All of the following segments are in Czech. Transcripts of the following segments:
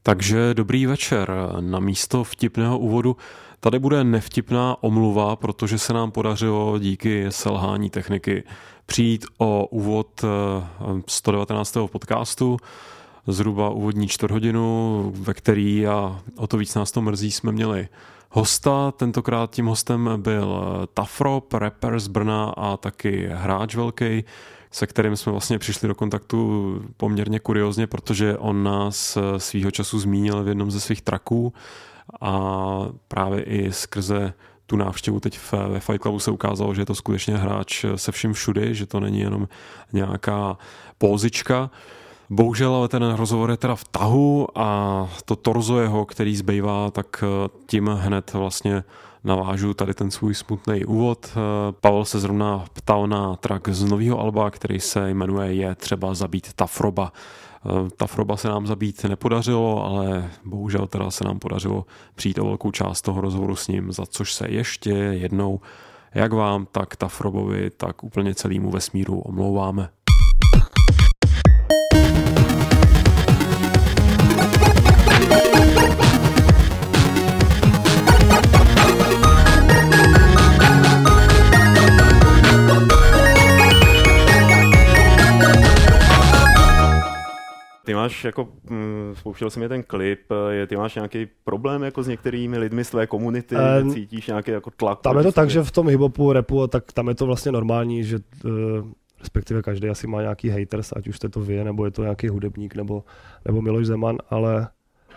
Takže dobrý večer. Na místo vtipného úvodu tady bude nevtipná omluva, protože se nám podařilo díky selhání techniky přijít o úvod 119. podcastu, zhruba úvodní čtvrthodinu, ve který, a o to víc nás to mrzí, jsme měli hosta. Tentokrát tím hostem byl Tafrob, rapper z Brna a taky hráč velký, se kterým jsme vlastně přišli do kontaktu poměrně kuriózně, protože on nás svýho času zmínil v jednom ze svých tracků a právě i skrze tu návštěvu teď ve Fight Clubu se ukázalo, že je to skutečně hráč se vším všudy, že to není jenom nějaká pózička. Bohužel ale ten rozhovor je teda v tahu a to torzo jeho, který zbývá, tak tím hned vlastně navážu tady ten svůj smutný úvod. Pavel se zrovna ptal na track z nového alba, který se jmenuje Je třeba zabít Tafroba. Tafroba se nám zabít nepodařilo, ale bohužel teda se nám podařilo přijít o velkou část toho rozhovoru s ním, za což se ještě jednou jak vám, tak Tafrobovi, tak úplně celému vesmíru omlouváme. Ty máš jako, spouštěl jsem mi ten klip, ty máš nějaký problém jako s některými lidmi z tvé komunity, cítíš nějaký jako tlak? Tam je to tak, že v tom hiphopu, rapu, tak tam je to vlastně normální, že respektive každý asi má nějaký haters, ať už jste to vy, nebo je to nějaký hudebník, nebo Miloš Zeman, ale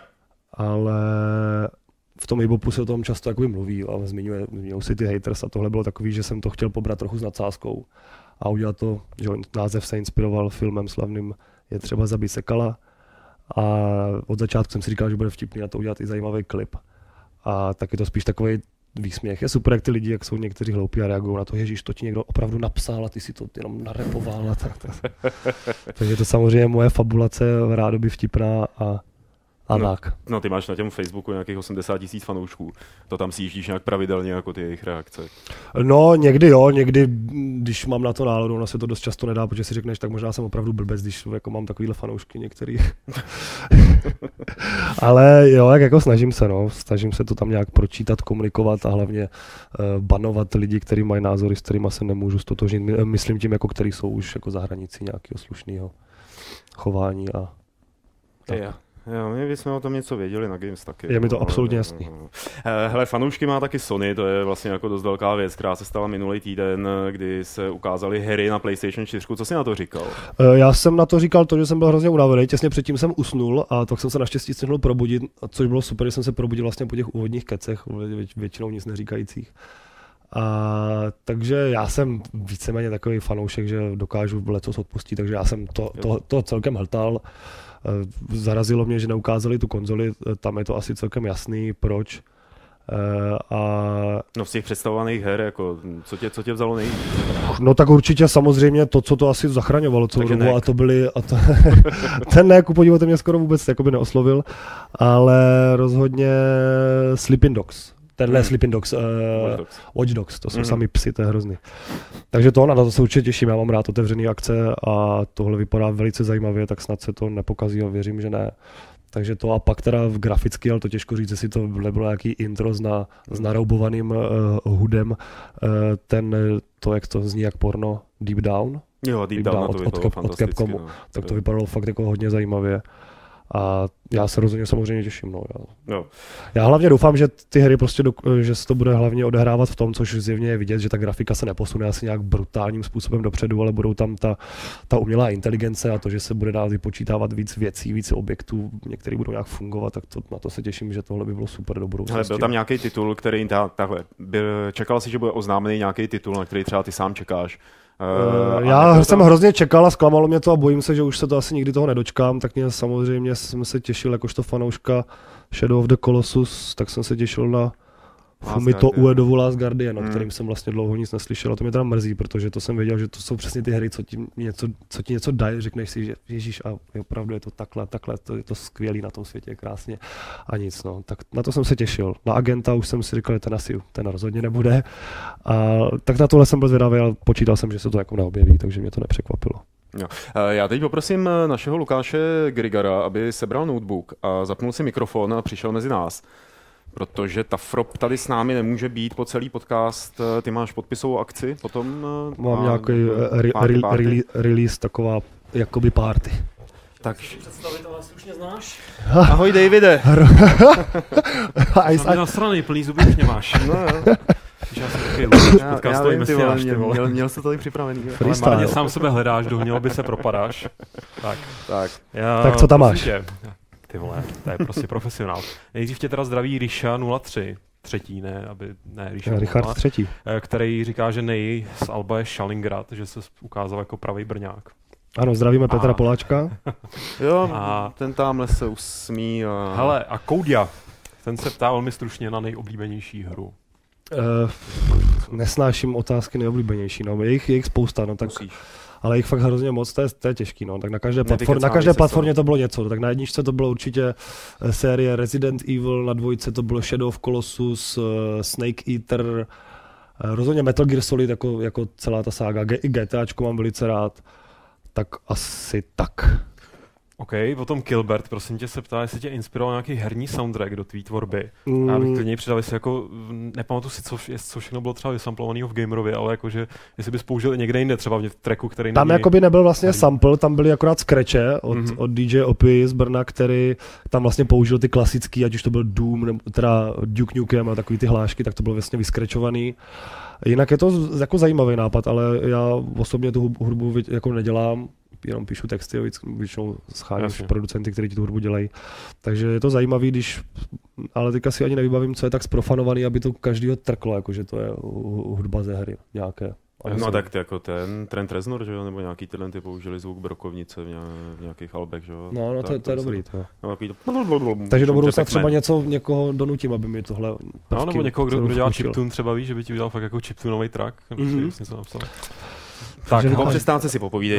v tom hiphopu se o tom často jakoby mluví a zmiňují si ty haters a tohle bylo takový, že jsem to chtěl pobrat trochu s nadsázkou a udělat to, že název se inspiroval filmem slavným Je třeba zabít Sekala a od začátku jsem si říkal, že bude vtipný na to udělat i zajímavý klip. A tak je to spíš takový výsměch. Je super, jak ty lidi, jak jsou někteří hloupí a reagují na to, ježíš, to ti někdo opravdu napsal a ty si to jenom narepoval. Takže to samozřejmě moje fabulace rádoby vtipná a tak. No ty máš na těm Facebooku nějakých 80 000 fanoušků. To tam si jíždíš nějak pravidelně jako ty jejich reakce? No někdy jo, někdy, když mám na to náladu, ono se to dost často nedá, protože si řekneš, tak možná jsem opravdu blbec, když jako mám takovýhle fanoušky některý. Ale jo, jako snažím se to tam nějak pročítat, komunikovat a hlavně banovat lidi, kteří mají názory, s kterými se nemůžu stotožnit. Myslím tím, jako který jsou už jako za hranicí nějakého slušného chování a tak. Yeah. Jo, my bychom o tom něco věděli na Games taky. Je mi to absolutně jasný. Hele, fanoušky má taky Sony, to je vlastně jako dost velká věc, která se stala minulý týden, kdy se ukázaly hry na PlayStation 4. Co jsi na to říkal? Já jsem na to říkal to, že jsem byl hrozně unavený, těsně předtím jsem usnul a tak jsem se naštěstí stihl probudit, což bylo super, že jsem se probudil vlastně po těch úvodních kecech, většinou nic neříkajících. Takže já jsem víceméně takový fanoušek, že dokážu lecos odpustit, takže já jsem to celkem hltal. Zarazilo mě, že neukázali tu konzoli, tam je to asi celkem jasný, proč. No z těch představovaných her, jako, co tě vzalo nejvíc? No tak určitě samozřejmě to, co to asi zachraňovalo celou dobu, a to byly... ten ne, ku podivu, ten mě skoro vůbec jakoby neoslovil, ale rozhodně Sleeping Dogs. Tenhle Sleeping Dogs, Watch Dogs, to jsou sami psy, to je hrozný. Takže na to se určitě těším, já mám rád otevřený akce a tohle vypadá velice zajímavě, tak snad se to nepokazí a věřím, že ne. Takže to a pak teda v graficky, ale to těžko říct, jestli to nebylo nějaký intro s naroubovaným hudem, to, jak to zní jak porno, Deep Down. Jo, Deep Down to vypadalo od Capcomu, no. Tak to vypadalo fakt jako hodně zajímavě. A já se rozhodně samozřejmě těším. No. Já hlavně doufám, že ty hry prostě, že se to bude hlavně odehrávat v tom, což zjevně je vidět, že ta grafika se neposune asi nějak brutálním způsobem dopředu, ale budou tam ta umělá inteligence a to, že se bude dát vypočítávat víc věcí, víc objektů, některé budou nějak fungovat, tak na to se těším, že tohle by bylo super do budoucnosti. Ale byl tam nějaký titul, který čekal si, že bude oznámený nějaký titul, na který třeba ty sám čekáš? Já jsem hrozně čekal a zklamalo mě to a bojím se, že už se to asi nikdy toho nedočkám, tak mě samozřejmě jsem se těšil jakožto fanouška Shadow of the Colossus, tak jsem se těšil na Fumito Uedovu Last Guardian, o kterým jsem vlastně dlouho nic neslyšel a to mě teda mrzí, protože to jsem věděl, že to jsou přesně ty hry, co ti něco dají, řekneš si, že ježíš a opravdu je to takhle, to je to skvělý na tom světě, krásně a nic, no. Tak na to jsem se těšil. Na Agenta už jsem si říkal, že ten rozhodně nebude. A tak na tohle jsem byl zvědavý, ale počítal jsem, že se to jako neobjeví, takže mě to nepřekvapilo. Jo. Já teď poprosím našeho Lukáše Grigara, aby sebral notebook a zapnul si mikrofon a přišel mezi nás. Protože Tafrop tady s námi nemůže být po celý podcast. Ty máš podpisovou akci potom? Mám nějaký release, taková jakoby party. Tak představit, ale si už mě znáš. Ahoj, Davide. Jsem nasranej, plný zuby už nemáš. No, jo. Já jsem takový podcastový mesiáš, ty vole. Měl jsi to tady připravený. Ale marně sám sebe hledáš, do hniloby se propadáš. Tak co tam máš? Ty vole, to je prostě profesionál. Nejdřív tě teda zdraví Ríša 03. Třetí, Ríša Richard třetí. Který říká, že nej z Alba je Šalingrad, že se ukázal jako pravý Brňák. Ano, zdravíme Petra Poláčka. Jo, ten tamhle se usmí. Hele, a Koudia, ten se ptá velmi stručně na nejoblíbenější hru. Nesnáším otázky nejoblíbenější, no, je jich spousta, no tak... Musíš. Ale jich fakt hrozně moc, to je těžký, no. Tak na každé platformě to bylo něco. Tak na jedničce to bylo určitě série Resident Evil, na dvojce to bylo Shadow of Colossus, Snake Eater, rozhodně Metal Gear Solid jako celá ta sága, i GTAčko mám velice rád, tak asi tak. OK, potom Kilbert, prosím tě, se ptá, jestli tě inspiroval nějaký herní soundtrack do tvý tvorby. A bych klidně přidal, jestli jako, nepamatuji si, co všechno bylo třeba vysamplovaného v Gamerově, ale jakože, jestli bys použil někde jinde, třeba v tracku, který tam jakoby nebyl vlastně herní sample, tam byly akorát scratche od DJ Opy z Brna, který tam vlastně použil ty klasický, ať už to byl Doom, nebo teda Duke Nukem a takový ty hlášky, tak to bylo vlastně vyskrečovaný. Jinak je to jako zajímavý nápad, ale já osobně tu hudbu jako nedělám, jenom píšu texty, většinou scháním producenty, kteří ti tu hudbu dělají. Takže je to zajímavý, ale teďka si ani nevybavím, co je tak zprofanovaný, aby to každýho trklo, jakože to je hudba ze hry nějaké. No tak jako ten Trent Reznor, že jo, nebo nějaký tyhle ty použili zvuk brokovnice v nějakých albech, že jo. No, to je dobrý. Takže do budoucna třeba někoho donutím, aby mi tohle... No, nebo někoho, kdo dělá chiptune, třeba víš, že by ti udělal fakt jako chiptunový track, nebo něco napsal. Tak, po přestávce si popovídej.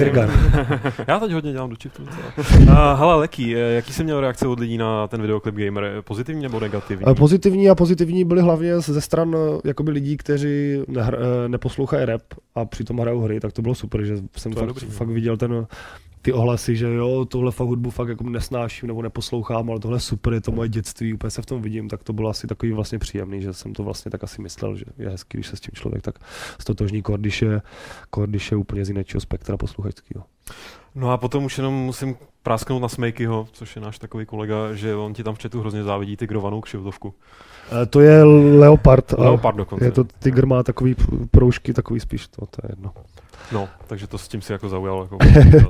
Já teď hodně dělám do chiptune. Hele, Leky, jaký jsi měl reakce od lidí na ten videoklip Gamer? Pozitivní nebo negativní? Pozitivní byly hlavně ze stran jakoby lidí, kteří neposlouchají rap a přitom hrajou hry, tak to bylo super, že jsem fakt viděl ty ohlasy, že jo, tohle fakt hudbu fakt jako nesnáším nebo neposlouchám, ale tohle je super, je to moje dětství, úplně se v tom vidím, tak to bylo asi takový vlastně příjemný, že jsem to vlastně tak asi myslel, že je hezký, když se s tím člověk tak stotožní, když je úplně z jiného spektra posluchačského. No a potom už jenom musím prásknout na Smejkyho, což je náš takový kolega, že on ti tam v chatu hrozně závidí tygrovanou kšiltovku. To je Leopard. Leopard dokonce. Je to tygr, má takový proužky, takový spíš, to je jedno. No, takže to s tím si jako zaujal. Jako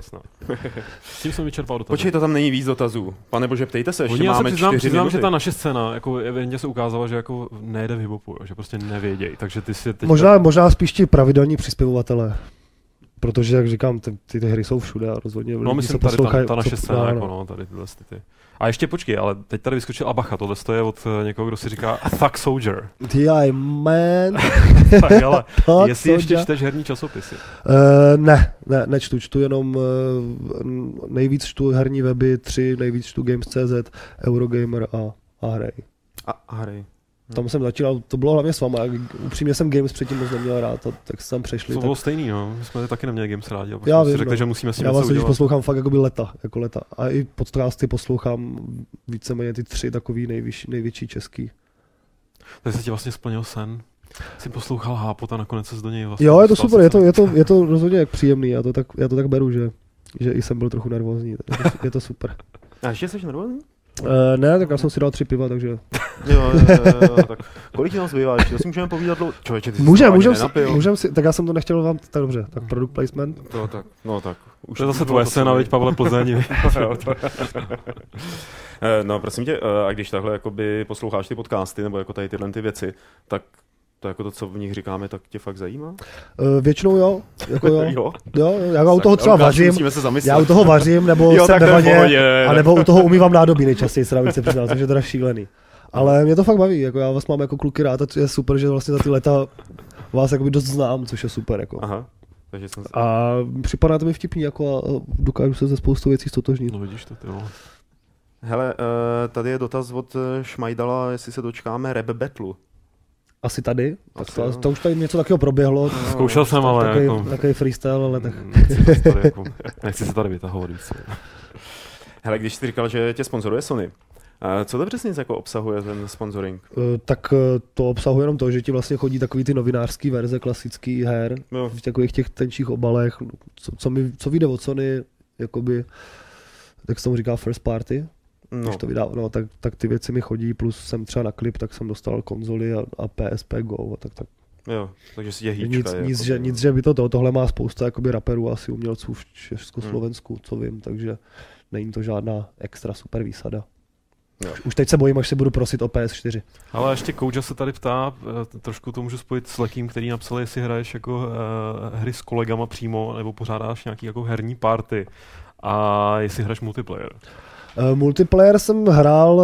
s tím jsem vyčerpal dotazy. Počkej, to tam není víc dotazů. Pane bože, ptejte se, ještě máme 4 minuty. Přiznám, že ta naše scéna, jako evidentně se ukázala, že jako nejde v hip-hopu, že prostě nevědějí. Takže ty si teď... Možná spíš ti pravidelní přispěvovatelé. Protože, jak říkám, ty hry jsou všude a rozhodně... No, myslím, tady ta naše scéna, jako no, tady tyhle ty. A ještě počkej, ale teď tady vyskočil Abacha, tohle je od někoho, kdo si říká Thug Soldier. T.I. man. Tak, ale jestli ještě čteš herní časopisy? Nečtu jenom nejvíc čtu herní weby, 3, nejvíc čtu Games.cz, Eurogamer a Hrej. A Hrej. Tam jsem začínal, to bylo hlavně s váma, upřímně jsem Games předtím moc neměl rád, tak jsme tam přešli. To bylo stejný, no, my jsme taky neměli Games rádi, a já si řekli, že musíme si něco udělat. Já vás poslouchám fakt jako leta. A i podcasty poslouchám víceméně ty 3 takový největší český. Takže se ti vlastně splnil sen. Jsi poslouchal Hápot a nakonec se do něj vlastně... Jo, je to super, je to rozhodně jak příjemný, já to tak beru, že i jsem byl trochu nervózní, je to super. A ještě jsi nervózní? Ne, tak já jsem si dal 3 piva, takže... Jo, tak kolik nám zbývá ještě? To si můžeme povídat dlouho. Člověče, ty jsi můžem si, tak já jsem to nechtěl vám, tak dobře, tak product placement. No tak. Už to je zase tvoje scéna, viď, Pavle Plzeň. No prosím tě, a když takhle jakoby posloucháš ty podcasty, nebo jako tady tyhle ty věci, tak to jako to, co v nich říkáme, tak tě fakt zajímá? Většinou jo. Jo, já u toho třeba vařím. Já u toho vařím, nebo jo, jsem ve vaně, anebo u toho umývám nádobí nejčastěji, abych se přiznal, takže to je šílený. Ale mě to fakt baví, jako já vás mám jako kluky rád a to je super, že vlastně za ty leta vás jakoby dost znám, což je super. Jako. Aha. A připadá to mi vtipný, jako a dokážu se ze spoustu věcí stotožnit. No vidíš to, ty jo. Hele, tady je dotaz od Šmajdala, jestli se dočkáme rap battlu. asi tady. To už tady něco takového proběhlo. Zkoušel jsem, ale takový freestyle, ale tak. Nechci se tady vytahovat víc. Hele, když jsi říkal, že tě sponzoruje Sony, co to přesně jako obsahuje ten sponsoring? Tak to obsahuje jenom to, že ti vlastně chodí takový ty novinářský verze klasický her, v takových těch tenčích obalech, co vyjde od Sony, jakoby, tak se tomu říká first party. Když to vydá, tak ty věci mi chodí, plus jsem třeba na klip, tak jsem dostal konzoli a PSP Go a tak. Jo, takže si tě hýčka. Nic, že by tohle má spousta jakoby raperů, asi umělců v Československu, co vím, takže není to žádná extra super výsada. Jo. Už teď se bojím, až se budu prosit o PS4. Ale ještě Kouja se tady ptá, trošku to můžu spojit s Lekým, který napsal, jestli hraješ jako hry s kolegama přímo, nebo pořádáš nějaký jako herní party a jestli hraješ multiplayer. Multiplayer jsem hrál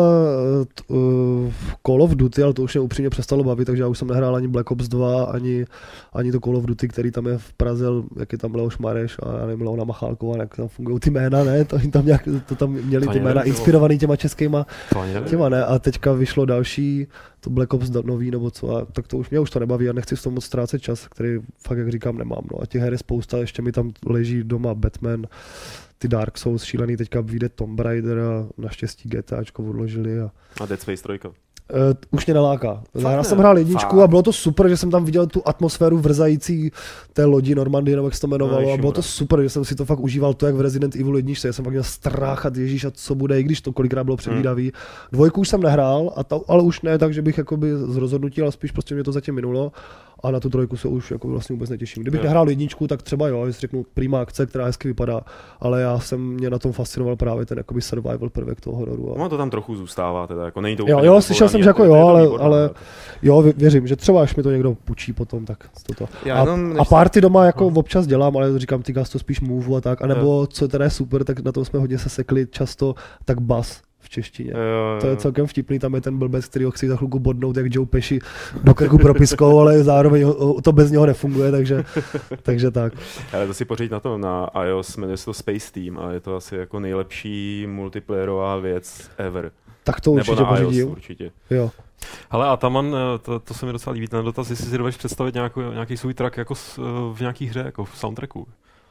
Call of Duty, ale to už mě upřímně přestalo bavit, takže já už jsem nehrál ani Black Ops 2, ani to Call of Duty, který tam je v Praze, jak je tam Leoš Mareš a já nevím, Leona Machálková, jak tam fungují ty jména, ne? To tam měli ty jména inspirovaný těma českýma těma, ne? A teďka vyšlo další, to Black Ops nový nebo co, a tak to už mě už to nebaví a nechci s tom moc ztrácet čas, který fakt, jak říkám, nemám. No. A těch her je spousta, ještě mi tam leží doma Batman, ty Dark Souls šílený, teďka vyjde Tomb Raider a naštěstí GTAčko odložili. A Dead Space 3. Už mě naláká. Já jsem hrál jedničku a bylo to super, že jsem tam viděl tu atmosféru vrzající té lodi Normandie, nebo jak se to jmenovalo, a bylo to super, že jsem si to fakt užíval to, jak v Resident Evil 1, já jsem fakt měl strach a ježíš a co bude, i když to kolikrát bylo předvídavý. Dvojku už jsem nehrál, ale už ne tak, že bych jakoby z rozhodnutí, ale spíš prostě mě to zatím minulo. A na tu trojku se už jako vlastně vůbec netěším. Kdybych nehrál jedničku, tak třeba jo, jestli řeknu prima akce, která hezky vypadá, ale mě na tom fascinoval právě ten jakoby survival prvek toho hororu. No to tam trochu zůstává, teda jako není to úplně. Jo, slyšel jsem, že jako jo, ale jo, věřím, že třeba až mi to někdo půjčí potom, tak toto. A party doma jako občas dělám, ale říkám, ty to spíš move a tak, anebo co teda je super, tak na tom jsme hodně se sekli často, tak bas. V češtině. Jo. To je celkem vtipný, tam je ten blbec, který ho chci za chvilku bodnout, jak Joe Pesci do krku propiskou, ale zároveň to bez něho nefunguje, takže tak. Ale to si pořiď na iOS, jmenuje se to Space Team a je to asi jako nejlepší multiplayerová věc ever. Tak to určitě pořídím. Určitě. Jo. Hele, a Taman, to se mi docela líbí, ten dotaz, jestli si dovedeš představit nějaký svůj track jako v nějaký hře, jako v soundtracku.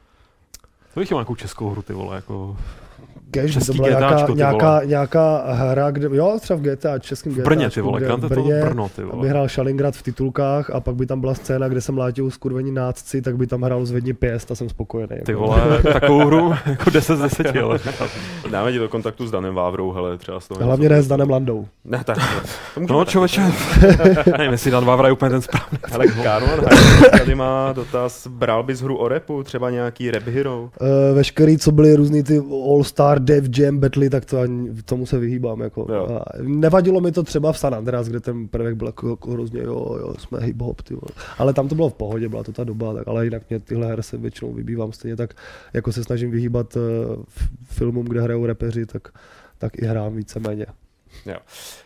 To bych chtěl nějakou českou hru, ty vole, jako... Cash, to byla nějaká hra, kde, jo, třeba v GTA, českým GTA. V Brně, ty vole, v Brno, ty vole. Aby hrál Stalingrad v titulkách a pak by tam byla scéna, kde jsem mlátil skurvení nácci, tak by tam hrál Zvedni pěst a jsem spokojený. Ty vole, takovou hru jako 10 z 10, ale. Dáme ti do kontaktu s Danem Vávrou, hele, třeba s toho. Hlavně ne s Danem Landou. Ne, tak. No, člověče, nevím, jestli Dan Vávra je úplně ten správný. Hele, Karman tady má dotaz, bral bys hru o rapu, třeba nějaký Rap Hero? Veškerý, co byly různý ty All-Star, Def Jam, Battle, tak tomu se vyhýbám. Jako. Nevadilo mi to třeba v San Andreas, kde ten prvek byl jako hrozně, jo, jsme hip-hop, ale tam to bylo v pohodě, byla to ta doba, tak, ale jinak mě tyhle her se většinou vybývám stejně tak, jako se snažím vyhýbat filmům, kde hrajou rapeři, tak i hrám víceméně. Jo.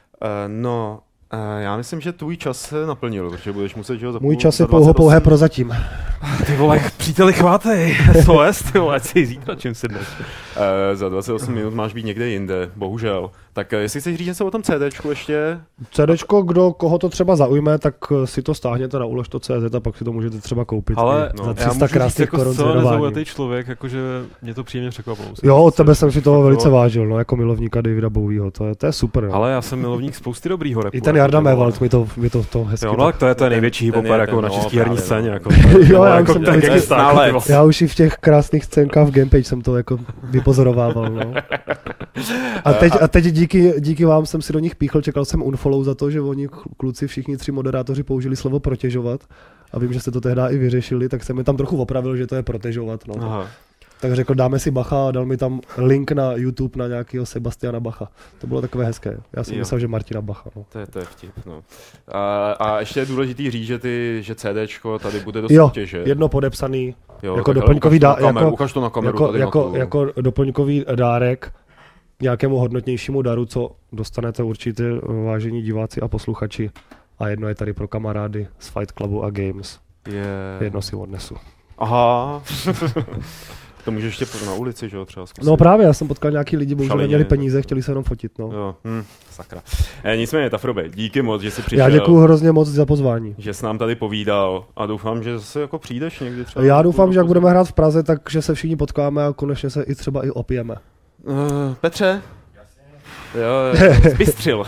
Já myslím, že tvůj čas se naplnil, protože budeš muset ho Můj čas je pouhé prozatím. Ty vole, příteli, chvátej, SOS, ty vole, si zítra, čím si dnes. Za 28 minut máš být někde jinde, bohužel. Tak jestli chceš říct něco o tom CDčku ještě? CDčko, koho to třeba zaujme, tak si to stáhněte na ulož.cz a pak si to můžete třeba koupit. Ale za 300 krásných korun jako nezaujatý člověk, jakože mě to příjemně překvapilo. Jo, od tebe jsem si toho velice vážil, no, jako milovníka Davida Bowieho, to je super. No. Ale já jsem milovník spousty dobrýho rapu. I ten Jarda Mévald mi to hezky. Jo, no, to je největší hip-hopper jako na český herní scéně. Jako, jo, já už i v těch krásných scénkách v Gamepage jsem to jako vypozorovával. No. A teď díky vám jsem si do nich píchl, čekal jsem unfollow za to, že oni kluci všichni 3 moderátoři použili slovo protežovat a vím, že jste to tehdy i vyřešili, tak jsem mi tam trochu opravil, že to je protežovat. No. Tak řekl, dáme si Bacha a dal mi tam link na YouTube na nějakého Sebastiana Bacha. To bylo takové hezké. Já jsem myslel, že Martina Bacha. No. To je vtip. No. A ještě je důležitý říct, že CDčko tady bude do soutěže. Jedno podepsaný, jako doplňkový ukaž to na kameru, jako doplňkový dárek nějakému hodnotnějšímu daru, co dostanete určitě, vážení diváci a posluchači. A jedno je tady pro kamarády z Fight Clubu a Games. Jedno si odnesu. Aha. To můžeš ještě na ulici, že jo, třeba zkusit. No právě, já jsem potkal nějaký lidi, bohužel neměli peníze, chtěli se jenom fotit, no. Jo, sakra. Nicméně, Tafrobe, díky moc, že jsi přišel. Já děkuju hrozně moc za pozvání. Že jsi nám tady povídal a doufám, že zase jako přijdeš někdy třeba. Já doufám, že jak budeme hrát v Praze, takže se všichni potkáme a konečně se i třeba i opijeme. Petře? Jo, zbystřil.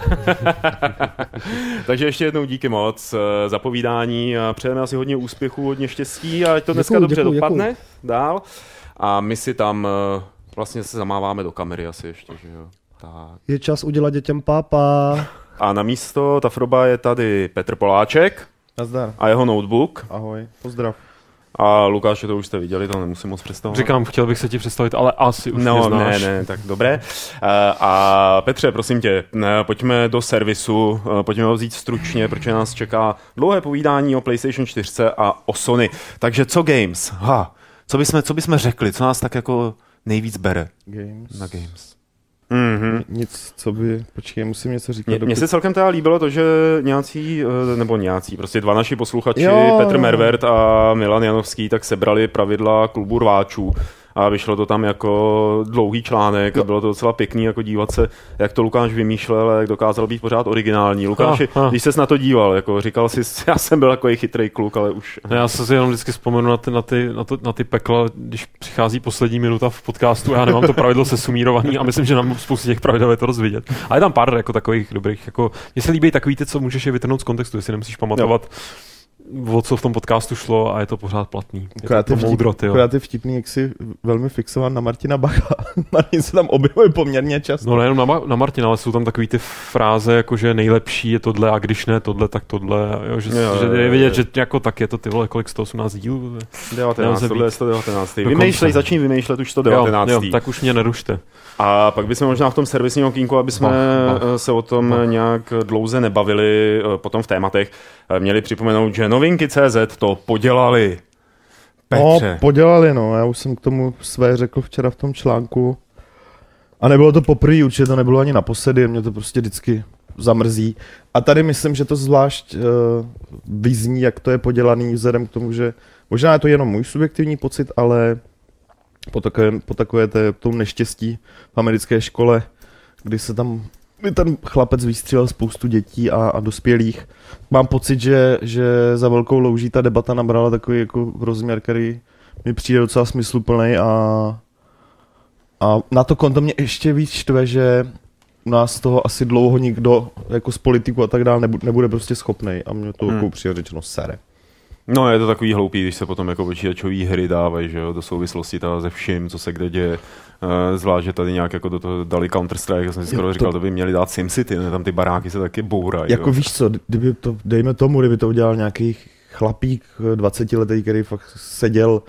Takže ještě jednou díky moc za povídání a přejeme asi hodně úspěchů, hodně štěstí a ať to dneska dobře dopadne dál. A my si tam vlastně se zamáváme do kamery asi ještě, že jo. Tak. Je čas udělat dětem pápa. A na místo Tafroba je tady Petr Poláček. Nazdar. A jeho notebook. Ahoj, pozdrav. A Lukáše, to už jste viděli, to nemusím moc představovat. Říkám, chtěl bych se ti představit, ale asi už mě znáš. Ne, tak dobré. A Petře, prosím tě, pojďme do servisu, pojďme ho vzít stručně, protože nás čeká dlouhé povídání o PlayStation 4 a o Sony. Takže co games? Co bychom řekli, co nás tak jako nejvíc bere na games? Mm-hmm. Nic, co by... Počkej, musím něco říkat. Mně se celkem teda líbilo to, že nějací, prostě dva naši posluchači, Petr Mervert a Milan Janovský, tak sebrali pravidla klubu rváčů. A vyšlo to tam jako dlouhý článek a bylo to docela pěkný jako dívat se, jak to Lukáš vymýšlel, jak dokázal být pořád originální. Lukáši, když ses na to díval, jako říkal jsi, já jsem byl takový chytrý kluk, ale už... Já se si jenom vždycky vzpomenu na ty pekla, když přichází poslední minuta v podcastu, já nemám to pravidlo sesumírovaný a myslím, že nám spoustu těch pravidel je to rozvidět. Ale je tam pár jako takových dobrých, jako mně se líbí takový ty, co můžeš je vytrhnout z kontextu, jestli nemusíš pamatovat. O co v tom podcastu šlo a je to pořád platný. Akorát je vtipný, jak jsi velmi fixovan na Martina Bacha. Martin se tam objevuje poměrně často. No nejenom na Martina, ale jsou tam takový ty fráze, jako že nejlepší je tohle a když ne tohle, tak tohle. Jo, že je vidět, že jako tak je to ty vole, kolik 118 dílů? 19, tohle je 119. Začni vymýšlet už 119. Jo, tak už mě nerušte. A pak bychom možná v tom servisním okýnku, aby jsme se o tom nějak dlouze nebavili potom v tématech, měli připomenout, že novinky CZ to podělali. Petře. No, podělali, no. Já už jsem k tomu své řekl včera v tom článku. A nebylo to poprvé, určitě to nebylo ani naposledy, mě to prostě vždycky zamrzí. A tady myslím, že to zvlášť vyzní, jak to je podělaný, vzhledem k tomu, že možná je to jenom můj subjektivní pocit, ale po takové tom neštěstí v americké škole, kdy se tam ten chlapec vystřílel spoustu dětí a dospělých. Mám pocit, že za velkou louží ta debata nabrala takový jako rozměr, který mi přijde docela smysluplný a na to konto mě ještě víc štve, že u nás toho asi dlouho nikdo jako z politiku a tak dále nebude prostě schopnej a mě to přijde řečeno sere. No je to takový hloupý, když se potom jako počítačové hry dávají, že jo, do souvislosti teda se vším, co se kde děje. Zvlášť, že tady nějak jako do toho dali Counter-Strike, já jsem si skoro říkal, to by měli dát SimCity, ne? Tam ty baráky se taky bourají. Jako víš co, dejme tomu, kdyby to udělal nějaký chlapík 20letý, který fakt seděl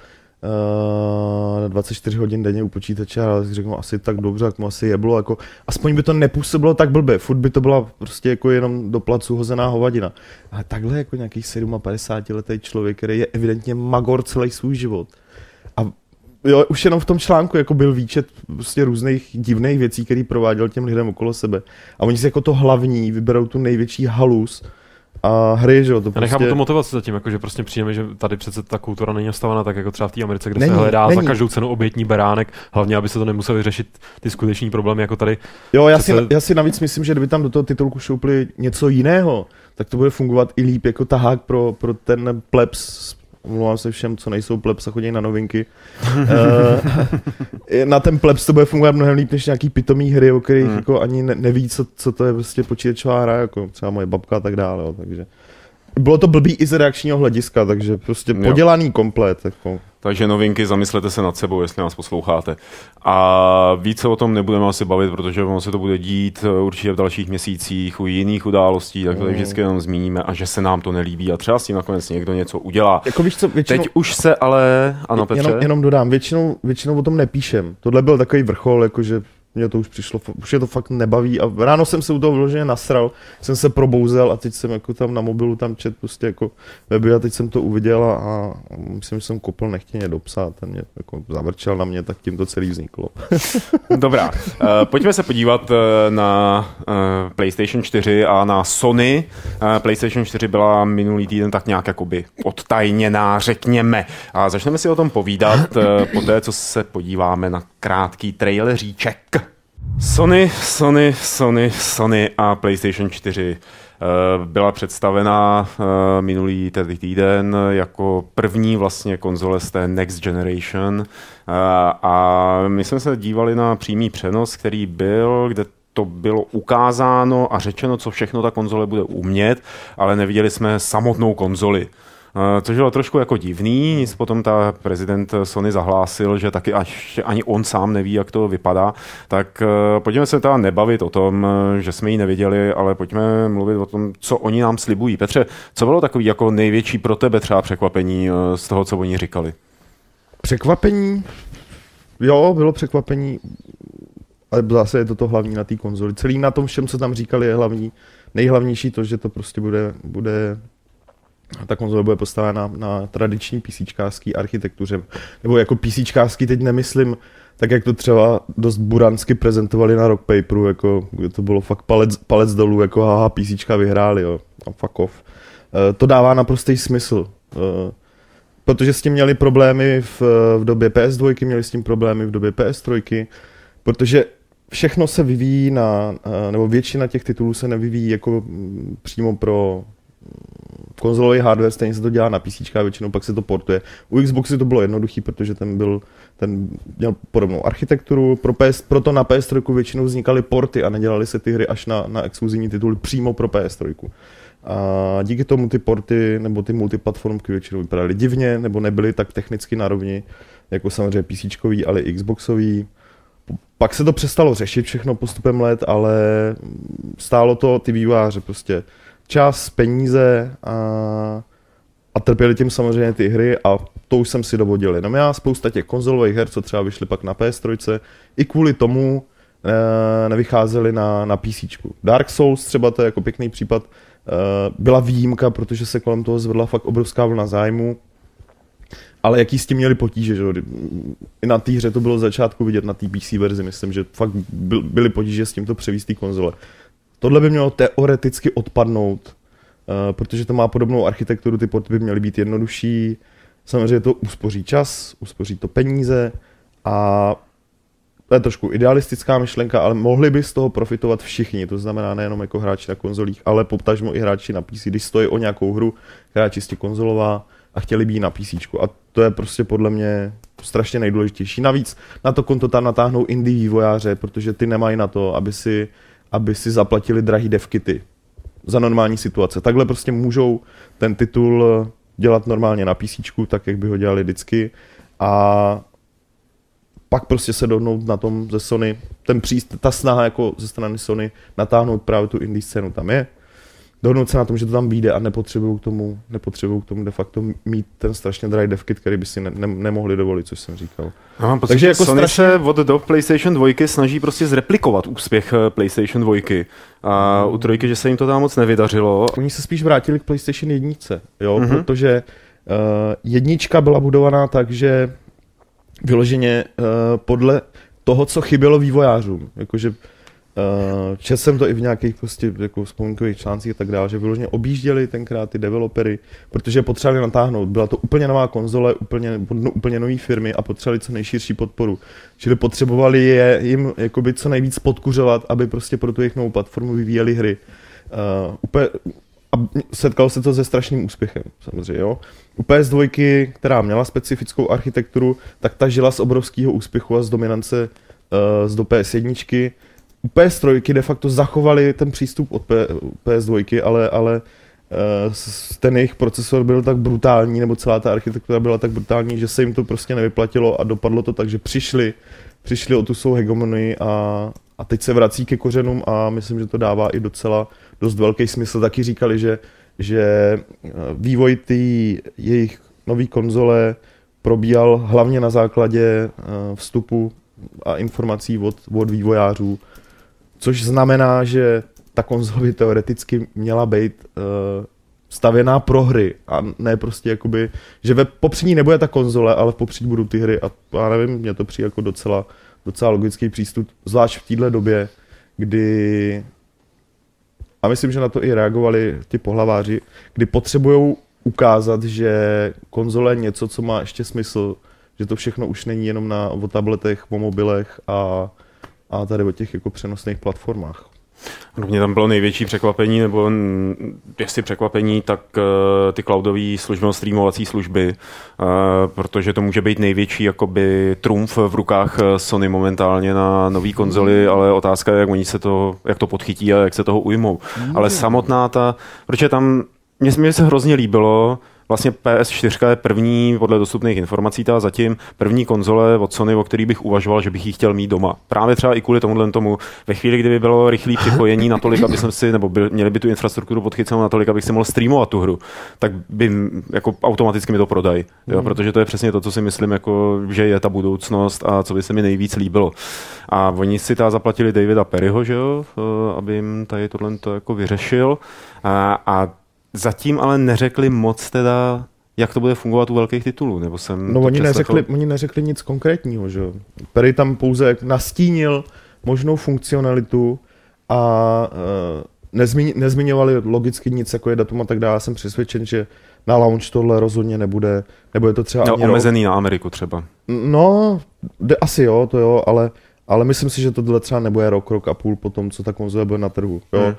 24 hodin denně u počítače a řeknu asi tak dobře, jak mu asi jeblo, jako aspoň by to nepůsobilo tak blbě, furt by to byla prostě jako jenom do placu hozená hovadina. Ale takhle jako nějaký 57letý člověk, který je evidentně magor celý svůj život. A jo, už jenom v tom článku jako byl výčet prostě různých divných věcí, který prováděl těm lidem okolo sebe. A oni si jako to hlavní vyberou tu největší halus a hry, že jo, to prostě... Nechápu to motivaci zatím, jako že prostě přijeme, že tady přece ta kultura není nastavená tak jako třeba v té Americe, kde se hledá za každou cenu obětní beránek, hlavně aby se to nemuseli řešit ty skuteční problémy jako tady. Jo, já si navíc myslím, že kdyby tam do toho titulku šoupli něco jiného, tak to bude fungovat i líp jako tahák pro ten plebs. Omlouvám se všem, co nejsou plebs a chodí na novinky. Na ten plebs to bude fungovat mnohem líp než nějaký pitomý hry, o kterých jako ani neví, co to je prostě počítačová hra, jako třeba moje babka a tak dále. Jo, takže bylo to blbý i z reakčního hlediska, takže prostě podělaný komplet. Jako. Takže novinky, zamyslete se nad sebou, jestli nás posloucháte. A více o tom nebudeme asi bavit, protože ono se to bude dít určitě v dalších měsících u jiných událostí, tak to vždycky jenom zmíníme a že se nám to nelíbí a třeba s tím nakonec někdo něco udělá. Jako víš co, teď už se ale... Ano, Petře? Jenom dodám, většinou o tom nepíšem. Tohle byl takový vrchol, jakože Mě to už přišlo, už je to fakt nebaví a ráno jsem se u toho vloženě nasral, jsem se probouzel a teď jsem jako tam na mobilu tam čet prostě jako weby a teď jsem to uviděl a myslím, že jsem kopl nechtěně do psa, ten mě jako zavrčel na mě, tak tím to celý vzniklo. Dobrá, pojďme se podívat na PlayStation 4 a na Sony. PlayStation 4 byla minulý týden tak nějak jakoby odtajněná, řekněme. A začneme si o tom povídat poté, co se podíváme na krátký traileříček. Sony a PlayStation 4 byla představena minulý týden jako první vlastně konzole z té Next Generation a my jsme se dívali na přímý přenos, který byl, kde to bylo ukázáno a řečeno, co všechno ta konzole bude umět, ale neviděli jsme samotnou konzoli. Což bylo trošku jako divný, nic potom ta prezident Sony zahlásil, že taky ani on sám neví, jak to vypadá, tak pojďme se teda nebavit o tom, že jsme ji neviděli, ale pojďme mluvit o tom, co oni nám slibují. Petře, co bylo takový jako největší pro tebe třeba překvapení z toho, co oni říkali? Překvapení? Jo, bylo překvapení, ale zase je to hlavní na té konzoli. Celý na tom všem, co tam říkali, je nejhlavnější to, že to prostě bude ta konzole bude postavena na tradiční PCčkářský architektuře. Nebo jako PCčkářský teď nemyslím, tak jak to třeba dost buransky prezentovali na Rock Paperu, jako to bylo fakt palec dolů, jako haha, PCčka vyhráli, jo, a fuck off. To dává naprostý smysl. Protože s tím měli problémy v době PS2, měli s tím problémy v době PS3, protože všechno se vyvíjí nebo většina těch titulů se nevyvíjí jako přímo pro konzolový hardware, stejně se to dělá na PC, většinou pak se to portuje. U Xboxu to bylo jednoduchý, protože ten měl podobnou architekturu, proto na PS3 většinou vznikaly porty a nedělaly se ty hry až na exkluzivní tituly přímo pro PS3. A díky tomu ty porty nebo ty multiplatformky většinou vypadaly divně, nebo nebyly tak technicky na rovni, jako samozřejmě PCčkový, ale i Xboxový. Pak se to přestalo řešit všechno postupem let, ale stálo to ty vývojáře prostě čas, peníze a trpěli tím samozřejmě ty hry a to už jsem si dovodil jenom já. Spousta těch konzolových her, co třeba vyšly pak na PS3, i kvůli tomu nevycházely na PCčku. Dark Souls třeba, to je jako pěkný případ, byla výjimka, protože se kolem toho zvedla fakt obrovská vlna zájmu, ale jaký s tím měli potíže, že? I na té hře to bylo z začátku vidět na té PC verzi, myslím, že fakt byly potíže s tímto převíst té konzole. Tohle by mělo teoreticky odpadnout, protože to má podobnou architekturu, ty porty by měly být jednodušší, samozřejmě to uspoří čas, uspoří to peníze a to je trošku idealistická myšlenka, ale mohli by z toho profitovat všichni, to znamená nejenom jako hráči na konzolích, ale potažmo i hráči na PC, když stojí o nějakou hru, která je čistě konzolová a chtěli by ji na PC. A to je prostě podle mě strašně nejdůležitější. Navíc na to konto tam natáhnou indie vývojáře, protože ty nemají na to, aby si zaplatili drahý devkity za normální situace. Takhle prostě můžou ten titul dělat normálně na PC, tak jak by ho dělali vždycky a pak prostě se dohodnout na tom ze Sony, ta snaha jako ze strany Sony natáhnout právě tu indie scénu tam je, dohodnout se na tom, že to tam vyjde a nepotřebují k tomu de facto mít ten strašně drahý devkit, který by si nemohli dovolit, což jsem říkal. Takže jako Sony se od do PlayStation 2 snaží prostě zreplikovat úspěch PlayStation 2 a u trojky, že se jim to tam moc nevydařilo. Oni se spíš vrátili k PlayStation 1, jo, protože jednička byla budovaná tak, že vyloženě podle toho, co chybělo vývojářům, jakože četl jsem to i v nějakých prostě jako vzpomínkových článcích a tak dále, že vyloženě objížděli tenkrát ty developery, protože potřebovali natáhnout. Byla to úplně nová konzole, úplně nový firmy a potřebovali co nejširší podporu. Čili potřebovali jim jakoby co nejvíc podkuřovat, aby prostě pro tu jejich novou platformu vyvíjeli hry. A setkalo se to se strašným úspěchem, samozřejmě, jo. U PS2, která měla specifickou architekturu, tak ta žila z obrovského úspěchu a z dominance z do PS1. U PS3 de facto zachovali ten přístup od PS2, ale ten jejich procesor byl tak brutální, nebo celá ta architektura byla tak brutální, že se jim to prostě nevyplatilo a dopadlo to tak, že přišli o tu svou hegemonii a teď se vrací ke kořenům a myslím, že to dává i docela dost velký smysl. Taky říkali, že vývoj té jejich nové konzole probíhal hlavně na základě vstupu a informací od vývojářů, což znamená, že ta konzole by teoreticky měla být stavěná pro hry a ne prostě jakoby, že ve popředí nebude ta konzole, ale v popředí budou ty hry a já nevím, mně to přijde jako docela logický přístup, zvlášť v téhle době, kdy, a myslím, že na to i reagovali ti pohlaváři, kdy potřebujou ukázat, že konzole je něco, co má ještě smysl, že to všechno už není jenom o tabletech, o mobilech a tady o těch jako přenosných platformách. Pro mě tam bylo největší překvapení, nebo jestli překvapení, tak ty cloudové služby, streamovací služby, protože to může být největší jakoby trumf v rukách Sony momentálně na nový konzoli, ale otázka je, jak to podchytí a jak se toho ujmou. Ale samotná protože tam mně se hrozně líbilo, vlastně PS4 je první, podle dostupných informací, zatím první konzole od Sony, o který bych uvažoval, že bych ji chtěl mít doma. Právě třeba i kvůli tomu, ve chvíli, kdyby bylo rychlé připojení natolik, aby jsem si, nebo měli by tu infrastrukturu podchycenou natolik, abych si mohl streamovat tu hru, tak by jako automaticky mi to prodají. Protože to je přesně to, co si myslím, jako, že je ta budoucnost a co by se mi nejvíc líbilo. A oni si zaplatili Davida Perryho, že jo, aby jim tady tohle jako vyřešil. A zatím ale neřekli moc teda, jak to bude fungovat u velkých titulů, nebo jsem oni neřekli nic konkrétního, že jo. Perry tam pouze nastínil možnou funkcionalitu a nezmiňovali logicky nic, jako je datum a tak dále. Já jsem přesvědčen, že na launch tohle rozhodně nebude to třeba ani omezený na Ameriku třeba. No, asi jo, to jo, ale myslím si, že tohle třeba nebude rok a půl po tom, co ta konzole bude na trhu. Jo.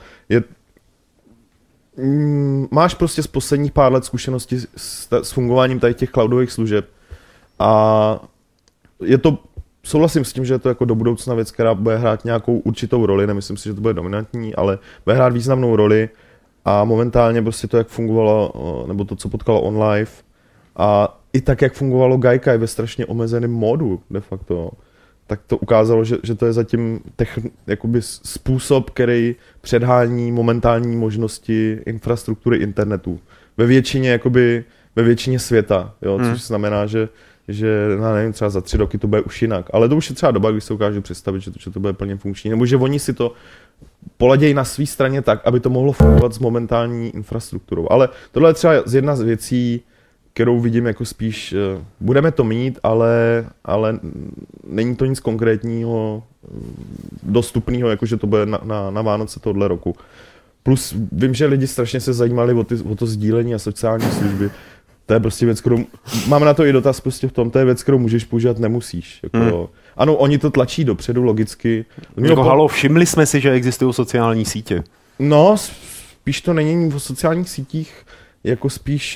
Máš prostě z posledních pár let zkušenosti s fungováním tady těch cloudových služeb a souhlasím s tím, že je to jako do budoucna věc, která bude hrát nějakou určitou roli, nemyslím si, že to bude dominantní, ale bude hrát významnou roli a momentálně prostě to, jak fungovalo, nebo to, co potkalo OnLive a i tak, jak fungovalo Gaikai ve strašně omezeném módu de facto, tak to ukázalo, že to je zatím jakoby způsob, který předhání momentální možnosti infrastruktury internetu. Ve většině světa, jo, což znamená, že nevím, třeba za 3 roky to bude už jinak. Ale to už je třeba doba, když se ukáže představit, že to bude plně funkční. Nebo že oni si to poladějí na své straně tak, aby to mohlo fungovat s momentální infrastrukturou. Ale tohle je třeba jedna z věcí, kterou vidím jako spíš, budeme to mít, ale není to nic konkrétního, dostupného, jakože to bude na Vánoce tohle roku. Plus vím, že lidi strašně se zajímali o to sdílení a sociální služby. To je prostě věc, kterou, mám na to i dotaz prostě v tom, to je věc, kterou můžeš používat, nemusíš. Jako, ano, oni to tlačí dopředu logicky. Halo, všimli jsme si, že existují sociální sítě. No, spíš to není o sociálních sítích, jako spíš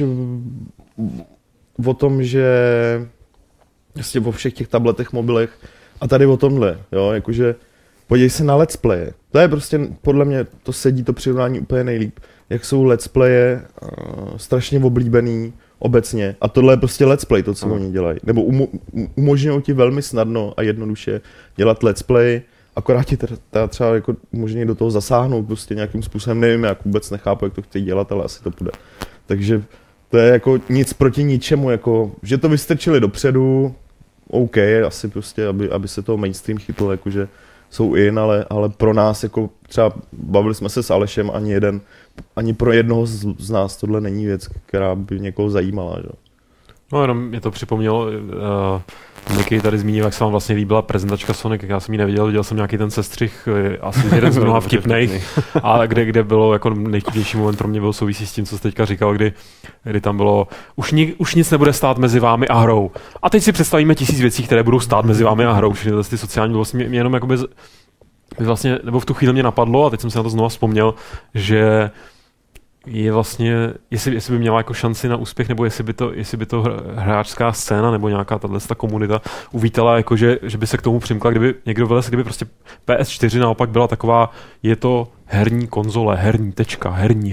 o tom, že vlastně o všech těch tabletech, mobilech a tady o tomhle, jo, jakože podívej se na let's playe. To je prostě, podle mě, to sedí to přirovnání úplně nejlíp, jak jsou let's playe strašně oblíbený obecně a tohle je prostě let's play, to, co oni dělají. Nebo umožňují ti velmi snadno a jednoduše dělat let's play, akorát ti třeba jako umožňují do toho zasáhnout prostě nějakým způsobem, nevím, jak vůbec nechápu, jak to chtějí dělat, ale asi to půjde. Takže to je jako nic proti ničemu, jako, že to vystrčili dopředu, OK, asi prostě, aby se toho mainstream chytl, jakože jsou in, ale pro nás, jako třeba bavili jsme se s Alešem, ani pro jednoho z nás tohle není věc, která by někoho zajímala, že? No jenom mě to připomnělo, Niky tady zmínil, jak se vám vlastně líbila prezentačka Sony, já jsem ji neviděl, viděl jsem nějaký ten sestřih, asi jeden z mnoha vtipných, a kde bylo jako nejvtipnější moment pro mě byl souvisí s tím, co jste teďka říkal, kdy tam bylo, už nic nebude stát mezi vámi a hrou. A teď si představíme 1000 věcí, které budou stát mezi vámi a hrou, všechny ty sociální vlastně mě jenom jakoby vlastně, nebo v tu chvíli mě napadlo, a teď jsem si na to znovu vzpomněl, že je vlastně, jestli by měla jako šanci na úspěch, nebo jestli by to hráčská scéna nebo nějaká tato komunita uvítala, jako že by se k tomu přimkla, kdyby někdo vylez, kdyby prostě PS4 naopak byla taková, je to herní konzole, herní tečka, herní.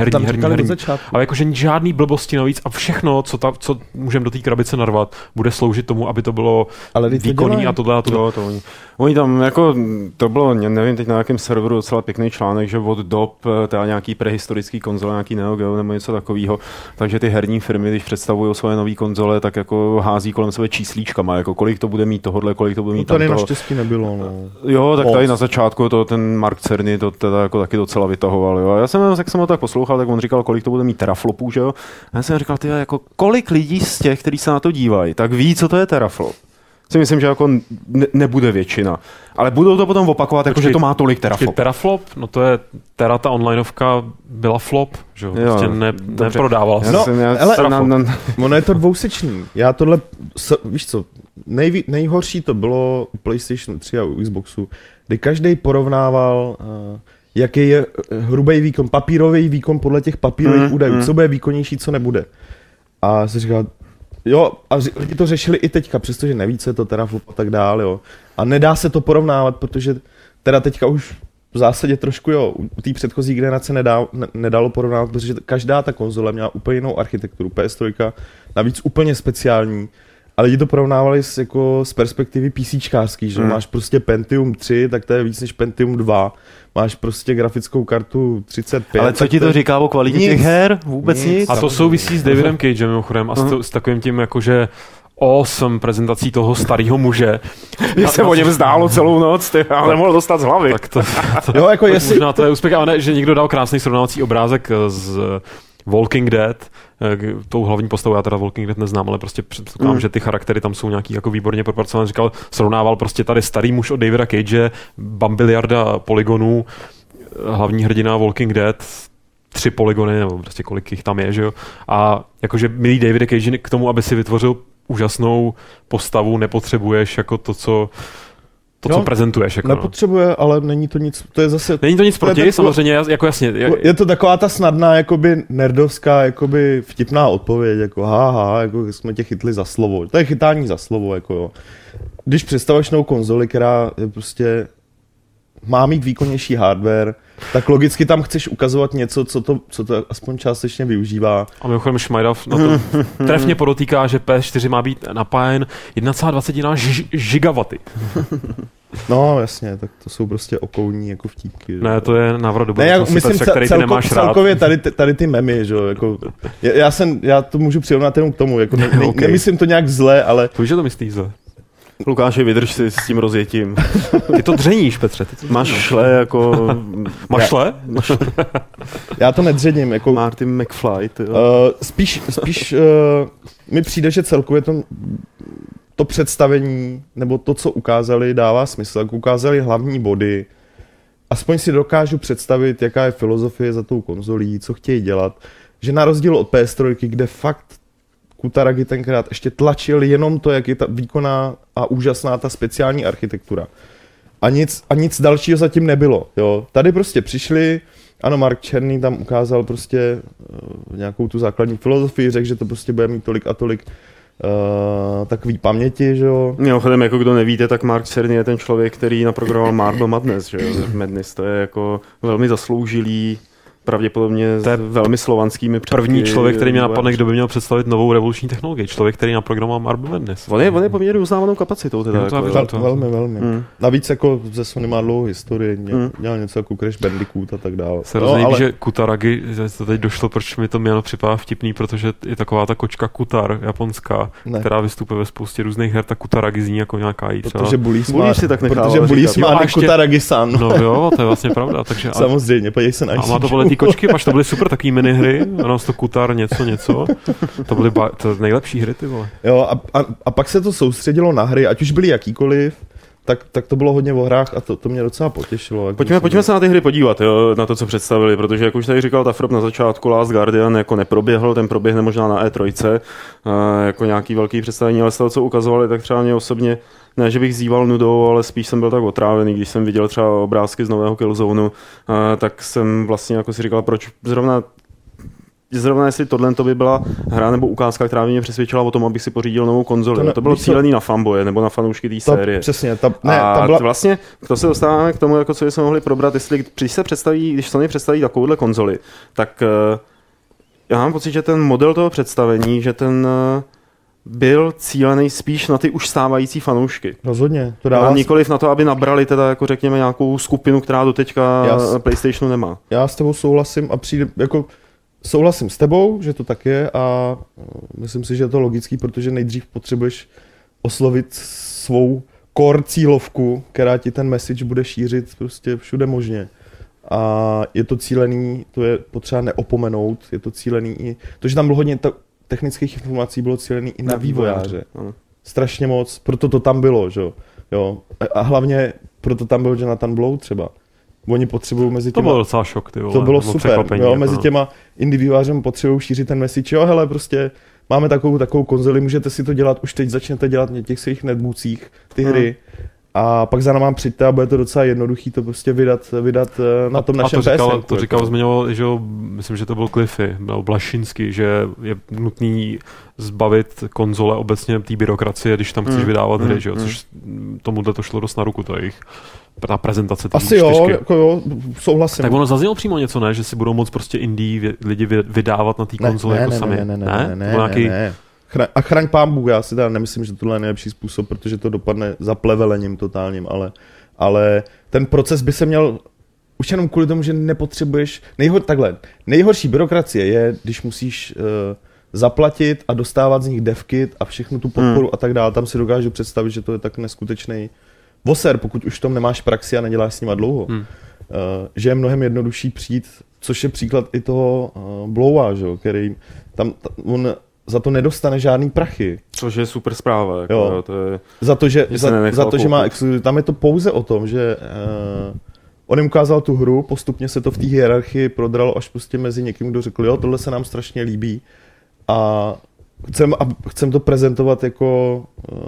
Ale jakože žádný blbosti navíc a všechno, co můžeme do té krabice narvat, bude sloužit tomu, aby to bylo výkonný a tohle. Oni tam jako, to bylo, nevím, teď na nějakém serveru docela pěkný článek, že od dob teda nějaký prehistorický konzole, nějaký Neo Geo nebo něco takového, takže ty herní firmy, když představují svoje nové konzole, tak jako hází kolem sebe číslíčkama, jako kolik to bude mít tohodle, kolik to bude mít tamtoho. Tady naštěstí nebylo, no. Jo, tak tady na začátku ten Mark Cerny to teda jako taky docela vytahoval, jo. Já jsem ho tak poslouchal, tak on říkal, kolik to bude mít teraflopů, že jo. A já jsem říkal, ty jako kolik lidí z těch, kteří se na to dívají, tak ví, co to je teraflop. Si myslím, že jako nebude většina. Ale budou to potom opakovat, jako, že to má tolik teraflop. Teraflop, no to je, ta onlineovka byla flop, že jo, prostě neprodávala se. No, ono je to dvousečný. Já tohle, víš co, nejhorší to bylo u PlayStation 3 a u Xboxu, kdy každý porovnával, jaký je hrubý výkon, papírový výkon podle těch papírových údajů, co bude výkonnější, co nebude. A se říkal, jo, a lidi to řešili i teďka, přestože neví, co je to teraflop a tak dál, jo. A nedá se to porovnávat, protože teda teďka už v zásadě trošku, jo, u té předchozí generace nedalo porovnávat, protože každá ta konzole měla úplně jinou architekturu, PS3, navíc úplně speciální. A lidi to porovnávali z perspektivy PCčkářský, že máš prostě Pentium 3, tak to je víc než Pentium 2. Máš prostě grafickou kartu 35. Ale co ti to říká o kvalitě těch her? Vůbec nic. A to souvisí s Davidem Cagem mimochodem a s takovým tím jakože awesome prezentací toho starého muže. Mně se o něm zdálo celou noc, ale nemohl dostat z hlavy. Tak to jo, jako jestli... Možná to je úspěch, ale ne, že někdo dal krásný srovnávací obrázek z Walking Dead, tou hlavní postavou, já teda Walking Dead neznám, ale prostě předpokládám, že ty charaktery tam jsou nějaký jako výborně propracované. Říkal, srovnával prostě tady starý muž od Davida Cage, bambiliarda polygonů, hlavní hrdina Walking Dead, 3 polygony, nebo prostě kolik jich tam je, že jo. A jakože milý David Cage k tomu, aby si vytvořil úžasnou postavu, nepotřebuješ jako to, co prezentuješ. Jako nepotřebuje, ale není to nic, to je zase... Není to nic proti, samozřejmě, jako jasně. Je to taková ta snadná, jakoby nerdovská, jakoby vtipná odpověď, jako jako jsme tě chytli za slovo. To je chytání za slovo, jako jo. Když představuješ novou konzoli, která je prostě má mít výkonnější hardware, tak logicky tam chceš ukazovat něco, co to aspoň částečně využívá. A mimochodem Šmajdov na to trefně podotýká, že PS4 má být napájen 1,21 gigawaty. No jasně, tak to jsou prostě okoulní jako vtípky. Ne, to je návrat do budoucnosti, který ty nemáš rád. Celkově tady ty memy, že jo, jako, já to můžu přirovnat jenom k tomu, jako nemyslím to nějak zle, ale... To víš, že to myslíš zle? Lukáši, vydrž si s tím rozjetím. Ty to dřeníš, Petře. Máš šle jako... Máš šle? Já to nedřením. Jako, Martin McFly. Spíš mi přijde, že celkově to představení, nebo to, co ukázali, dává smysl. Jak ukázali hlavní body, aspoň si dokážu představit, jaká je filozofie za tou konzolí, co chtějí dělat. Že na rozdíl od PS3, kde fakt Kutaragi tenkrát ještě tlačil jenom to, jak je ta výkonná a úžasná ta speciální architektura. A nic dalšího zatím nebylo. Jo. Tady prostě přišli, ano, Mark Černý tam ukázal prostě nějakou tu základní filozofii, řekl, že to prostě bude mít tolik a tolik takový paměti, že jo. Mimochodem, jako kdo nevíte, tak Mark Cerny je ten člověk, který naprogramoval Marble Madness, že jo. Madness, to je jako velmi zasloužilý, pravděpodobně s velmi slovanskými předky. První člověk, který mě napadne, kdo by měl představit novou revoluční technologii. Člověk, který naprogramoval Marble Madness. On je poměrně uznávanou kapacitou. Teda, jako, velmi. Navíc jako ze Sony má dlouhou historii, měl něco jako Crash Bandicoot a tak dále. Se rozumí, že Kutaragi, že to teď došlo, proč mi to jméno připadá vtipný, protože je taková ta kočka Kutar, japonská, která vystupuje ve spoustě různých her, tak Kutaragi zní jako nějaká jí třeba. Protože Bulís má Kutaragi-san. No jo, to je vlastně pravda. Takže samozřejmě, podívej se na kočky, pač to byly super taký minihry, ono to Kutar něco. To byly to nejlepší hry, ty vole. Jo, a pak se to soustředilo na hry, ať už byly jakýkoliv, tak to bylo hodně o hrách a to mě docela potěšilo. Pojďme se na ty hry podívat, jo, na to, co představili, protože jak už tady říkal Tafrop na začátku, Last Guardian jako neproběhl, ten proběhne možná na E3, jako nějaký velký představení, ale z toho, co ukazovali, tak třeba mě osobně, ne, že bych zýval nudou, ale spíš jsem byl tak otrávený, když jsem viděl třeba obrázky z nového Killzoneu, tak jsem vlastně jako si říkal, proč zrovna zrovna jestli tohle to by byla hra nebo ukázka, která by mě přesvědčila o tom, abych si pořídil novou konzoli. To bylo cílený na fanboje nebo na fanoušky té série. Přesně. Vlastně to se dostáváme k tomu, jako co jsme mohli probrat, když Sony představí takovouhle konzoli, tak já mám pocit, že ten model toho představení, že ten byl cílený spíš na ty už stávající fanoušky. Rozhodně. A nikoliv na to, aby nabrali teda, jako řekněme, nějakou skupinu, která doteďka PlayStationu nemá. Já s tebou souhlasím a souhlasím s tebou, že to tak je a myslím si, že je to logický, protože nejdřív potřebuješ oslovit svou core cílovku, která ti ten message bude šířit prostě všude možně. A je to cílený, to je potřeba neopomenout, je to cílený i to, že tam bylo hodně technických informací, bylo cílený i na vývojáře. Strašně moc, proto to tam bylo, že jo. A hlavně proto tam byl Jonathan Blow třeba. Oni potřebují mezi těma... To byl docela šok, ty vole. To bylo super, jo, mezi těma indie vývojářem potřebují šířit ten message, jo, hele, prostě máme takovou konzoli, můžete si to dělat, už teď začnete dělat na těch svých netbookcích ty hry. A pak za náma přijďte a bude to docela jednoduchý to prostě vydat na tom našem PSN. To říkal, zmiňoval, že myslím, že to byl Cliffy, byl Blašinský, že je nutný zbavit konzole obecně té byrokracie, když tam chceš vydávat hry, že jo, což tomuhle to šlo dost na ruku, to jejich ta prezentace. Asi jo, jako jo, souhlasím. Tak ono zaznělo přímo něco, ne? Že si budou moc prostě indie lidi vydávat na té konzoli jako sami. Ne. A chraň pán Bůh, já si teda nemyslím, že tohle je nejlepší způsob, protože to dopadne zaplevelením totálním, ale ten proces by se měl už jenom kvůli tomu, že nepotřebuješ, nejhorší byrokracie je, když musíš zaplatit a dostávat z nich devkit a všechnu tu podporu a tak dále, tam si dokážu představit, že to je tak neskutečný voser, pokud už v tom nemáš praxi a neděláš s nima dlouho. Že je mnohem jednodušší přijít, což je příklad i toho Blowa, který tam on za to nedostane žádný prachy. Což je super zpráva. Jako, jo. To je, za to, že má exkluzivitu. Tam je to pouze o tom, že on jim ukázal tu hru, postupně se to v té hierarchii prodralo až prostě mezi někým, kdo řekl, jo, tohle se nám strašně líbí a chcem to prezentovat jako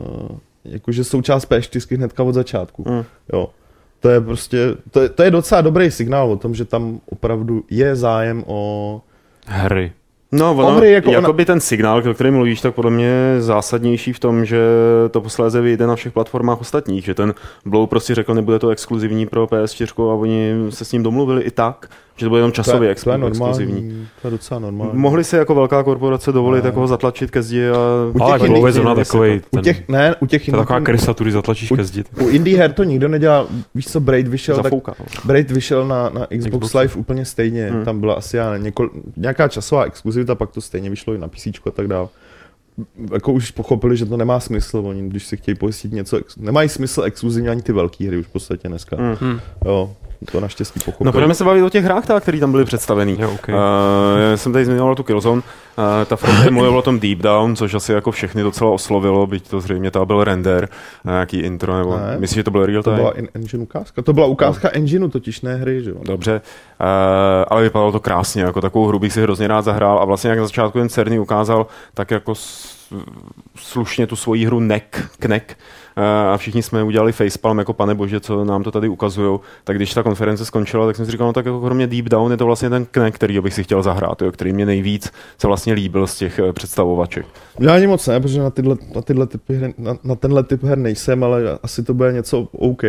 že součást P4 hnedka od začátku. Jo. To je prostě, to je docela dobrý signál o tom, že tam opravdu je zájem o hry. No, jakoby ten signál, o kterém mluvíš, tak podle mě je zásadnější v tom, že to posléze vyjde na všech platformách ostatních, že ten Blow prostě řekl, nebude to exkluzivní pro PS4 a oni se s ním domluvili i tak, že to bude jenom časově exkluzivní. To je docela normální. Mohli si jako velká korporace dovolit jako ho zatlačit ke zdi a... Ale Blow je zrovna takovej... U těch to je taková krysa, tudy zatlačíš ke zdi. U indie her to nikdo nedělal. Víš co, Braid vyšel na Xbox Live úplně stejně. Tam byla asi nějaká časová exkluzivita, pak to stejně vyšlo i na PC a tak dále. Jako už pochopili, že to nemá smysl, oni když si chtějí pojistit něco, nemají smysl exkluzivně ani ty velké hry už v podstatě dneska. Jo, to naštěstí pochopili. No pojďme se bavit o těch hrách, které tam byly představený. Okay. Já jsem tady zmiňoval tu Killzone, ta From mluvila o tom Deep Down, což asi jako všechny docela oslovilo, byť to zřejmě to byl render, nějaký intro, nebo myslíš, že to byl real time? To byla engine ukázka, to byla ukázka engineu, totiž ne hry, že jo? Dobře, ale vypadalo to krásně, jako takovou hru bych si hrozně rád zahrál a vlastně jak na začátku ten Cerny ukázal, tak jako slušně tu svoji hru Knek a všichni jsme udělali facepalm jako pane bože, co nám to tady ukazujou, tak když ta konference skončila, tak jsem si říkal, no tak jako kromě Deep Down je to vlastně ten Knek, který bych si chtěl zahrát, jo, který mě nejvíc se vlastně líbil z těch představovaček. Já ani moc ne, protože na tenhle typ her nejsem, ale asi to bude něco OK.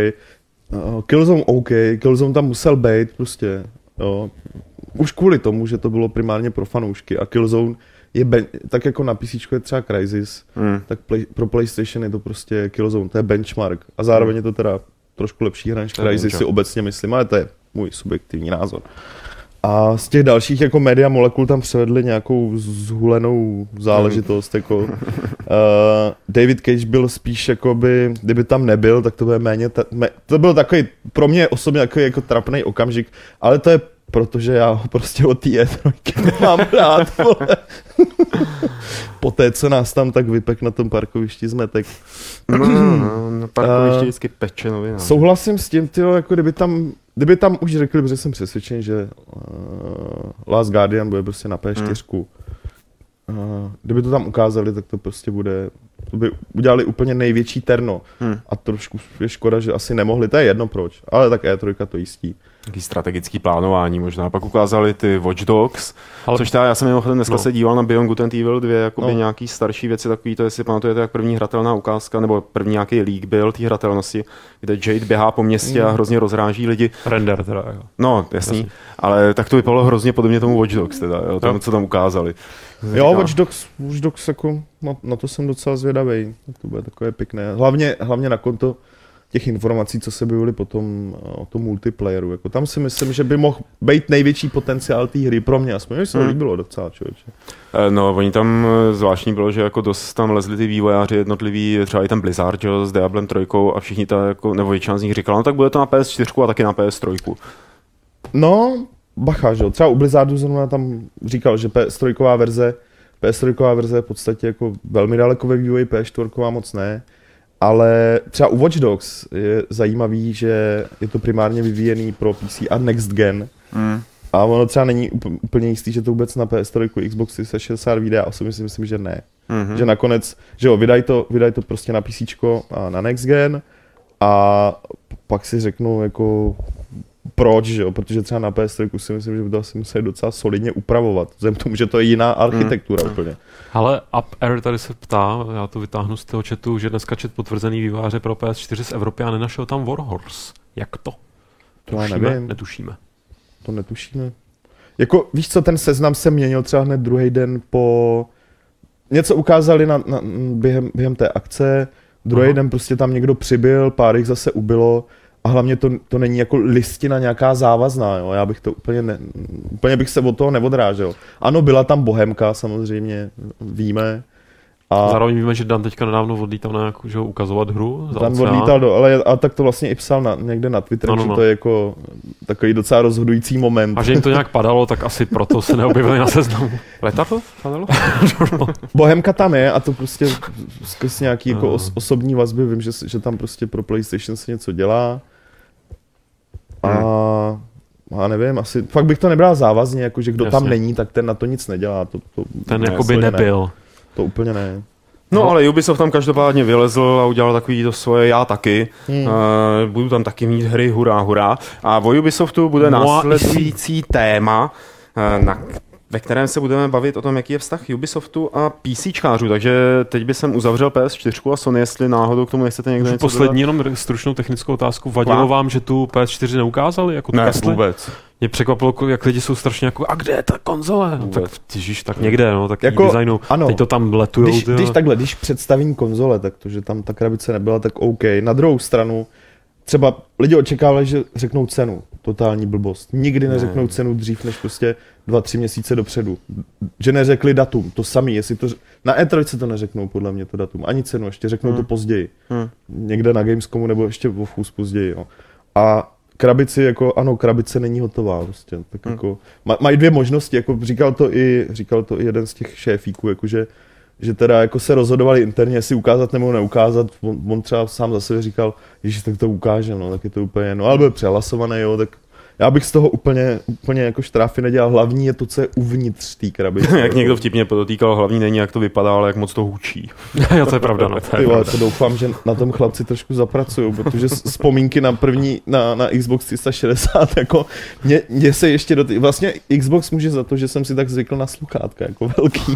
Killzone tam musel být prostě, jo. Už kvůli tomu, že to bylo primárně pro fanoušky a Killzone je tak jako na PC je třeba Crysis, tak pro PlayStation je to prostě Killzone, to je benchmark a zároveň je to teda trošku lepší hra než Crysis si obecně myslím, ale to je můj subjektivní názor. A z těch dalších jako Media Molecule tam převedli nějakou zhulenou záležitost, jako David Cage byl spíš jakoby, kdyby tam nebyl, tak to bude méně, to byl takový pro mě osobně takový jako trapnej okamžik, ale to je protože já ho prostě od té E3 mám rád, vole. Poté, co nás tam tak vypek na tom parkovišti zmetek. Na parkovišti vždycky peče novina. Souhlasím s tím, tyjo, jako kdyby tam už řekli, protože jsem přesvědčen, že Last Guardian bude prostě na P4. Kdyby to tam ukázali, tak to prostě bude, to by udělali úplně největší terno. A trošku je škoda, že asi nemohli, to je jedno proč, ale tak E3 to jistí. Taký strategický plánování možná. Pak ukázali ty Watch Dogs, což já jsem mimochodem dneska se díval na Beyond Good and Evil 2, jakoby nějaký starší věci, takový to, jestli pamatujete, jak první hratelná ukázka, nebo první nějaký leak byl té hratelnosti, kde Jade běhá po městě a hrozně rozráží lidi. Render teda, jo. No, jasný, ale tak to vypadalo hrozně podobně tomu Watch Dogs teda, jo, tomu, co tam ukázali. Jo, Watch Dogs jako, na to jsem docela zvědavý, to bude takové pěkné. Hlavně na konto těch informací, co se byly potom o tom multiplayeru. Jako tam si myslím, že by mohl být největší potenciál té hry pro mě. Aspoň se to líbilo docela, člověče. No, oni tam zvláštní bylo, že jako dost tam lezli ty vývojáři jednotliví, třeba i ten Blizzard, jo, s Diablem 3 a všichni ta, jako, nebo většina z nich říkala, no tak bude to na PS4 a taky na PS3. No, bacha, že jo. Třeba u Blizzardu zrovna tam říkal, že PS3 verze je v podstatě jako velmi daleko ve vývoji, PS4 moc ne. Ale třeba u Watch Dogs je zajímavý, že je to primárně vyvíjený pro PC a Next Gen. A ono třeba není úplně jistý, že to vůbec na PS3, Xbox 360 vyjde, a osobně si myslím, že ne. Že nakonec, že jo, vydají to prostě na PC a na Next Gen a pak si řeknu jako proč, že jo, protože třeba na PS3 si myslím, že by to asi museli docela solidně upravovat, vzhledem k tomu, že to je jiná architektura úplně. Ale UpAir tady se ptá, já to vytáhnu z toho chatu, že dneska čet potvrzený vývojáře pro PS4 z Evropy a nenašel tam Warhorse. Jak to? To já nevím. Netušíme. To netušíme. Jako, víš co, ten seznam se měnil třeba hned druhý den po... Něco ukázali během té akce, druhý den prostě tam někdo přibyl, pár jich zase ubylo a hlavně to není jako listina nějaká závazná, jo. Já bych to úplně bych se od toho neodrážel. Ano, byla tam Bohemka, samozřejmě, víme. A zároveň víme, že Dan teďka nedávno odlítal na nějakou, že ukazovat hru. Dan odlítal, ale tak to vlastně i psal někde na Twitteru, že to je jako takový docela rozhodující moment. A že jim to nějak padalo, tak asi proto se neobjevili na seznamu. Letadlo? Bohemka tam je a to prostě skrz nějaký jako osobní vazby, vím, že tam prostě pro PlayStation se něco dělá. A nevím, asi fakt bych to nebral závazně, jako že kdo tam není, tak ten na to nic nedělá. Ten jakoby nebyl. Ne. To úplně ne. No ale Ubisoft tam každopádně vylezl a udělal takový to svoje já taky. Budu tam taky mít hry, hurá. A o Ubisoftu bude následující téma, ve kterém se budeme bavit o tom, jaký je vztah Ubisoftu a PCčkářů. Takže teď by jsem uzavřel PS4 a Sony, jestli náhodou k tomu nechcete někdo něco poslední dodat? Jenom stručnou technickou otázku. Vadilo vám, že tu PS4 neukázali? Jako ne, vůbec. Mě překvapilo, jak lidi jsou strašně jako, a kde je ta konzole? No, tak tyžiš, tak někde, no, tak jako, designu. Ano, teď to tam letujou. Když představím konzole, tak to, že tam ta krabice nebyla, tak OK. Na druhou stranu, třeba lidi očekávali, že řeknou cenu. Totální blbost. Nikdy neřeknou cenu dřív, než prostě 2-3 měsíce dopředu. Že neřekli datum, to samý, jestli to... Na E3 to neřeknou, podle mě, to datum. Ani cenu, ještě řeknou to později. Někde na Gamescomu nebo ještě v Fus později, jo. A krabici, jako, ano, krabice není hotová, prostě. Tak jako, mají dvě možnosti, jako říkal to i jeden z těch šéfíků, jakože že teda jako se rozhodovali interně, jestli ukázat nebo neukázat. On třeba sám za sebe říkal, že tak to ukáže, no, tak je to úplně, no, ale byl přehlasovaný, jo, tak já bych z toho úplně jako štráfy nedělal. Hlavní je to, co je uvnitř té krabice. Jak někdo vtipně podotýkal, hlavní není, jak to vypadá, ale jak moc to hučí. Jo, to je pravda, no. To doufám, že na tom chlapci trošku zapracují, protože vzpomínky na Xbox 360, jako mě se ještě vlastně Xbox může za to, že jsem si tak zvykl na sluchátka, jako velký.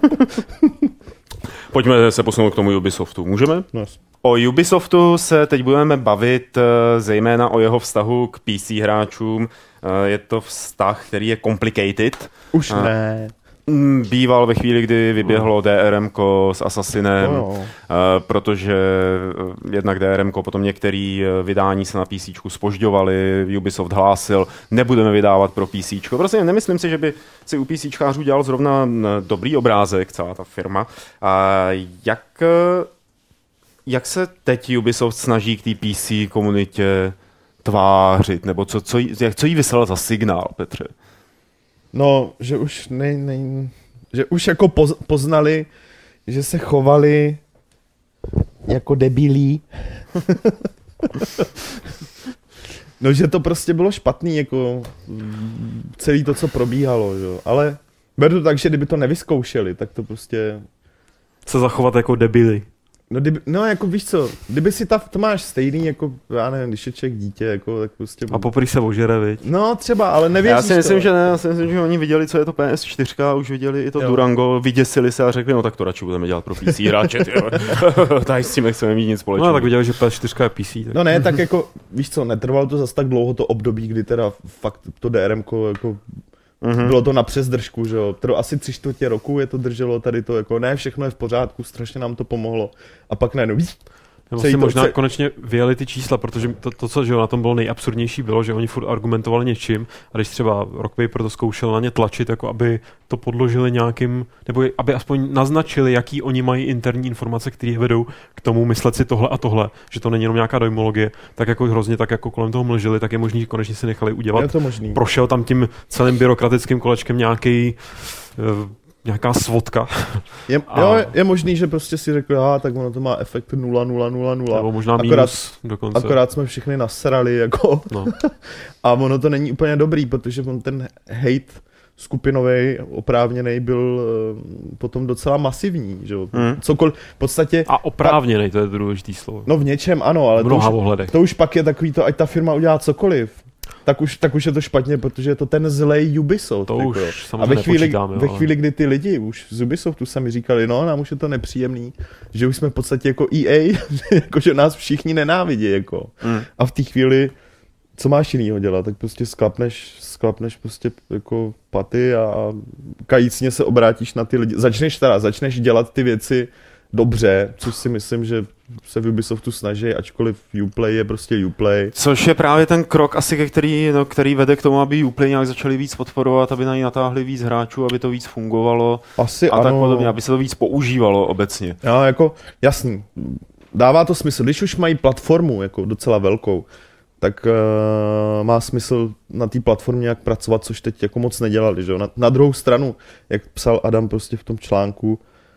Pojďme se posunout k tomu Ubisoftu. Můžeme? No. O Ubisoftu se teď budeme bavit zejména o jeho vztahu k PC hráčům. Je to vztah, který je complicated. Už ne. Býval ve chvíli, kdy vyběhlo DRMko s Assassinem, protože jednak DRMko, potom některé vydání se na PCčku zpožďovaly, Ubisoft hlásil, nebudeme vydávat pro PCčko. Prostě nemyslím si, že by si u PCčkářů dělal zrovna dobrý obrázek, celá ta firma. Jak se teď Ubisoft snaží k té PC komunitě tvářit, nebo co jí vyslal za signál, Petře? No, že už že už jako poznali, že se chovali jako debilí. No, že to prostě bylo špatný, jako celý to, co probíhalo, jo. Ale beru to tak, že kdyby to nevyzkoušeli, tak to prostě... Se zachovat jako debily. No, jako víš co, kdyby si to máš stejný, jako já nevím, když je člověk dítě, jako tak prostě... A poprý se ožere, viď? No třeba, ale nevěříš Já si myslím, že ne, já si myslím, že oni viděli, co je to PS4 a už viděli i to Durango, vyděsili se a řekli, no tak to radši budeme dělat pro PC hráče, tady s tím nechceme mít nic společného. No tak viděli, že PS4 je PC. Tak... No ne, tak jako, víš co, netrvalo to zas tak dlouho to období, kdy teda fakt to DRMko jako... Bylo to na přesdržku, že jo, to asi 3/4 roku je to drželo tady to, jako ne, všechno je v pořádku, strašně nám to pomohlo a pak najednou Vlastně možná konečně vyjeli ty čísla, protože to, co že jo, na tom bylo nejabsurdnější, bylo, že oni furt argumentovali něčím a když třeba Rockpaper to zkoušel na ně tlačit, jako aby to podložili nějakým, nebo aby aspoň naznačili, jaký oni mají interní informace, které vedou k tomu myslet si tohle a tohle, že to není jenom nějaká dojmologie, tak jako hrozně tak jako kolem toho mlžili, tak je možný, že konečně si nechali udělat. Je to možný. Prošel tam tím celým byrokratickým kolečkem nějaká svodka. Je možný, že prostě si řekl, tak ono to má efekt 0,000. Nebo možná minus dokonce. Akorát jsme všichni nasrali, jako. No. A ono to není úplně dobrý, protože on ten hate skupinový, oprávněný byl potom docela masivní, že jo. Cokoliv, v podstatě... A oprávněný, to je důležitý slovo. No v něčem ano, ale to už pak je takový to, ať ta firma udělá cokoliv. Tak už je to špatně, protože je to ten zlej Ubisoft. To jako. už samozřejmě ve chvíli, kdy ty lidi už z Ubisoftu sami říkali, no nám už je to nepříjemný, že už jsme v podstatě jako EA, jako že nás všichni nenávidí. Jako. A v té chvíli, co máš jinýho dělat, tak prostě sklapneš prostě jako paty a kajícně se obrátíš na ty lidi. Začneš dělat ty věci dobře, což si myslím, že se v Ubisoftu snaží, ačkoliv Uplay je prostě Uplay. Což je právě ten krok asi, který vede k tomu, aby Uplay nějak začali víc podporovat, aby na ní natáhli víc hráčů, aby to víc fungovalo asi a tak podobně, aby se to víc používalo obecně. No, jako jasný. Dává to smysl. Když už mají platformu jako docela velkou, tak má smysl na té platformě nějak pracovat, což teď jako moc nedělali. Že? Na druhou stranu, jak psal Adam prostě v tom článku,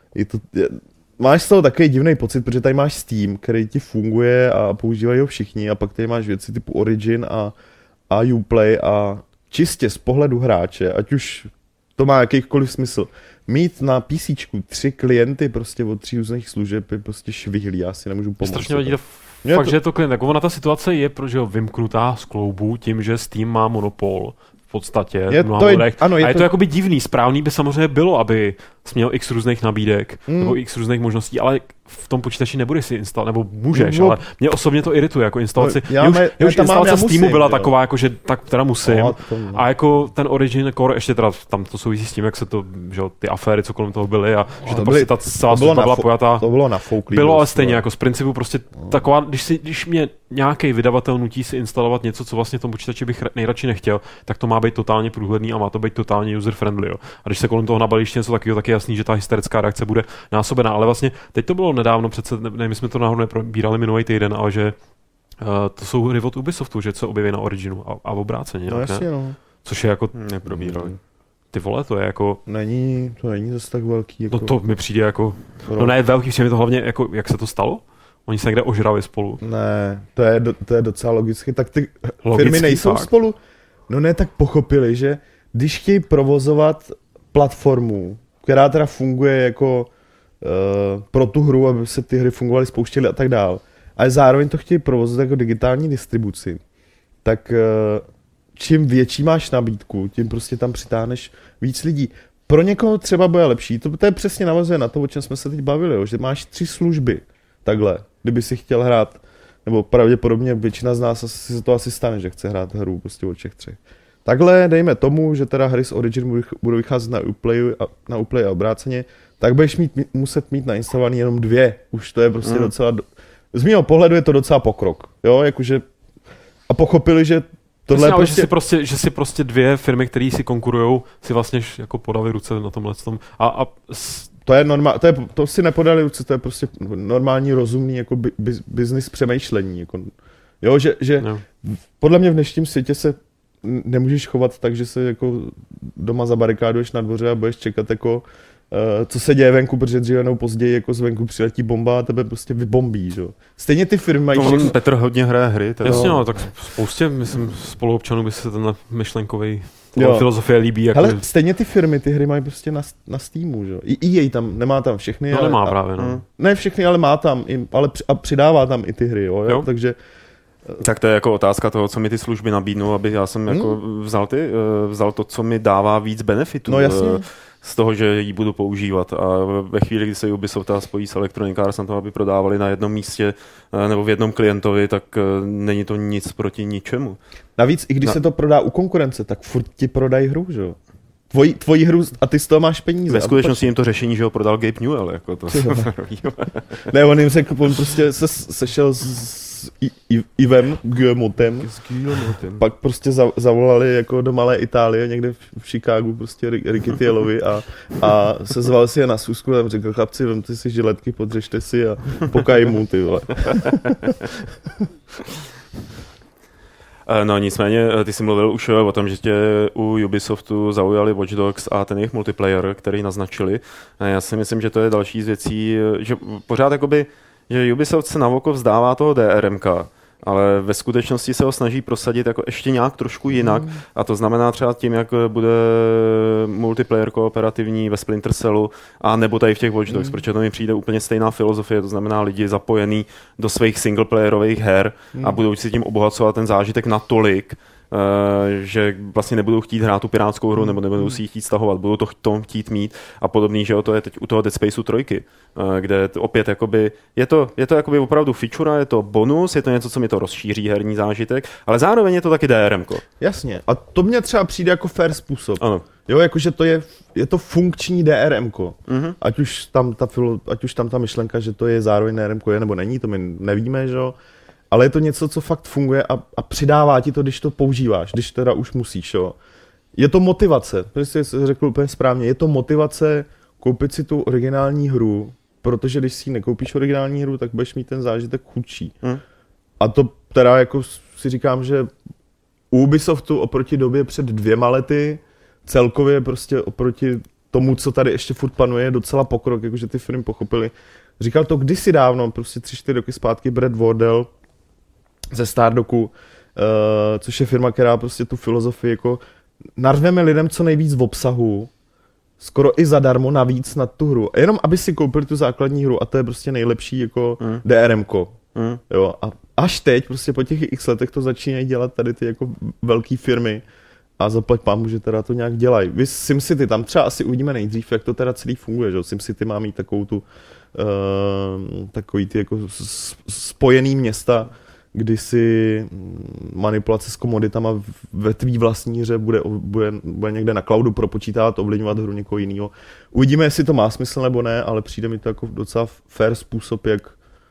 máš z toho takový divný pocit, protože tady máš Steam, který ti funguje a používají ho všichni a pak tady máš věci typu Origin a Uplay a čistě z pohledu hráče, ať už to má jakýkoliv smysl, mít na PCčku 3 klienty prostě od 3 různých služeb je prostě švihlý, já si nemůžu pomoct. Strašně vadí fakt, že je to klient. Tak ona ta situace je vymknutá z kloubů tím, že Steam má monopol v podstatě. A je to jakoby divný. Správný by samozřejmě bylo, aby jsi měl x různých nabídek nebo x různých možností, ale v tom počítači nebudeš si instalovat, nebo můžeš, ale mě osobně to irituje jako instalaci. Už instalace Steamu byla taková, jako, že tak teda musím. A jako ten Origin Core, ještě teda tam to souvisí s tím, jak se to, že ty aféry, co kolem toho byly a že to prostě ta celá služba byla pojatá. To bylo nafouklý. Bylo ale stejně jako z principu prostě taková, když mě nějaký vydavatel nutí si instalovat něco, co vlastně v tom počítači bych nejradši nechtěl, tak to má být totálně průhledný a má to být totálně user friendly. Jo. A když se kolem toho nabalíš něco takového, tak je jasný, že ta hysterická reakce bude násobená. Ale vlastně teď to bylo nedávno, přece my jsme to náhodou neprobírali minulý týden, ale že to jsou hry od Ubisoftu, že se objeví na Originu a obráceně. No jasně, no. Což je jako... Neprobírali. Ty vole, to je jako... To není zase tak velký. Jako... No to mi přijde jako... No ne, velký, přijde mi to hlavně, jako, jak se to stalo? Oni se někde ožrali spolu. Ne, to je docela logicky. Tak ty firmy nejsou spolu? No ne, tak pochopili, že když chtějí provozovat platformu, která teda funguje jako pro tu hru, aby se ty hry fungovaly, spouštěly a tak dál, ale zároveň to chtějí provozovat jako digitální distribuci, tak čím větší máš nabídku, tím prostě tam přitáhneš víc lidí. Pro někoho třeba bude lepší, to je přesně navazuje na to, o čem jsme se teď bavili, jo, že máš 3 služby, takhle, kdyby si chtěl hrát, nebo pravděpodobně většina z nás se to asi stane, že chce hrát hru prostě od všech 3. Takhle dejme tomu, že teda hry z Origin budou vycházet na Uplay a obráceně, tak budeš muset mít nainstalovaný jenom 2. Už to je prostě docela... Z mého pohledu je to docela pokrok. Jo, jakože... A pochopili, že tohle je prostě... Že si prostě 2 firmy, které si konkurujou, si vlastně jako podali ruce na tomhle tom. To je normální, to si nepodali ruce, to je prostě normální, rozumný jako business přemýšlení. Jako, jo, že no. Podle mě v dnešním světě se nemůžeš chovat tak, že se jako doma zabarikáduješ na dvoře a budeš čekat jako co se děje venku, protože dříve nebo později jako zvenku přiletí bomba a tebe prostě vybombí, že? Stejně ty firmy mají všechno... Petr hodně hraje hry. Jasně, no, tak spoustě, myslím, spoluobčanů by se ten myšlenkový filozofie líbí. Jako... Ale stejně ty firmy, ty hry mají prostě na Steamu, že? I EA tam, nemá tam všechny. No nemá právě, no. Ne všechny, ale má tam, a přidává tam i ty hry, jo? Takže... Tak to je jako otázka toho, co mi ty služby nabídnou, aby já jsem jako vzal to, co mi dává víc benefitů. No jasně. Z toho, že ji budu používat a ve chvíli, kdy se Ubisoft spojí s Electronic Arts na to, aby prodávali na jednom místě nebo v jednom klientovi, tak není to nic proti ničemu. Navíc, i když se to prodá u konkurence, tak furt ti prodají hru, že jo? Tvoji hru a ty z toho máš peníze. Ve skutečnosti jim to řešení, že ho prodal Gabe Newell. Jako to. Ne, on jim řekl, on prostě sešel s Ivem Guillemotem. Pak prostě zavolali jako do malé Itálie, někde v Chicagu, prostě Riccitiellovi a sezval si je na schůzku a tam řekl, chlapci, vemte si žiletky, podřežte si a pokaj mu, ty vole. No nicméně, ty jsi mluvil už o tom, že tě u Ubisoftu zaujali Watch Dogs a ten jejich multiplayer, který naznačili. Já si myslím, že to je další z věcí, že pořád jakoby, že Ubisoft se na oko vzdává toho DRMka, ale ve skutečnosti se ho snaží prosadit jako ještě nějak trošku jinak a to znamená třeba tím, jak bude multiplayer kooperativní ve Splinter Cellu a nebo tady v těch Watch Dogs, protože to mi přijde úplně stejná filozofie, to znamená lidi zapojený do svých singleplayerových her a budou si tím obohacovat ten zážitek natolik, že vlastně nebudou chtít hrát tu pirátskou hru nebo nebudou si ji chtít stahovat, budou to chtít mít a podobný, že to je teď u toho Dead Spaceu 3, kde opět jakoby, je to jakoby opravdu feature, je to bonus, je to něco, co mi to rozšíří herní zážitek, ale zároveň je to taky DRMko. Jasně, a to mně třeba přijde jako fair způsob. Ano. Jo, jakože to je to funkční DRMko. Ať už tam ta myšlenka, že to je zároveň DRMko je nebo není, to my nevíme, že jo. Ale je to něco, co fakt funguje a přidává ti to, když to používáš, když teda už musíš, jo. Je to motivace, to jsi řekl úplně správně, je to motivace koupit si tu originální hru, protože když si nekoupíš originální hru, tak budeš mít ten zážitek chudší. A to teda jako si říkám, že u Ubisoftu oproti době před 2 lety celkově prostě oproti tomu, co tady ještě furt panuje, je docela pokrok, jakože ty firmy pochopili. Říkal to kdysi dávno, prostě 3-4 roky zpátky Brad Wardell ze Stardoku, což je firma, která prostě tu filozofii jako narveme lidem co nejvíc v obsahu, skoro i zadarmo navíc na tu hru. A jenom aby si koupili tu základní hru a to je prostě nejlepší jako DRMko. Jo, a až teď, prostě po těch x letech to začínají dělat tady ty jako velké firmy a zaplať pámu, že teda to nějak dělají. Vy SimCity, tam třeba asi uvidíme nejdřív, jak to teda celý funguje, že SimCity má mít takovou tu takový ty jako spojený města, kdy si manipulace s komoditama ve tvý vlastní hře bude někde na cloudu propočítat, ovlivňovat hru někoho jiného. Uvidíme, jestli to má smysl nebo ne, ale přijde mi to jako docela fair způsob, jak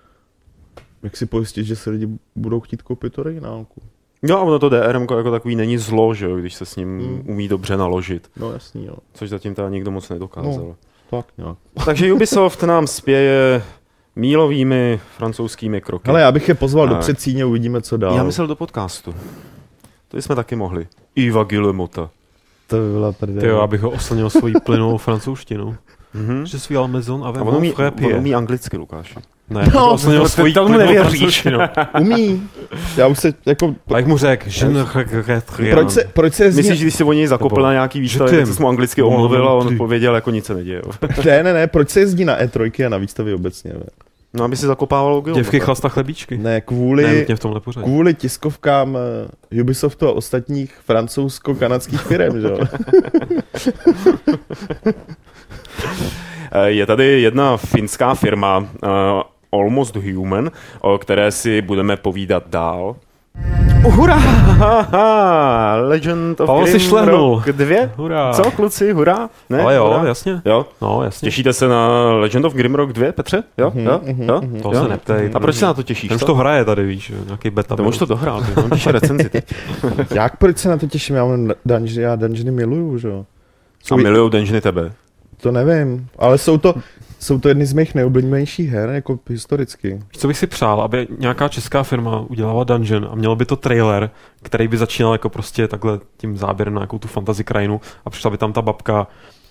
si pojistit, že se lidi budou chtít koupit originálku. No a ono to DRMko jako takový není zlo, že jo, když se s ním umí dobře naložit. No jasný, jo. Což zatím teda nikdo moc nedokázal. No, tak nějak. Takže Ubisoft nám spěje mílovými francouzskými kroky. Ale já bych je pozval do Předcíně, uvidíme, co dál. Já myslel do podcastu. To jsme taky mohli. Yva Guillemota. To by byla prdele. Tyjo, abych ho oslnil svojí plynou francouzštinou. Že svý Almezon a ve on umí anglicky, Lukáši. Ne, oslnil svojí plynou francouzštinou. Umí. Já už se jako... A jak mu řekl, že proč se Myslíš, že když se o něj zakopl na nějaký výstavě, tak jsi mu anglicky omluvil a on odpověděl, jako nic se neděje. Ne, proč se jezdí na E3 a na výstavě obecně? No, aby si zakopával Guillemota. Děvky chlasta chlebíčky. Ne, kvůli tiskovkám Ubisoftu a ostatních francouzsko-kanadských firem, že jo? Je tady jedna finská firma, Almost Human, o které si budeme povídat dál. Hurá! Legend of Grimrock 2? Hurá. Co, kluci, hurá? Ne? Ale jo, hurá? jasně. Jo? No, jasně. Těšíte se na Legend of Grimrock 2, Petře? Jo? To se neptej. A proč se na to těšíš? Ten už to hraje tady, víš, nějaký beta. Ten už to dohrál, on píše recenzi teď. Jak proč se na to těším? Já dungeony miluju, že jo? A milujou dungeony tebe? To nevím, ale jsou to jedny z mých nejoblíbenějších her, jako historicky. Co bych si přál, aby nějaká česká firma udělala dungeon a mělo by to trailer, který by začínal jako prostě takhle tím záběrem na nějakou tu fantasy krajinu a přišla by tam ta babka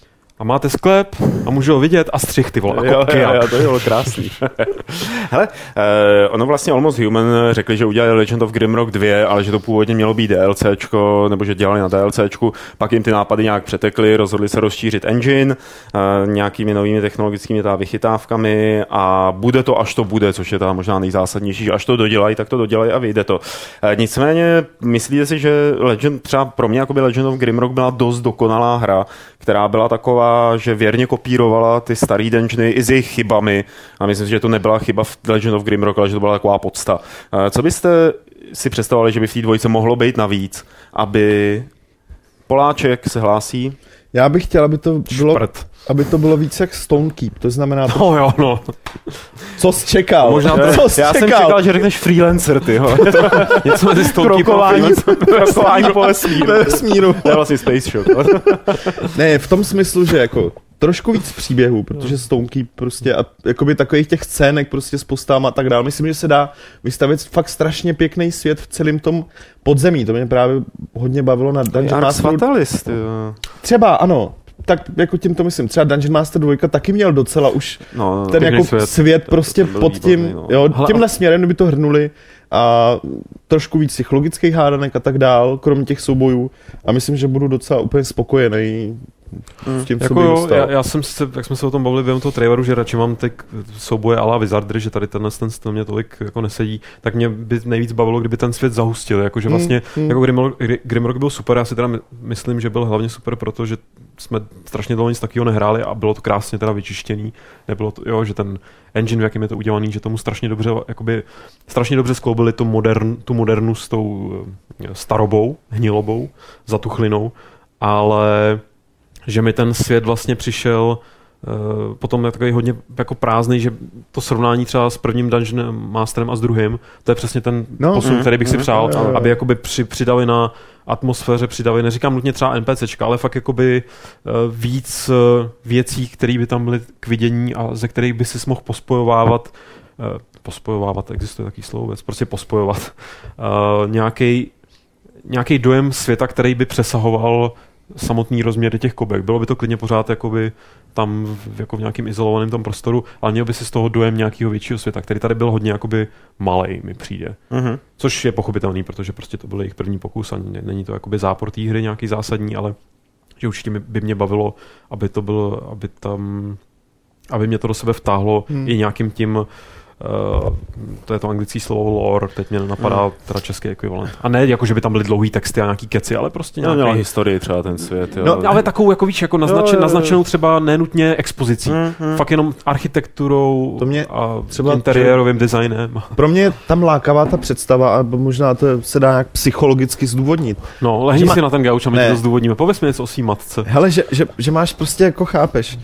a máte sklep a můžu ho vidět a střih, ty vole, jo, to je krásný. Hele, ono vlastně Almost Human řekli, že udělali Legend of Grimrock 2, ale že to původně mělo být DLCčko, nebo že dělali na DLCčku, pak jim ty nápady nějak přetekly, rozhodli se rozšířit engine nějakými novými technologickými vychytávkami a bude to, až to bude, což je ta možná nejzásadnější, že až to dodělají, tak to dodělají a vyjde to. Nicméně, myslíte si, že třeba pro mě jako by Legend of Grimrock byla dost dokonalá hra, která byla taková, že věrně kopírovala ty starý dungeony i s jejich chybami a myslím si, že to nebyla chyba v Legend of Grimrock, ale že to byla taková podsta. Co byste si představovali, že by v té dvojce mohlo být navíc, aby Poláček se hlásí? Já bych chtěl, aby to bylo víc jak Stonekeep, to znamená... No. Co jsi čekal? Možná já jsem čekal, že řekneš freelancer, tyho. Něco mezi Stonekeep a Krokování po vesmíru. To je vlastně Space Shot. Ne, v tom smyslu, že jako trošku víc příběhů, protože Stonekeep prostě a jakoby takových těch scének prostě s postama a tak dále. Myslím, že se dá vystavit fakt strašně pěkný svět v celém tom podzemí. To mě právě hodně bavilo na Dungeon Master. Fatalist, třeba, ano. Tak jako tím to myslím. Třeba Dungeon Master 2 taky měl docela už ten jako svět prostě pod tím, tímhle směrem, kdyby to hrnuli a trošku víc psychologických hádanek a tak dál, kromě těch soubojů. A myslím, že budu docela úplně spokojený s tím, co by dostal. Já jsem se, jak jsme se o tom bavili během toho traileru, že radši mám ty souboje a la Wizardry, že tady ten mě tolik jako nesedí, tak mě by nejvíc bavilo, kdyby ten svět zahustil, jakože vlastně jako Grimrock byl super, já si teda myslím, že byl hlavně super, protože jsme strašně dlouho nic takového nehráli a bylo to krásně teda vyčištěný, nebylo to, že ten engine, v jakým je to udělaný, že tomu strašně dobře skloubili tu modernu s tou starobou, hnilobou, zatuchlinou, ale že mi ten svět vlastně přišel potom je takový hodně jako prázdný, že to srovnání třeba s prvním Dungeon Masterem a s druhým, to je přesně ten posun, který bych si přál, aby jakoby přidali na atmosféře, přidali, neříkám nutně třeba NPCčka, ale fakt jakoby víc věcí, které by tam byly k vidění a ze kterých by si mohl pospojovávat, existuje takový slovo vůbec, prostě pospojovat, nějaký dojem světa, který by přesahoval samotný rozměry těch kobek. Bylo by to klidně pořád jakoby tam jako v nějakým izolovaném tom prostoru, ale měl by si z toho dojem nějakého většího světa, který tady byl hodně jakoby malej, mi přijde. Což je pochopitelný, protože prostě to byl jejich první pokus a není to jakoby zápor té hry nějaký zásadní, ale že určitě by mě bavilo, aby mě to do sebe vtáhlo i nějakým tím to je to anglické slovo lore, teď mě napadá teda český ekvivalent. A ne jako, že by tam byly dlouhý texty a nějaký keci, ale prostě nějaký... měla historii třeba ten svět. Jo. No, ale takovou, jako víš, jako naznačenou třeba nenutně expozicí. Fakt jenom architekturou a třeba interiérovým designem. Pro mě je tam lákavá ta představa a možná to se dá nějak psychologicky zdůvodnit. No, lehni si na ten gauč a my to zdůvodníme. Pověz mi něco o svý matce. Hele, že máš prostě jako chápeš.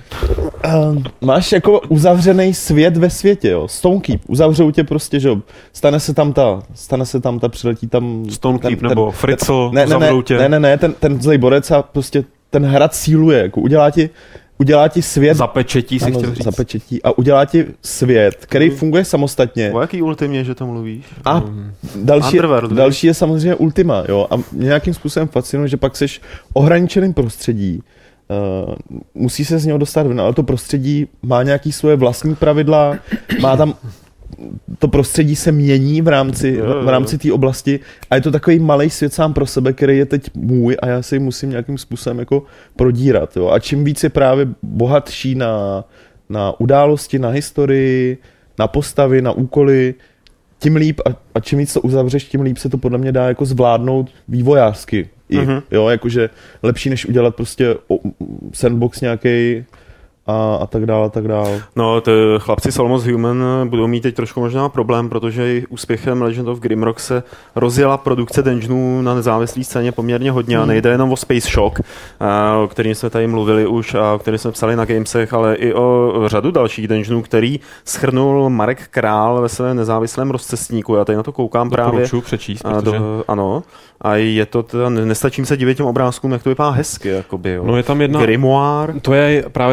Máš jako uzavřený svět ve světě, jo. Stonekeep. Uzavřou tě prostě, že stane se tam ta, přiletí tam... Stonekeep nebo Fritzl, uzavřou tě. Ne, ten zlej borec a prostě ten hrad síluje, jako udělá ti svět... Zapečetí si chtěl říct. Zapečetí a udělá ti svět, který funguje samostatně. O jaký ultimě, že tam mluvíš? A další je samozřejmě ultima, jo. A nějakým způsobem fascinuje, že pak seš ohraničeným prostředí, musí se z něho dostat ven, ale to prostředí má nějaké svoje vlastní pravidla, má tam to prostředí se mění v rámci té oblasti a je to takový malej svět sám pro sebe, který je teď můj a já si ji musím nějakým způsobem jako prodírat. Jo. A čím víc je právě bohatší na události, na historii, na postavy, na úkoly, tím líp a čím víc to uzavřeš, tím líp se to podle mě dá jako zvládnout vývojářsky. Jo, jakože lepší, než udělat prostě sandbox nějaký a tak dále, tak dále. No, chlapci z Almost Human budou mít teď trošku možná problém, protože úspěchem Legend of Grimrock se rozjela produkce dungeonů na nezávislé scéně poměrně hodně a nejde jenom o Space Shock, o kterým jsme tady mluvili už a o kterým jsme psali na Gamesech, ale i o řadu dalších dungeonů, který shrnul Marek Král ve svém nezávislém rozcestníku. Já tady na to koukám právě. Doporučuji přečíst, protože... Ano. A je to nestačím se divit těm obrázkům, jak to vypadá hezky, jakoby, jo. No je tam jedna... Grimoire. To je právě ta anomálie,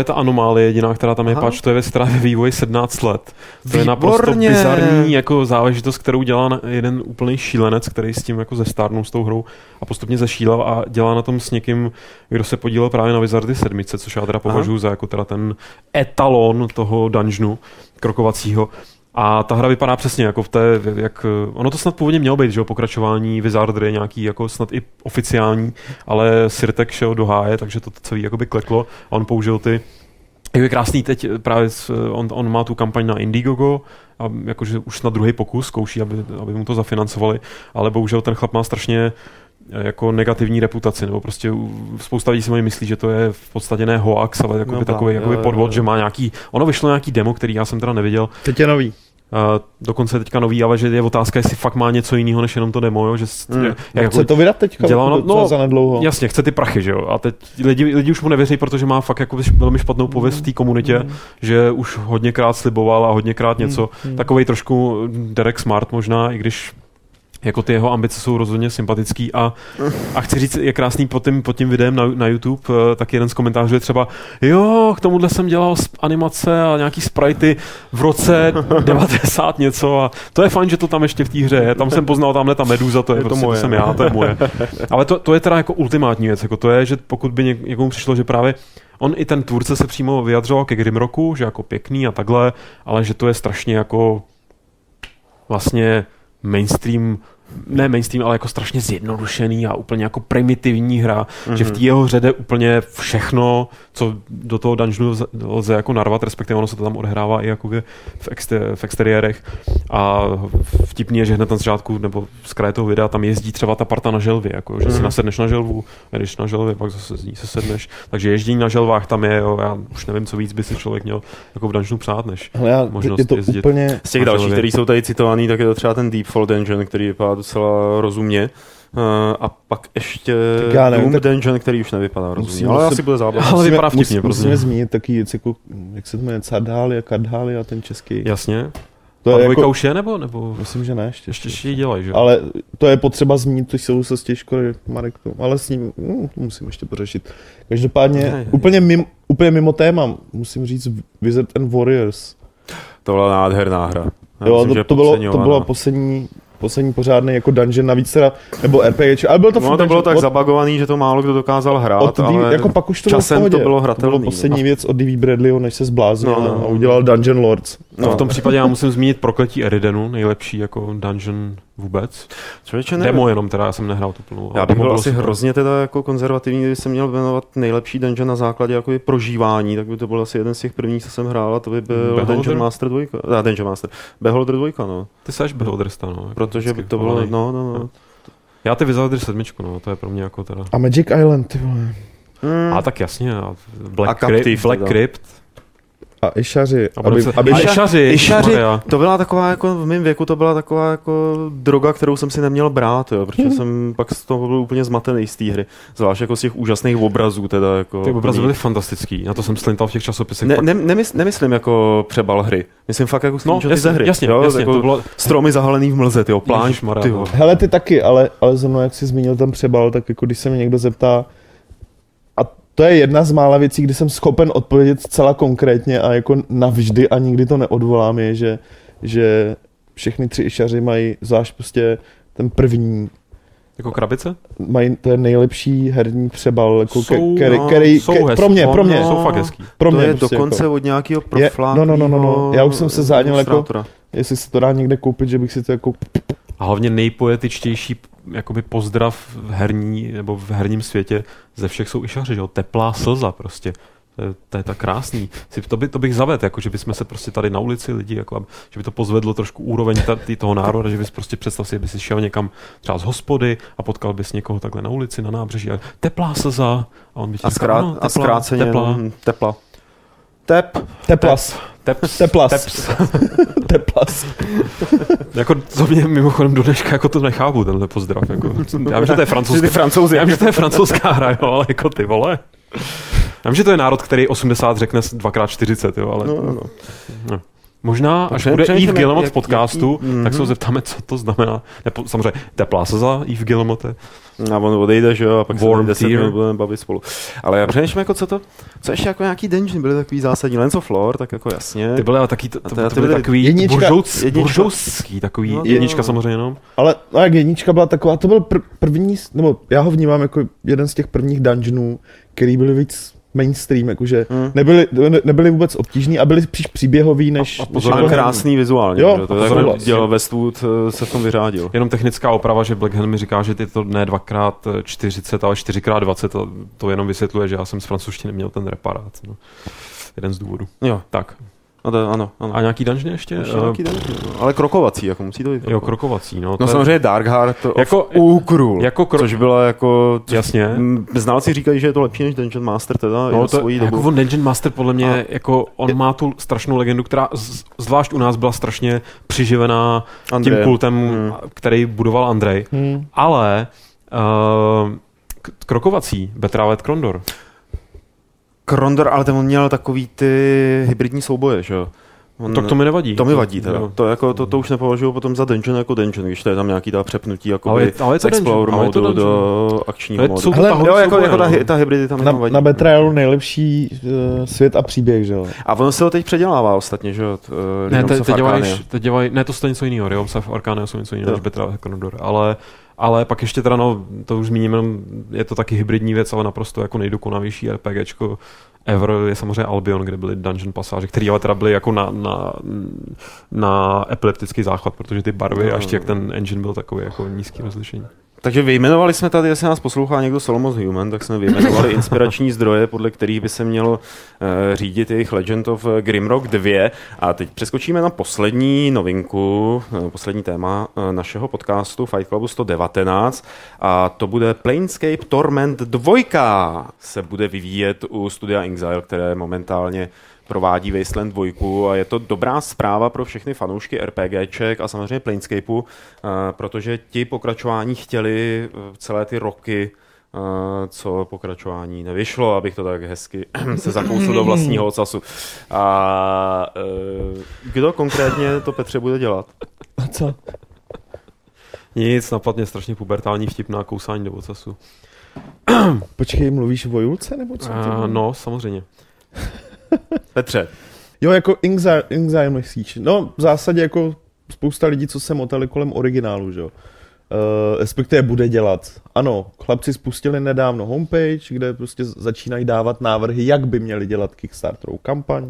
anomálie jediná, která tam je patch, to je věc, která je vývoj 17 let. To je naprosto bizarní jako záležitost, kterou dělá jeden úplný šílenec, který s tím jako zestárnul s tou hrou a postupně zešílel a dělá na tom s někým, kdo se podílel právě na Wizardy 7, což já teda považuji za jako teda ten etalon toho dungeonu krokovacího. A ta hra vypadá přesně jako v té, jak ono to snad původně mělo být, že jo, pokračování Wizardry nějaký jako snad i oficiální, ale Sirtek šel do háje, takže to celý jakoby kleklo a on použil ty je krásný teď právě on má tu kampaň na Indiegogo a jakože už na druhý pokus zkouší, aby mu to zafinancovali, ale bohužel ten chlap má strašně jako negativní reputaci, nebo prostě spousta lidí si mají myslí, že to je v podstatě ne hoax, ale takový podvod, že má nějaký, ono vyšlo nějaký demo, který já jsem teda neviděl. Teď je nový. Dokonce teďka nový, ale že je otázka, jestli fakt má něco jiného než jenom to demo, jo? Že chce to vydat teďka za nedlouho. Jasně, chce ty prachy, že jo. A teď lidi už mu nevěří, protože má fakt jako velmi špatnou pověst v té komunitě, že už hodněkrát sliboval a hodněkrát něco. Takovej trošku Derek Smart možná, i když jako ty jeho ambice jsou rozhodně sympatický a chci říct, je krásný pod tím videem na YouTube, tak jeden z komentářů je třeba jo, k tomuhle jsem dělal animace a nějaký sprajty v roce 90 něco a to je fajn, že to tam ještě v té hře je, tam jsem poznal tamhle ta meduza, to je prostě, to jsem já, to je moje. Ale to je teda jako ultimátní věc, jako to je, že pokud by někomu přišlo, že právě on i ten tvůrce se přímo vyjadřoval ke Grimrocku, že jako pěkný a takhle, ale že to je strašně jako vlastně ne mainstream, ale jako strašně zjednodušený a úplně jako primitivní hra, že v té jeho hře jde úplně všechno, co do toho dungeonu lze jako narvat, respektive ono se to tam odehrává i jako v exteriérech a vtipný je, že hned na začátku nebo z kraje toho videa tam jezdí třeba ta parta na želvy, jako, že si nasedneš na želvu, jedeš na želvy, pak zase z ní se sedneš, takže ježdění na želvách tam je, jo, já už nevím, co víc by si člověk měl jako v dungeonu přát, než možnost jezdit. Úplně z těch dalších, který jsou tady citovaný, tak je to třeba ten Deepfall Dungeon, který vypadá docela rozumně. A pak ještě Doom Dungeon, který už nevypadá rozumně, ale asi bude zábavný. Ale vypadá vtipně. Musíme zmínit taky věc, jako, jak se to jmenuje, Cardhalia a ten český. Jasně. To a dvojka jako, už je, nebo? Myslím, že ne. Ještě ji dělají, že? Ale to je potřeba zmínit, to jsou se stěží školy, Marek, ale s ním musím ještě pořešit. Každopádně úplně mimo téma, musím říct Wizard and Warriors. To byla nádherná hra. Jo, to bylo poslední pořádný jako dungeon, navíc teda, nebo RPG, ale bylo to to bylo tak zabagovaný, že to málo kdo dokázal hrát, ale jako pak už to časem to bylo hratelný. To bylo poslední věc od D.V. Bradleyho, než se zbláznil a udělal Dungeon Lords. V tom případě já musím zmínit Prokletí Eridenu, nejlepší jako dungeon vůbec. Demo jenom teda, já jsem nehrál tu plnou. Já bych byl asi hrozně teda jako konzervativní, kdyby jsem měl jmenovat nejlepší dungeon na základě jako prožívání, tak by to byl asi jeden z těch prvních, co jsem hrál, a to by byl Dungeon Master 2. Dungeon Master. Beholder 2, no. Ty seš Beholdersta, no. Protože by to bylo, no. Já ty Wizardry 7, no, to je pro mě jako teda. A Magic Island, ty vole. A tak jasně, Black Crypt. A Išaři. Išaři, to byla taková jako, v mém věku to byla taková jako droga, kterou jsem si neměl brát, jo, protože jsem pak z toho byl úplně zmatený z té hry. Zvlášť jako z těch úžasných obrazů. Teda jako ty obrazy byly fantastický, na to jsem slintal v těch časopisech. Nemyslím jako přebal hry, myslím fakt jako screenshoty ze hry. Jasně, jako to bylo stromy zahalený v mlze, pláň. Hele, ty taky, ale zrovna jak jsi zmínil ten přebal, tak jako když se mě někdo zeptá, to je jedna z mála věcí, kdy jsem schopen odpovědět zcela konkrétně a jako navždy a nikdy to neodvolám, je, že všechny 3 Išaři mají zvlášť prostě ten první. Jako krabice? Mají, to je nejlepší herní přebal, jako pro mě. Jsou fakt hezký. Pro mě to je prostě dokonce jako, od nějakého proflákního. No. Já už jsem se záněl jako, jestli se to dá někde koupit, že bych si to jako. A hlavně nejpoetičtější jakoby pozdrav herní nebo v herním světě ze všech jsou Išaři, jo? Teplá slza prostě. To je tak krásný. To bych zavedl, jako, že bychom se prostě tady na ulici lidi, jako, že by to pozvedlo trošku úroveň toho národa, že bys prostě představ si, by si šel někam třeba z hospody a potkal bys někoho takhle na ulici, na nábřeží a teplá slza a on by ti říkal, zkráceně tepla. Teplas. Jako to mě mimochodem do dneška jako to nechápu, tenhle pozdrav. Jako. Já vím, že to je francouzská hra, jo, ale jako ty vole. Já vím, že to je národ, který 80 řekne 2x40, jo, ale... No. Možná, až bude Yves Guillemot z podcastu, tak se ho zeptáme, co to znamená. Samozřejmě teplá slza Yves Guillemote. A on odejde, že jo, a pak se 10 minut budeme bavit spolu. Ale já přemýšlím, jako co ještě jako nějaký dungeon byly takový zásadní. Lens of Lore, tak jako jasně. Ty byly ale taky, to byly takový buržouský, takový jednička samozřejmě, no. Ale jak jednička byla taková, to byl první, nebo já ho vnímám jako jeden z těch prvních dungeonů, který byly víc mainstream, jakože nebyly vůbec obtížný a byly spíš příběhový než... A pozor, krásný vizuálně, jo, to tak dělal Westwood, se v tom vyřádil. Jenom technická oprava, že Black Hand mi říká, že ty to ne 2x40, ale 4x20, to jenom vysvětluje, že já jsem z francouzštiny neměl ten reparát. No. Jeden z důvodů. Jo. Tak. Ano. A nějaký dungeon ještě? Nějaký dungeon, ale krokovací, jako musí to být. Jo, krokovací, no. No samozřejmě Darkheart jako Ukrul, což byla jako... Jasně. Znalci říkají, že je to lepší než Dungeon Master teda. No to, jako on Dungeon Master podle mě, jako on má tu strašnou legendu, která zvlášť u nás byla strašně přiživená tím kultem, který budoval Andrej. Ale krokovací, Betravet Krondor. Krondor, ale ten on měl takový ty hybridní souboje, že jo? Tak to mi nevadí. To mi vadí teda. To už nepovažuji potom za dungeon jako dungeon, když to je tam nějaký ta přepnutí jako z Explorer modu do akčního modu. Ale jako ta hybridy tam vadí. Na Betrayalu nejlepší svět a příběh, že jo? A ono se to teď předělává ostatně, že jo? Ne, to je něco jiného. Realms of Arcania jsou něco jiného než Betravet Krondor, ale pak ještě teda, to už zmíním, je to taky hybridní věc, ale naprosto jako nejdokonavější RPGčko ever je samozřejmě Albion, kde byly dungeon pasáže, které ale teda byly jako na epileptický záchvat, protože ty barvy a ještě jak ten engine byl takový jako nízký rozlišení. Takže vyjmenovali jsme tady, jestli nás poslouchá někdo Solomos Human, tak jsme vyjmenovali inspirační zdroje, podle kterých by se mělo řídit jejich Legend of Grimrock 2. A teď přeskočíme na poslední novinku, poslední téma našeho podcastu Fight Clubu 119 a to bude Planescape Torment 2. Se bude vyvíjet u studia Inxile, které momentálně provádí Wasteland 2 a je to dobrá zpráva pro všechny fanoušky RPGček a samozřejmě Planescapeu, protože ti pokračování chtěli celé ty roky, co pokračování nevyšlo, abych to tak hezky se zakousl do vlastního ocasu. A kdo konkrétně to, Petře, bude dělat? A co? Nic, napadně strašně pubertální vtip na kousání do ocasu. Počkej, mluvíš o Julce nebo co? No, samozřejmě. Petře. Jo, jako Inxile myslíš. No, v zásadě jako spousta lidí, co se motali kolem originálu, že jo. Respektive bude dělat. Ano, chlapci spustili nedávno homepage, kde prostě začínají dávat návrhy, jak by měli dělat Kickstarterovou kampaň.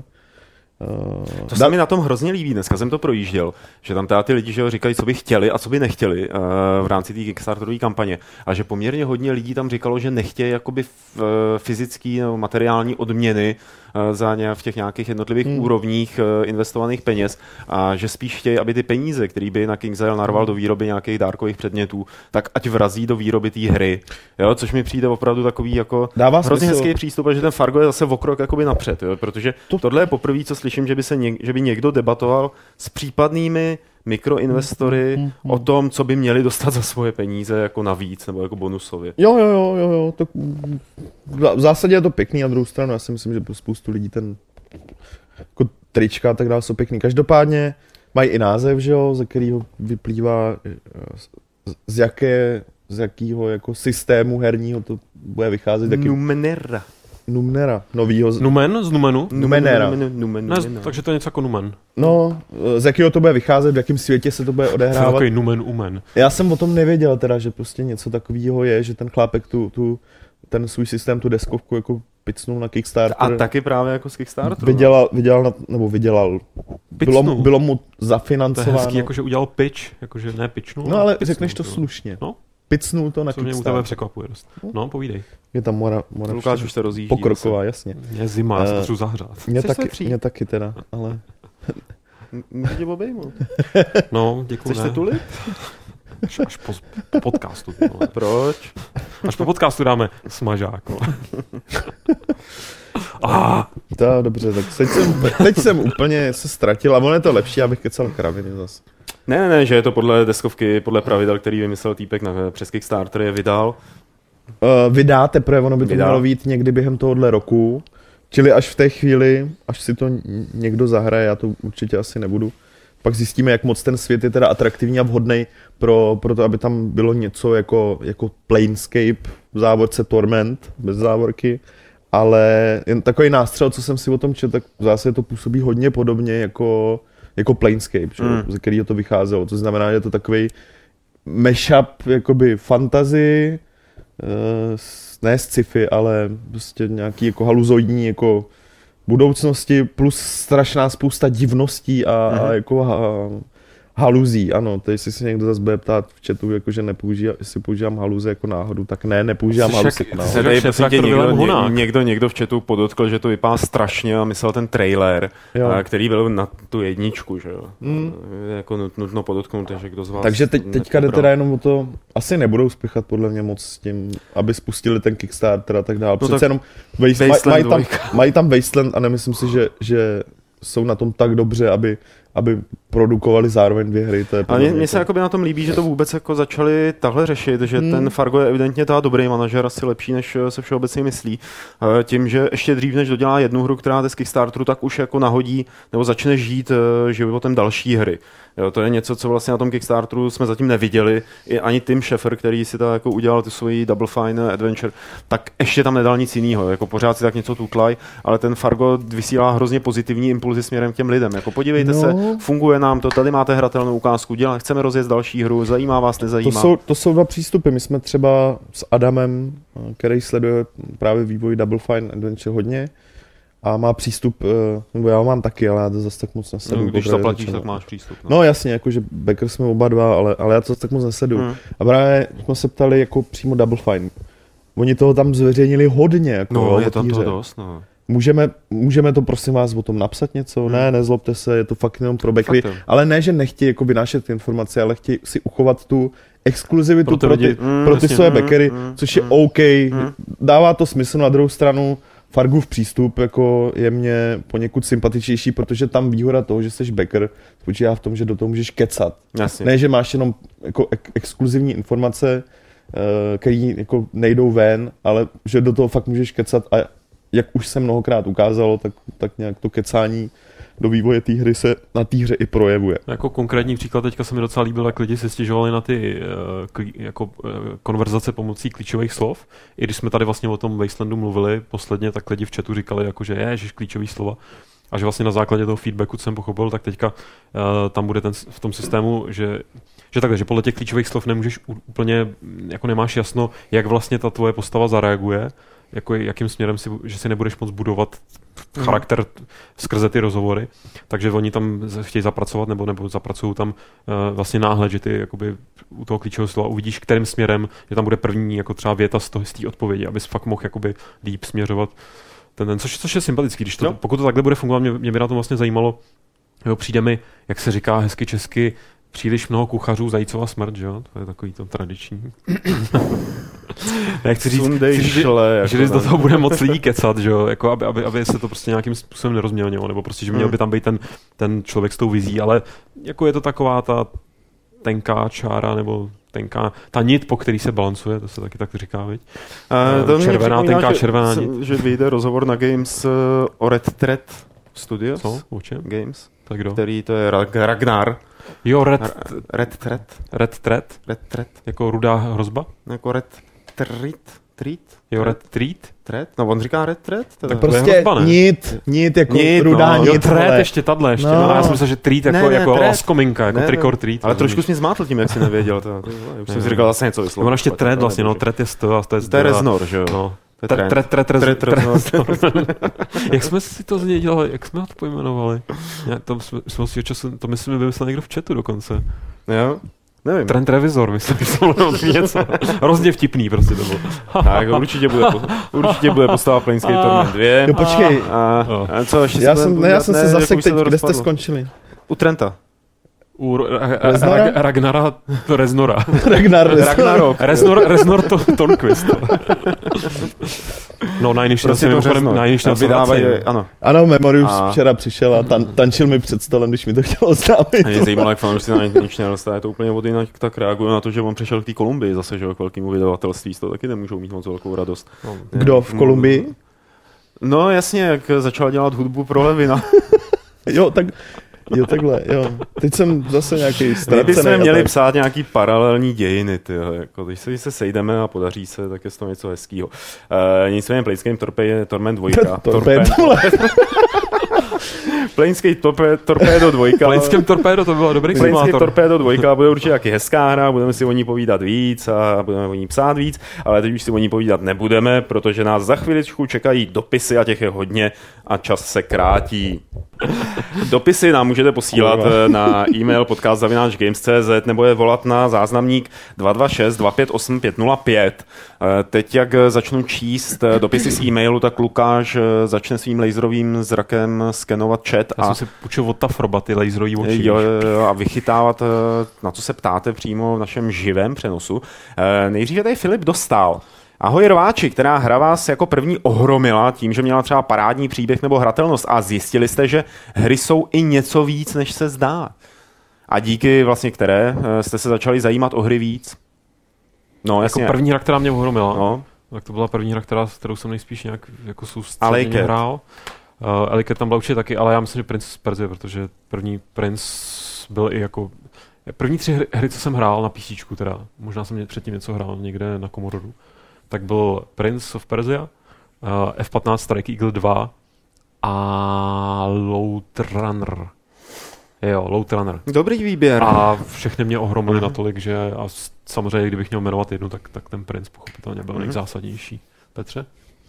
To se mi na tom hrozně líbí, dneska jsem to projížděl, že tam ty lidi že říkají, co by chtěli a co by nechtěli v rámci té Kickstarterové kampaně a že poměrně hodně lidí tam říkalo, že nechtějí jakoby fyzický nebo materiální odměny za v těch nějakých jednotlivých úrovních investovaných peněz a že spíš chtějí, aby ty peníze, které by na Inxile narval do výroby nějakých dárkových předmětů, tak ať vrazí do výroby té hry, jo? Což mi přijde opravdu takový jako hrozně hezký přístup, že ten Fargo je zase o krok jakoby napřed, jo? Protože tohle je poprvé, co slyším, že by někdo debatoval s případnými mikroinvestory o tom, co by měli dostat za svoje peníze jako navíc nebo jako bonusově. Jo. To, v zásadě je to pěkný, a druhou stranu já si myslím, že pro spoustu lidí ten jako trička tak dále jsou pěkný. Každopádně mají i název, že jo, ze kterého vyplývá z jakého jako systému herního to bude vycházet. Numenera, novýho... Numen z Numenu? Numenera. Takže to je něco jako Numen. No, z jakého to bude vycházet, v jakém světě se to bude odehrávat. Takový Numen. Já jsem o tom nevěděl teda, že prostě něco takového je, že ten chlápek ten svůj systém, tu deskovku jako picnul na Kickstarter. A taky právě jako z Kickstarteru. Vydělal. Bylo mu zafinancováno. To je hezký, jakože udělal pitch, jakože ne pitchnul. No ale řekneš to slušně. No? Picnul to na Kickstarter. Co mě u tebe překvapuje dost. No, povídej. Je tam mora Lukáš už se rozjíždí. Pokroková, jasně. Je zima, já se potřebuji zahřát. Mě taky teda, ale... Můžu tě obejmout. No, děkuji. Chceš se tulit? Až po podcastu. Proč? Až po podcastu dáme smažák. To dobře, tak teď jsem úplně se ztratil a ono je to lepší, abych kecal kraviny zase. Ne, že je to podle deskovky, podle pravidel, který vymyslel týpek přes Kickstarter, je vydal. Vydá teprve, ono by to mělo být někdy během tohohle roku, Čili až v té chvíli, až si to někdo zahraje, já to určitě asi nebudu, pak zjistíme, jak moc ten svět je teda atraktivní a vhodný pro to, aby tam bylo něco jako Planescape, v závorce Torment, bez závorky, ale jen takový nástřel, co jsem si o tom četl, tak v zásadě to působí hodně podobně jako Planescape, ze kterého to vycházelo. To znamená, že je to takový mashup jakoby fantasy, ne sci-fi, ale prostě nějaký jako haluzoidní jako budoucnosti plus strašná spousta divností a jako haluzí. Ano, teď si někdo zase bude ptát v chatu, jakože jestli používám haluze jako náhodu, tak nepoužívám haluze jako náhodu. Někdo v chatu podotkl, že to vypadá strašně a myslel ten trailer, který byl na tu jedničku, že jo. Jako nutno podotknout, že kdo z vás... Takže teďka jde teda jenom o to, asi nebudou spěchat podle mě moc s tím, aby spustili ten Kickstarter a tak dále. No přece jenom mají tam Wasteland a nemyslím si, že jsou na tom tak dobře, aby produkovali zároveň 2 hry. A mně se na tom líbí, že to vůbec jako začali takhle řešit, že ten Fargo je evidentně teda dobrý manažer, asi lepší, než se všeobecně myslí. Tím, že ještě dřív, než dodělá jednu hru, která je z Kickstarteru, tak už jako nahodí nebo začne žít životem další hry. Jo, to je něco, co vlastně na tom Kickstarteru jsme zatím neviděli. I ani Tim Schafer, který si jako udělal tu svoji Double Fine Adventure, tak ještě tam nedal nic jiného. Jako pořád si tak něco tutlaj, ale ten Fargo vysílá hrozně pozitivní impulzy směrem k těm lidem. Jako podívejte se, funguje nám to, tady máte hratelnou ukázku, chceme rozjet další hru, zajímá vás, nezajímá. To jsou 2 přístupy. My jsme třeba s Adamem, který sleduje právě vývoj Double Fine Adventure hodně, a má přístup, nebo já ho mám taky, ale já to zase tak moc nesleduju. Když zaplatíš, tak máš přístup. No jasně, jakože backer jsme oba dva, ale já to zase tak moc nesleduju. A právě jsme se ptali jako přímo Double Fine. Oni toho tam zveřejnili hodně. Jako, je tam toho dost, no. Můžeme to prosím vás o tom napsat něco? Ne, nezlobte se, je to fakt jenom pro backery. Ale ne, že nechtějí jako vynášet informace, ale chtějí si uchovat tu exkluzivitu pro ty své backery, což je OK. Dává to smysl. Na druhou stranu Fargův přístup jako je mě poněkud sympatičnější, protože tam výhoda toho, že jsi backer, spočívá v tom, že do toho můžeš kecat. Jasně. Ne, že máš jenom jako exkluzivní informace, které jako nejdou ven, ale že do toho fakt můžeš kecat a jak už se mnohokrát ukázalo, tak nějak to kecání do vývoje té hry se na té hře i projevuje. Jako konkrétní příklad teďka se mi docela líbil, jak lidi se stěžovali na ty konverzace pomocí klíčových slov. I když jsme tady vlastně o tom Wastelandu mluvili posledně, tak lidi v chatu říkali, jako, že ježiš, klíčový slova. A že vlastně na základě toho feedbacku, co jsem pochopil, tak teďka tam bude v tom systému, že podle těch klíčových slov nemůžeš úplně, jako nemáš jasno, jak vlastně ta tvoje postava zareaguje, jako jakým směrem že si nebudeš moc budovat charakter skrze ty rozhovory, takže oni tam chtějí zapracovat nebo zapracují tam vlastně náhled, že ty jakoby u toho klíčového slova uvidíš, kterým směrem, že tam bude první jako třeba věta z té odpovědi, abys fakt mohl jakoby líp směřovat což je sympatický, pokud to takhle bude fungovat, mě by na tom vlastně zajímalo, přijde mi, jak se říká hezky česky, příliš mnoho kuchařů, zajícová smrt, že jo? To je takový to tradiční. Nechci říct, že do toho bude moc lidí kecat, že jo? Jako aby se to prostě nějakým způsobem nerozmělnilo, nebo prostě, že měl by tam být ten člověk s tou vizí, ale jako je to taková ta tenká čára, nebo ta nit, po který se balancuje, to se taky tak říká, viď? Červená nit. Že vyjde rozhovor na Games o Red Thread Studios. Co? O čem? Games. Tak kdo? Který to je Ragnar. Jo, Red Thread. Red Thread. Jako rudá hrozba? Jako Red Thread. Jo, Red Thread? No, on říká Red Thread? Tak prostě nit jako rudá nit. Jo, Thread ještě tato. Já jsem myslel, že Treat jako laskominka, jako trick or treat. Ale trošku jsi mě zmátl tím, jak jsi nevěděl. Už jsem si říkal zase něco vyslovit. Ono ještě Thread vlastně, no, Thread je to je Reznor, že jo? Jak jsme si to dělali, jak jsme to pojmenovali? To myslím, vymyslel někdo v chatu dokonce. Jo? Nevím. Trend Revizor, myslím, že to bylo něco. Hrozně vtipný prostě to bylo. Tak určitě bude postava Planescape Torment 2. Jo, počkej. A co, ještě já jsem se zase teď, kde jste skončili? U Trenta. U Ragnara Reznora. Reznor Tornquist. No, najniž vydávají, ano. Ano, Memorius včera přišel a tančil mi před stolem, když mi to chtělo oznámit. Mě zajímalo, jak fanoušci na Najniž nedostane to úplně od jinak, tak reaguje na to, že on přišel k té Kolumbii zase, že k velkému vydavatelství, z toho taky nemůžou mít moc velkou radost. Kdo v Kolumbii? No jasně, jak začala dělat hudbu pro Levina. Jo, takhle, jo. Teď jsem zase nějaký ztracený. My bychom měli psát nějaký paralelní dějiny, tyjo. Jako, když se sejdeme a podaří se, tak je to něco hezkýho. Nicméně Planescape Torment 2. Planescape Torpedo 2. Planescape Torpedo, to bylo dobrý simulátor. Planescape Torpedo 2 bude určitě taky hezká hra, budeme si o ní povídat víc a budeme o ní psát víc, ale teď už si o ní povídat nebudeme, protože nás za chviličku čekají dopisy a těch je hodně a čas se krátí. Dopisy nám můžete posílat na e-mail podcast@games.cz nebo je volat na záznamník 226 258 505. Teď, jak začnu číst dopisy z e-mailu, tak Lukáš začne svým laserovým zrakem skenovat chat. Já jsem si půjčil od Tafroba ty laserový oči. A vychytávat, na co se ptáte přímo v našem živém přenosu. Nejdříve tady Filip Dostal. Ahoj rváči, která hra vás jako první ohromila tím, že měla třeba parádní příběh nebo hratelnost a zjistili jste, že hry jsou i něco víc, než se zdá. A díky vlastně které jste se začali zajímat o hry víc? No, jasně. Jako první hra, která mě ohromila. No. Tak to byla první hra, kterou jsem nejspíš nějak jako soustředěně hrál. Eliket tam byla určitě taky, ale já myslím, že Prince z Perzie, protože první Prince byl i jako... První 3 hry, co jsem hrál na PC, teda, možná jsem předtím něco hrál někde na Commodore, tak byl Prince of Persia, F-15 Strike Eagle 2 a Loadrunner. Jo, Loadrunner. Dobrý výběr. A všechny mě ohromily natolik, že a samozřejmě, kdybych měl jmenovat jednu, tak ten Prince pochopitelně byl nejzásadnější. Petře?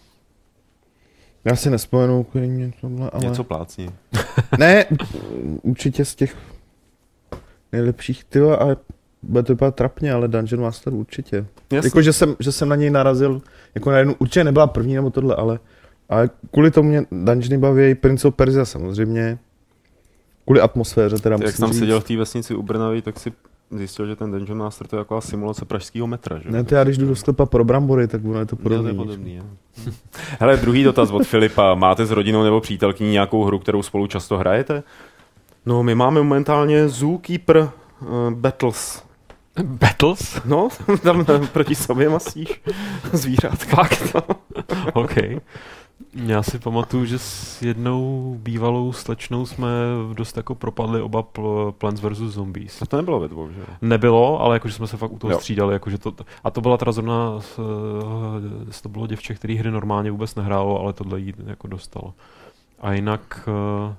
Já si nespomenu, který mě tohle, ale... Něco plácni. Ne, určitě z těch nejlepších, tyhle, ale bude to vypadat trapně, ale Dungeon Master určitě. Jako, že jsem na něj narazil, jako na jednu, určitě nebyla první nebo tohle, ale kvůli tomu mě Dungeony baví, Prince of Persia samozřejmě, kvůli atmosféře teda musím říct. Jak jsem seděl v té vesnici u Brnavy, tak si zjistil, že ten Dungeon Master to je taková simulace pražského metra, že? Ne, to já když jdu do sklepa pro brambory, tak ono je to podobný. To je podobný, Hele, druhý dotaz od Filipa. Máte s rodinou nebo přítelkyní nějakou hru, kterou spolu často hrajete? No, my máme momentálně Zookeeper Battles. Battles? No, tam proti sobě masíš zvířátka. Fakt? OK. Já si pamatuju, že s jednou bývalou slečnou jsme dost jako propadli oba Plants vs. Zombies. A to nebylo ve dvou, že jo? Nebylo, ale jakože jsme se fakt u toho střídali. Jakože to, a to byla teda zrovna, to bylo děvče, který hry normálně vůbec nehrálo, ale tohle jí jako dostalo. A jinak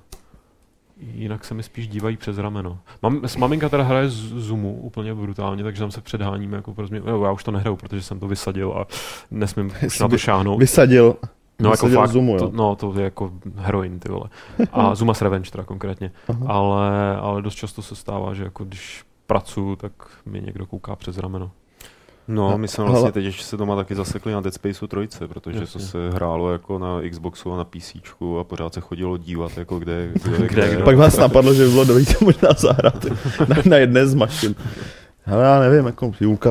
se mi spíš dívají přes rameno. Maminka teda hraje Zumu úplně brutálně, takže tam se předháníme. Jako já už to nehraju, protože jsem to vysadil a nesmím už na to šáhnout. Vysadil? No jako fakt, Zumu, jo? To je jako heroin, ty vole. A Zuma's Revenge teda konkrétně. Ale dost často se stává, že jako když pracuju, tak mi někdo kouká přes rameno. No, my jsme vlastně teď ještě se doma taky zasekli na Dead Spaceu 3, protože to se hrálo jako na Xboxu a na PCčku a pořád se chodilo dívat, jako kde. Pak vás napadlo, že by bylo dobrý to možná zahrát na jedné z mašin. Ale já nevím, jako Julka.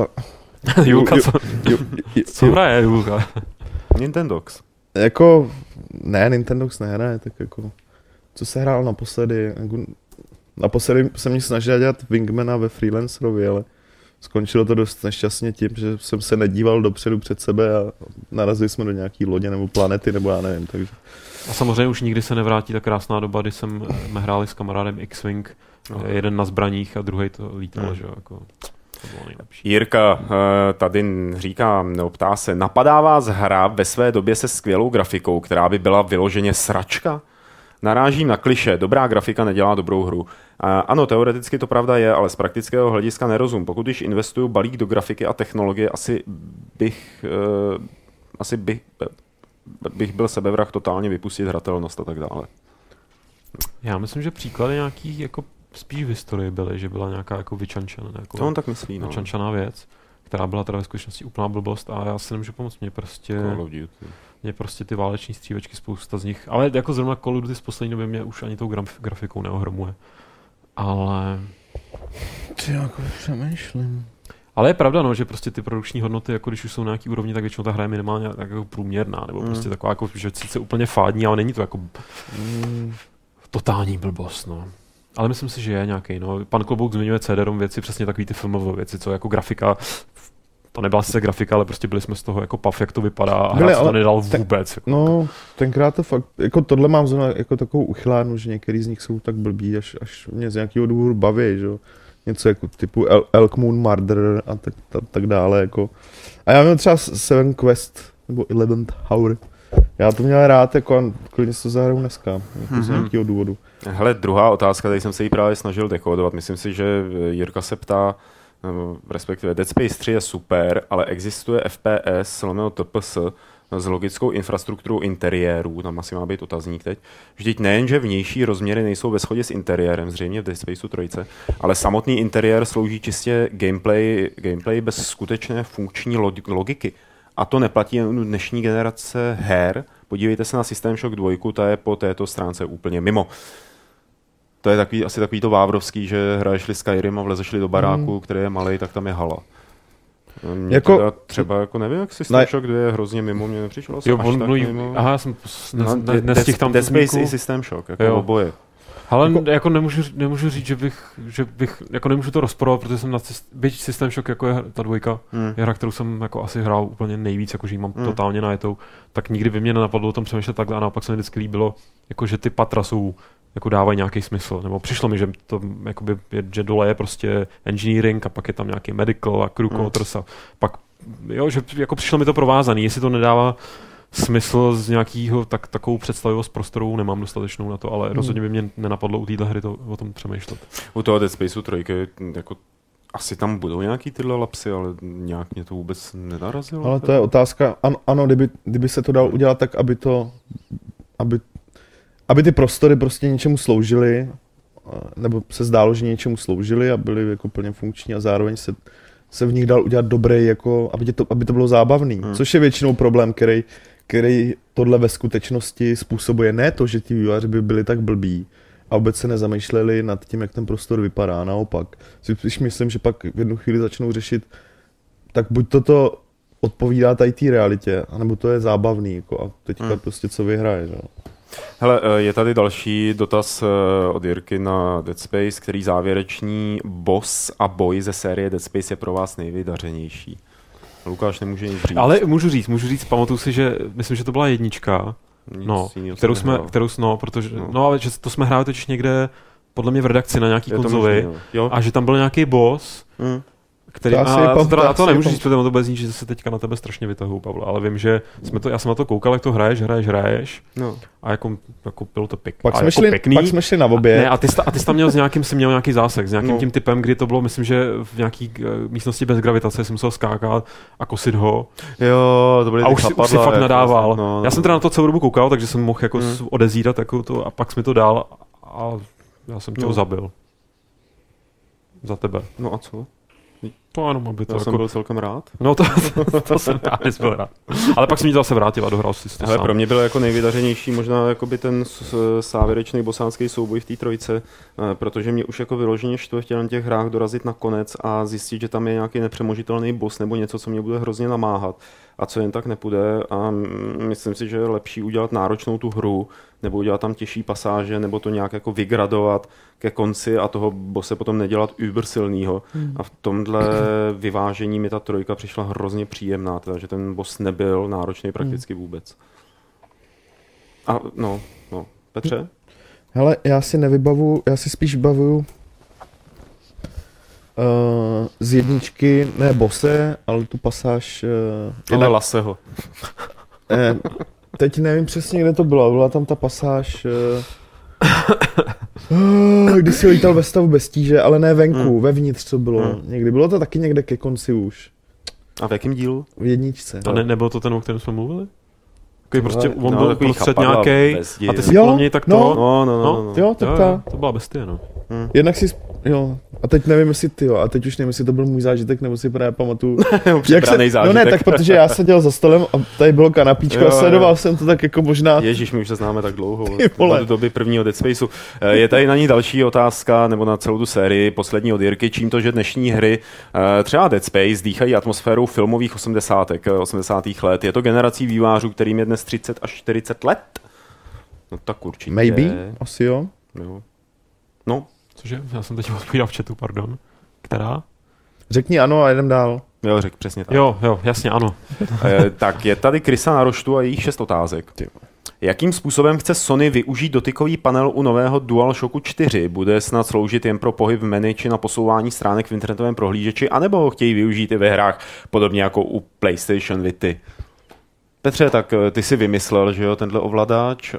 Co hraje Julka? Nintendox. Jako, ne, Nintendox nehraje, tak jako, co se hrál naposledy, jako, naposledy jsem mě snažil dělat Wingmana ve Freelancerovi, ale skončilo to dost nešťastně tím, že jsem se nedíval dopředu před sebe a narazili jsme do nějaký lodě nebo planety, nebo já nevím, takže. A samozřejmě už nikdy se nevrátí ta krásná doba, kdy jsme hráli s kamarádem X-Wing, jeden na zbraních a druhý to lítal, že jako. To bylo nejlepší. Jirka tady říká, nebo ptá se, napadá vás hra ve své době se skvělou grafikou, která by byla vyloženě sračka? Narážím na klišé, dobrá grafika nedělá dobrou hru. Ano, teoreticky to pravda je, ale z praktického hlediska nerozum. Pokud když investuju balík do grafiky a technologie, asi bych byl sebevrah totálně vypustit hratelnost a tak dále. Já myslím, že příklady nějakých jako spíš v historii byly, že byla nějaká jako vyčančaná, to on tak myslí, no. Vyčančaná věc, která byla teda ve skutečnosti úplná blbost a já si nemůžu pomoct, mě prostě ty váleční střívečky, spousta z nich, ale jako zrovna Call of Duty z poslední doby mě už ani tou grafikou neohromuje. Ale... Ty jako přemýšlím. Ale je pravda, no, že prostě ty produkční hodnoty, jako když už jsou na nějaký úrovni, tak většinou ta hra je minimálně tak jako průměrná, nebo prostě taková jako, že sice úplně fádní, ale není to jako totální blbost, no. Ale myslím si, že je nějaký, no. Pan Klobouk zmiňuje CD-ROM věci, přesně takový ty filmové věci, co jako grafika to nebyla sice grafika, ale prostě byli jsme z toho jako pav, jak to vypadá a hrát to nedal vůbec. Jako. No, tenkrát to fakt, jako tohle mám zrovna jako takovou uchylárnu, že některý z nich jsou tak blbý, až mě z nějakého důvodu baví, že jo. Něco jako typu Elk Moon Murder a tak dále, jako. A já měl třeba Seven Quest, nebo 11th Hour. Já to měl rád, jako a klidně se to zahraju dneska, jako z nějakého důvodu. Hele, druhá otázka, tady jsem se jí právě snažil dekodovat. Myslím si, že Jirka se ptá, respektive Dead Space 3 je super, ale existuje FPS, TPS, s logickou infrastrukturou interiérů, tam asi má být otazník teď. Vždyť nejen, že vnější rozměry nejsou ve shodě s interiérem, zřejmě v Dead Spaceu 3, ale samotný interiér slouží čistě gameplay bez skutečné funkční logiky. A to neplatí jen dnešní generace her. Podívejte se na System Shock 2, ta je po této stránce úplně mimo. To je asi takový to vávrovský, že hraješ-li Skyrim a vlezeš-li do baráku, který je malej, tak tam je hala. Jako, třeba jako nevím, jak System Shock 2 je hrozně mimo, mě nepřišlo asi až tak mimo. Aha, já jsem nestihl tam Dead Space i System Shock, jako oboje. Ale jako nemůžu říct, že bych jako nemůžu to rozporovat, protože jsem byť System Shock, jako je ta 2, je hra, kterou jsem jako asi hrál úplně nejvíc, jako že ji mám totálně najetou, tak nikdy by mě nenapadlo o tom přemýšlet takhle a naopak se mi vždycky líbilo, jako že ty patra jsou jako dávají nějaký smysl, nebo přišlo mi, že to jakoby, že dole je prostě engineering a pak je tam nějaký medical a crew quarters a pak, jo, že jako přišlo mi to provázaný, jestli to nedává smysl z nějakého takovou představivost prostoru, nemám dostatečnou na to, ale rozhodně by mě nenapadlo u téhle hry o tom přemýšlet. U toho Dead Spaceu 3 jako asi tam budou nějaký tyhle lapsy, ale nějak mě to vůbec nenarazilo. Ale to je otázka, ano, kdyby se to dalo udělat tak, aby ty prostory prostě něčemu sloužily, nebo se zdálo, že něčemu sloužily a byly jako plně funkční a zároveň se v nich dal udělat dobrý, jako, aby to bylo zábavný. Což je většinou problém, který tohle ve skutečnosti způsobuje. Ne to, že ti vývojáři by byli tak blbí a vůbec se nezamýšleli nad tím, jak ten prostor vypadá. Naopak. Když myslím, že pak v jednu chvíli začnou řešit, tak buď toto odpovídá tady té realitě, anebo to je zábavný. Jako, a teďka prostě co vyhraje. Že? Hele, je tady další dotaz od Jirky na Dead Space, který závěrečný boss a boj ze série Dead Space je pro vás nejvydařenější. Lukáš nemůže nic říct. Ale můžu říct, pamatuju si, že myslím, že to byla 1, ale že to jsme hráli totiž někde podle mě v redakci na nějaký konzoli a že tam byl nějaký boss, který a to nemůžu říct, protože to bude znít, že se teďka na tebe strašně vytahuju, Pavle, ale vím, že já jsem na to koukal, jak to hraješ a jako bylo to pěkný. Pak jsme šli na oběd. Ne, a ty jsi tam měl měl nějaký zásek, s nějakým tím typem, kdy to bylo, myslím, že v nějaký místnosti bez gravitace jsem musel skákat a kosit ho. Jo, to byly a už si fakt nadával. Já jsem teda na to celou dobu koukal, takže jsem mohl jako odezírat jako to a pak jsi mi to dal a já jsem tě ho zabil. Za tebe. No a co? To ano, aby to já jsem byl celkem rád. No to jsem byl rád. Ale pak jsem mi to zase vrátil a dohrál si to sám. Pro mě byl jako nejvydařenější možná jakoby ten závěrečný bosánský souboj v té 3, protože mě už jako vyloženě štve chtěl na těch hrách dorazit na konec a zjistit, že tam je nějaký nepřemožitelný boss nebo něco, co mě bude hrozně namáhat a co jen tak nepůjde a myslím si, že je lepší udělat náročnou tu hru nebo udělat tam těžší pasáže nebo to nějak jako vygradovat ke konci a toho bosse potom nedělat übersilnýho. A v tomhle vyvážení mi ta 3 přišla hrozně příjemná, teda, že ten boss nebyl náročný prakticky vůbec. A no, Petře? Hele, já si spíš bavuju z 1, ne bosse, ale tu pasáž... Ale Laseho. Teď nevím přesně, kde to bylo. Byla tam ta pasáž, kdy si lítal ve stavu bez tíže, ale ne venku, vevnitř co bylo. Někdy bylo to taky někde ke konci už. A v jakém dílu? V 1. A nebylo to ten, o kterém jsme mluvili? Prostě on byl prostřed nějakej a ty si kolem něj tak to... No. Jo, tak to byla bestie, no. Jednak si... Jo. A teď nevím, jestli a teď už nevím, jestli to byl můj zážitek, nebo si právě pamatuju. No ne, tak protože já seděl za stolem a tady bylo kanapíčko a sledoval jsem to tak jako možná... Ježíš, my už se známe tak dlouho, od doby prvního Dead Spaceu. Je tady na ní další otázka, nebo na celou tu sérii, poslední od Jirky, čím to, že dnešní hry, třeba Dead Space, dýchají atmosférou filmových 80. let. Je to generací vývojářů, kterým je dnes 30 až 40 let? No tak určitě. Maybe, asi jo. No. Cože? Já jsem teď odpovídal v chatu, pardon. Která? Řekni ano a jdem dál. Jo, řekl přesně tak. Jo, jasně, ano. Tak je tady Krysa na roštu a jejich 6 otázek. Jakým způsobem chce Sony využít dotykový panel u nového DualShocku 4? Bude snad sloužit jen pro pohyb v menu či na posouvání stránek v internetovém prohlížeči, anebo ho chtějí využít i ve hrách, podobně jako u PlayStation Vity? Petře, tak ty si vymyslel, že jo, tenhle ovladač.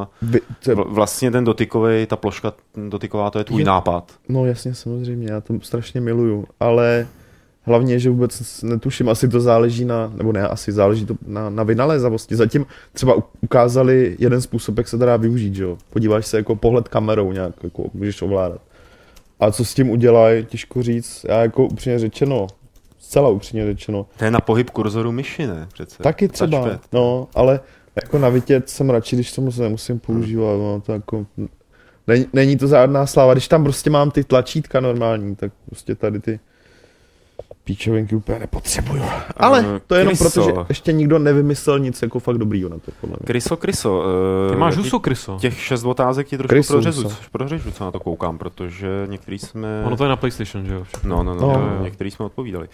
Vlastně ten dotykový, ta ploška dotyková, to je tvůj nápad. No jasně, samozřejmě, já to strašně miluju, ale hlavně, že vůbec netuším, asi to záleží záleží to na vynalézavosti. Zatím třeba ukázali jeden způsob, jak se to dá využít, že jo. Podíváš se jako pohled kamerou nějak, jako můžeš ovládat. A co s tím udělají, těžko říct, já jako zcela upřímně řečeno. To je na pohyb kurzoru myši, ne? Přece. Taky třeba, touchpad. No, ale jako na Vitě jsem radši, když to moc nemusím používat, no, to jako... Není to žádná sláva, když tam prostě mám ty tlačítka normální, tak prostě tady ty píčovinky úplně nepotřebuju. Ale to je jenom proto, že ještě nikdo nevymyslel nic jako fakt dobrýho na to, podle mě. Kryso. Ty máš huso, Kryso. Těch 6 otázek ti trošku prořežu, co na to koukám, protože některý jsme... Ono to je na PlayStation, že jo? No, některý jsme odpovídali.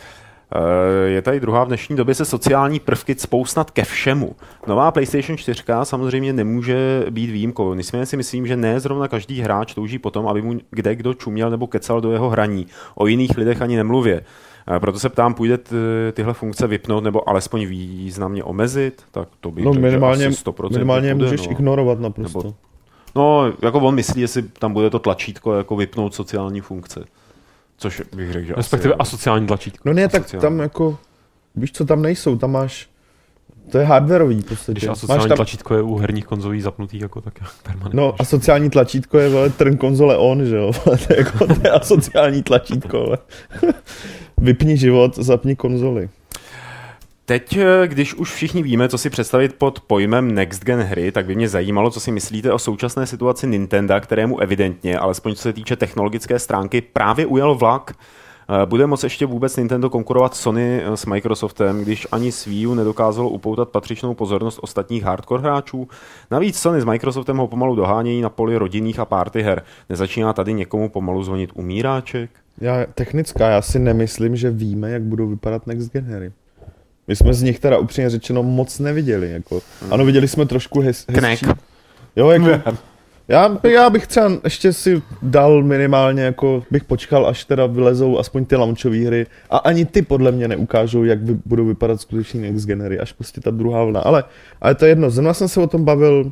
Je tady druhá, v dnešní době se sociální prvky cpou snad ke všemu. Nová PlayStation 4 samozřejmě nemůže být výjimkou. Nicméně si myslím, že ne zrovna každý hráč touží potom, aby mu kde kdo čuměl nebo kecal do jeho hraní. O jiných lidech ani nemluvě. Proto se ptám, půjde tyhle funkce vypnout nebo alespoň významně omezit? Tak to bych řekl, minimálně, asi 100% minimálně můžeš ignorovat naprosto. Jako on myslí, jestli tam bude to tlačítko jako vypnout sociální funkce. Což bych řekl, že respektive asociální tlačítko. No ne, tak tam jako, víš co, tam nejsou, tam máš, to je hardwareový prostě. Když asociální tlačítko je u herních konzolí zapnutý jako tak permanentně. No, asociální tlačítko je turn konzole on, že jo, to je asociální tlačítko, vypni život, zapni konzoli. Teď, když už všichni víme, co si představit pod pojmem Next Gen hry, tak by mě zajímalo, co si myslíte o současné situaci Nintendo, kterému evidentně, alespoň co se týče technologické stránky, právě ujel vlak. Bude moct ještě vůbec Nintendo konkurovat Sony s Microsoftem, když ani s Wii U nedokázalo upoutat patřičnou pozornost ostatních hardcore hráčů? Navíc Sony s Microsoftem ho pomalu dohánějí na poli rodinných a party her. Nezačíná tady někomu pomalu zvonit umíráček? Já si nemyslím, že víme, jak budou vypadat Next Gen hry. My jsme z nich teda upřímně řečeno moc neviděli. Jako. Ano, viděli jsme trošku hezčí. Jo, jako, já bych třeba ještě si dal minimálně, jako bych počkal, až teda vylezou aspoň ty launchové hry. A ani ty podle mě neukážou, jak budou vypadat skutečný Next Gen hry, až prostě ta druhá vlna. Ale to je jedno. Zrovna jsem se o tom bavil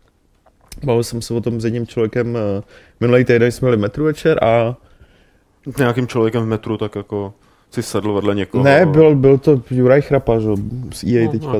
jsem se o tom s jedním člověkem minulý týden, jsme měli metru večer a... Nějakým člověkem v metru tak jako... si sedl vedle někoho. Ne, byl to Juraj Chrapa, že? Z EA teďka.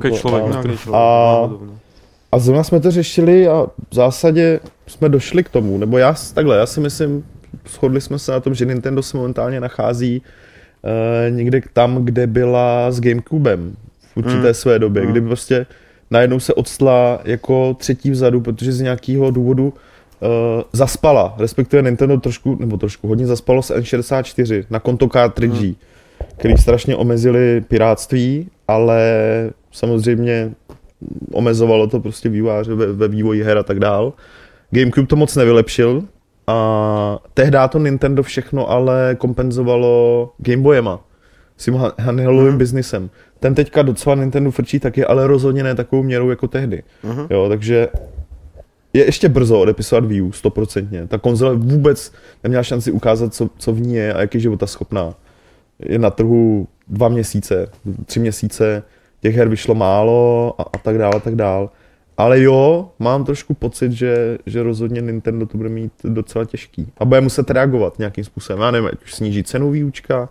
A zrovna jsme to řešili a v zásadě jsme došli k tomu, nebo já si myslím, shodli jsme se na tom, že Nintendo se momentálně nachází někde tam, kde byla s GameCubem v určité své době, kdy prostě najednou se odstla jako třetí vzadu, protože z nějakého důvodu zaspala, respektive Nintendo trošku hodně zaspalo s N64 na konto cartridge, který strašně omezili pirátství, ale samozřejmě omezovalo to prostě vývojáře ve vývoji her a tak dál. GameCube to moc nevylepšil a tehdy to Nintendo všechno ale kompenzovalo Gameboyema s tím handheldovým biznisem. Ten teďka docela Nintendo frčí taky, ale rozhodně ne takovou měrou jako tehdy. Jo, takže je ještě brzo odepisovat Wii U, 100%. Ta konzole vůbec neměla šanci ukázat, co v ní je a jak je životaschopná. Je na trhu 2 měsíce, 3 měsíce, těch her vyšlo málo a tak dál. Ale jo, mám trošku pocit, že rozhodně Nintendo to bude mít docela těžký. A bude muset reagovat nějakým způsobem. Já nevím, ať už sníží cenu výučka.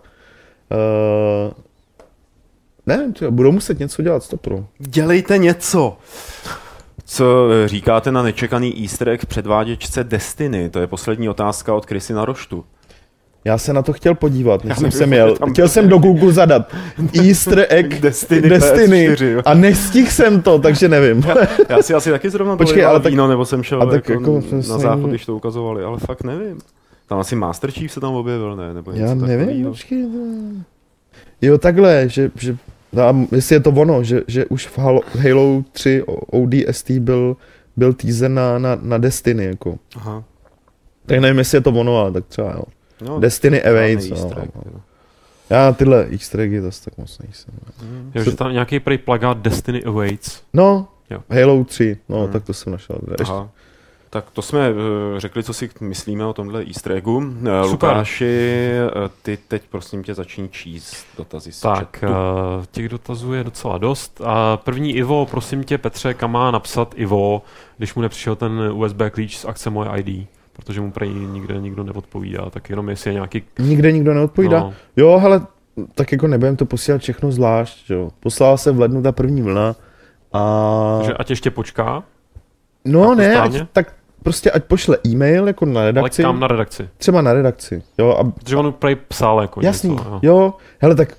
Ne, budou muset něco dělat, stopro. Dělejte něco! Co říkáte na nečekaný easter egg předváděčce Destiny? To je poslední otázka od Krysy na roštu. Já se na to chtěl podívat, než jsem se měl. Chtěl jsem do Google zadat Easter egg Destiny a nestihl jsem to, takže nevím. Já si asi taky zrovna dovolil víno, nebo jsem šel jako na záchod, když to ukazovali, ale fakt nevím. Tam asi Master Chief se tam objevil, ne? Nebo já nevím, počkej. Jo, takhle, že jestli je to ono, že už v Halo 3 ODST byl teaser na Destiny, jako. Aha. Tak nevím, jestli je to ono, ale tak třeba jo. No, Destiny Awaits. Já tyhle easter eggy zase tak moc nejsem. Jo, že tam nějaký plagát Destiny Awaits. No, jo. Halo 3, no tak to jsem našel. Tak to jsme řekli, co si myslíme o tomhle easter eggu. Lukáši, ty teď prosím tě začni číst dotazy z tak, těch dotazů je docela dost. První Ivo, prosím tě Petře, kam má napsat Ivo, když mu nepřišel ten USB klíč z akce Moje ID? Protože mu prý nikdo neodpovídá, tak jenom jestli je nějaký... Nikde nikdo neodpovídá? No. Jo, hele, tak jako nebudem to posílat všechno zvlášť, jo. Poslala se v lednu ta první vlna a... Takže ať ještě počká? No ne, tak prostě ať pošle e-mail jako na redakci. Ale kam na redakci? Třeba na redakci, jo. Protože on prej psal jako jasný, něco. Jo, hele, tak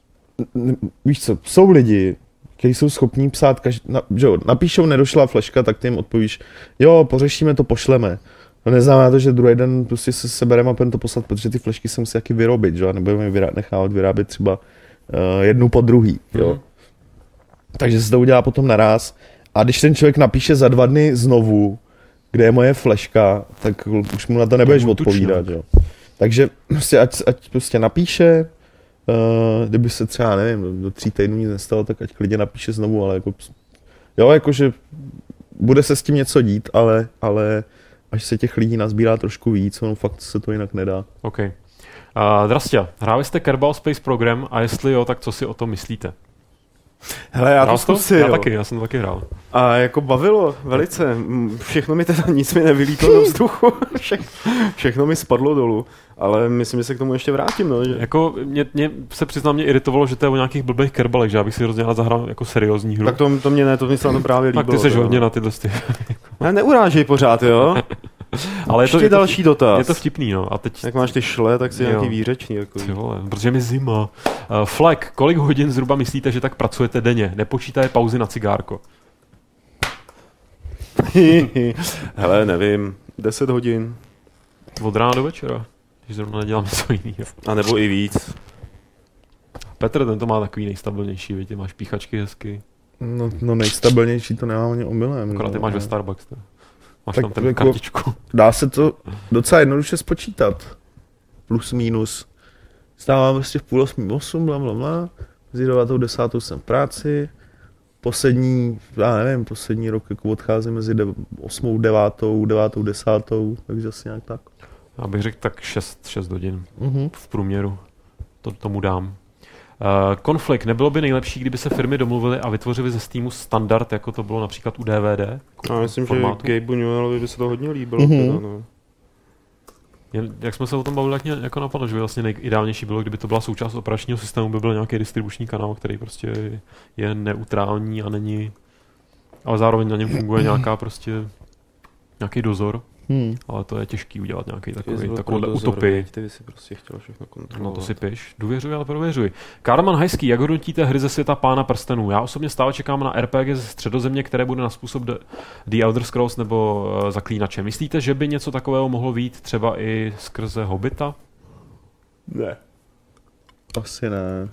víš co, jsou lidi, kteří jsou schopní psát, napíšou nedošla fleška, tak ty jim odpovíš, jo, pořešíme to, pošleme. No neznamená to, že druhý den prostě se sebereme a půjdeme to poslat, protože ty flešky se musí taky vyrobit, že? Nebudeme nechávat vyrábět třeba jednu po druhý, jo. Takže se to udělá potom naraz. A když ten člověk napíše za 2 dny znovu, kde je moje fleška, tak už mu na to nebudeš odpovídat, jo. Takže prostě ať prostě napíše, kdyby se třeba, nevím, do 3 týdnů nic nestalo, tak ať klidně napíše znovu, ale jako, jo, jakože bude se s tím něco dít, ale až se těch lidí nazbírá trošku víc, ono fakt se to jinak nedá. OK. Drastia, hráli jste Kerbal Space Program a jestli jo, tak co si o tom myslíte? Hele, já to zkusil. Já jsem to taky hrál. A jako bavilo velice. Všechno mi teda nic mi nevylítlo do vzduchu. Všechno mi spadlo dolů. Ale myslím, že se k tomu ještě vrátím. No, že... Jako mě se přiznám, mě iritovalo, že to je o nějakých blbých kerbalech, že já bych si hrozně rád zahrál jako seriózní hru. Tak to mě ne, to mi se na to právě líbilo. Tak ty seš hodně na tyhle Já neurážej pořád, jo? Ale je to další dotaz. Je to vtipný, no. A teď... Jak máš ty šle, tak si nějaký výřečný. Jako... Ty vole, protože mi zima. Flag, kolik hodin zhruba myslíte, že tak pracujete denně? Nepočítaje pauzy na cigárko. Hele, nevím. 10 hodin. Od rána do večera. Když zrovna nedělám něco jiného. A nebo i víc. Petr, ten to má takový nejstabilnější, víte, máš píchačky hezky. No nejstabilnější to nemá ani omylem. Akorát ty máš ve Starbucks, ne? Máš tak tam ten jako kartičku. Dá se to docela jednoduše spočítat. Plus, minus. Stávám prostě v 7:30, blablabla. Mezi 9:10 jsem v práci. Poslední rok jako odcházím mezi 8, 9, 10, takže asi nějak tak. Já bych řekl tak 6 hodin v průměru. To tomu dám. Konflikt. Nebylo by nejlepší, kdyby se firmy domluvily a vytvořily ze Steamu standard, jako to bylo například u DVD? Já myslím, formátu? Že Gabe Newellovi by se to hodně líbilo. Teda, no. Jak jsme se o tom bavili, tak jako napadlo, že by vlastně nejideálnější bylo, kdyby to byla součást operačního systému, by byl nějaký distribuční kanál, který prostě je neutrální a není, ale zároveň na něm funguje nějaký dozor. Ale to je těžký udělat nějaký takovouhle utopii. Ty si prostě chtěl všechno kontrolovat. No to si piš. Důvěřuj, ale prověřuj. Karman Hajský, jak hodnotíte hry ze světa Pána prstenů? Já osobně stále čekám na RPG ze Středozemě, které bude na způsob The Elder Scrolls nebo Zaklínače. Myslíte, že by něco takového mohlo vyjít třeba i skrze Hobbita? Ne. Asi ne.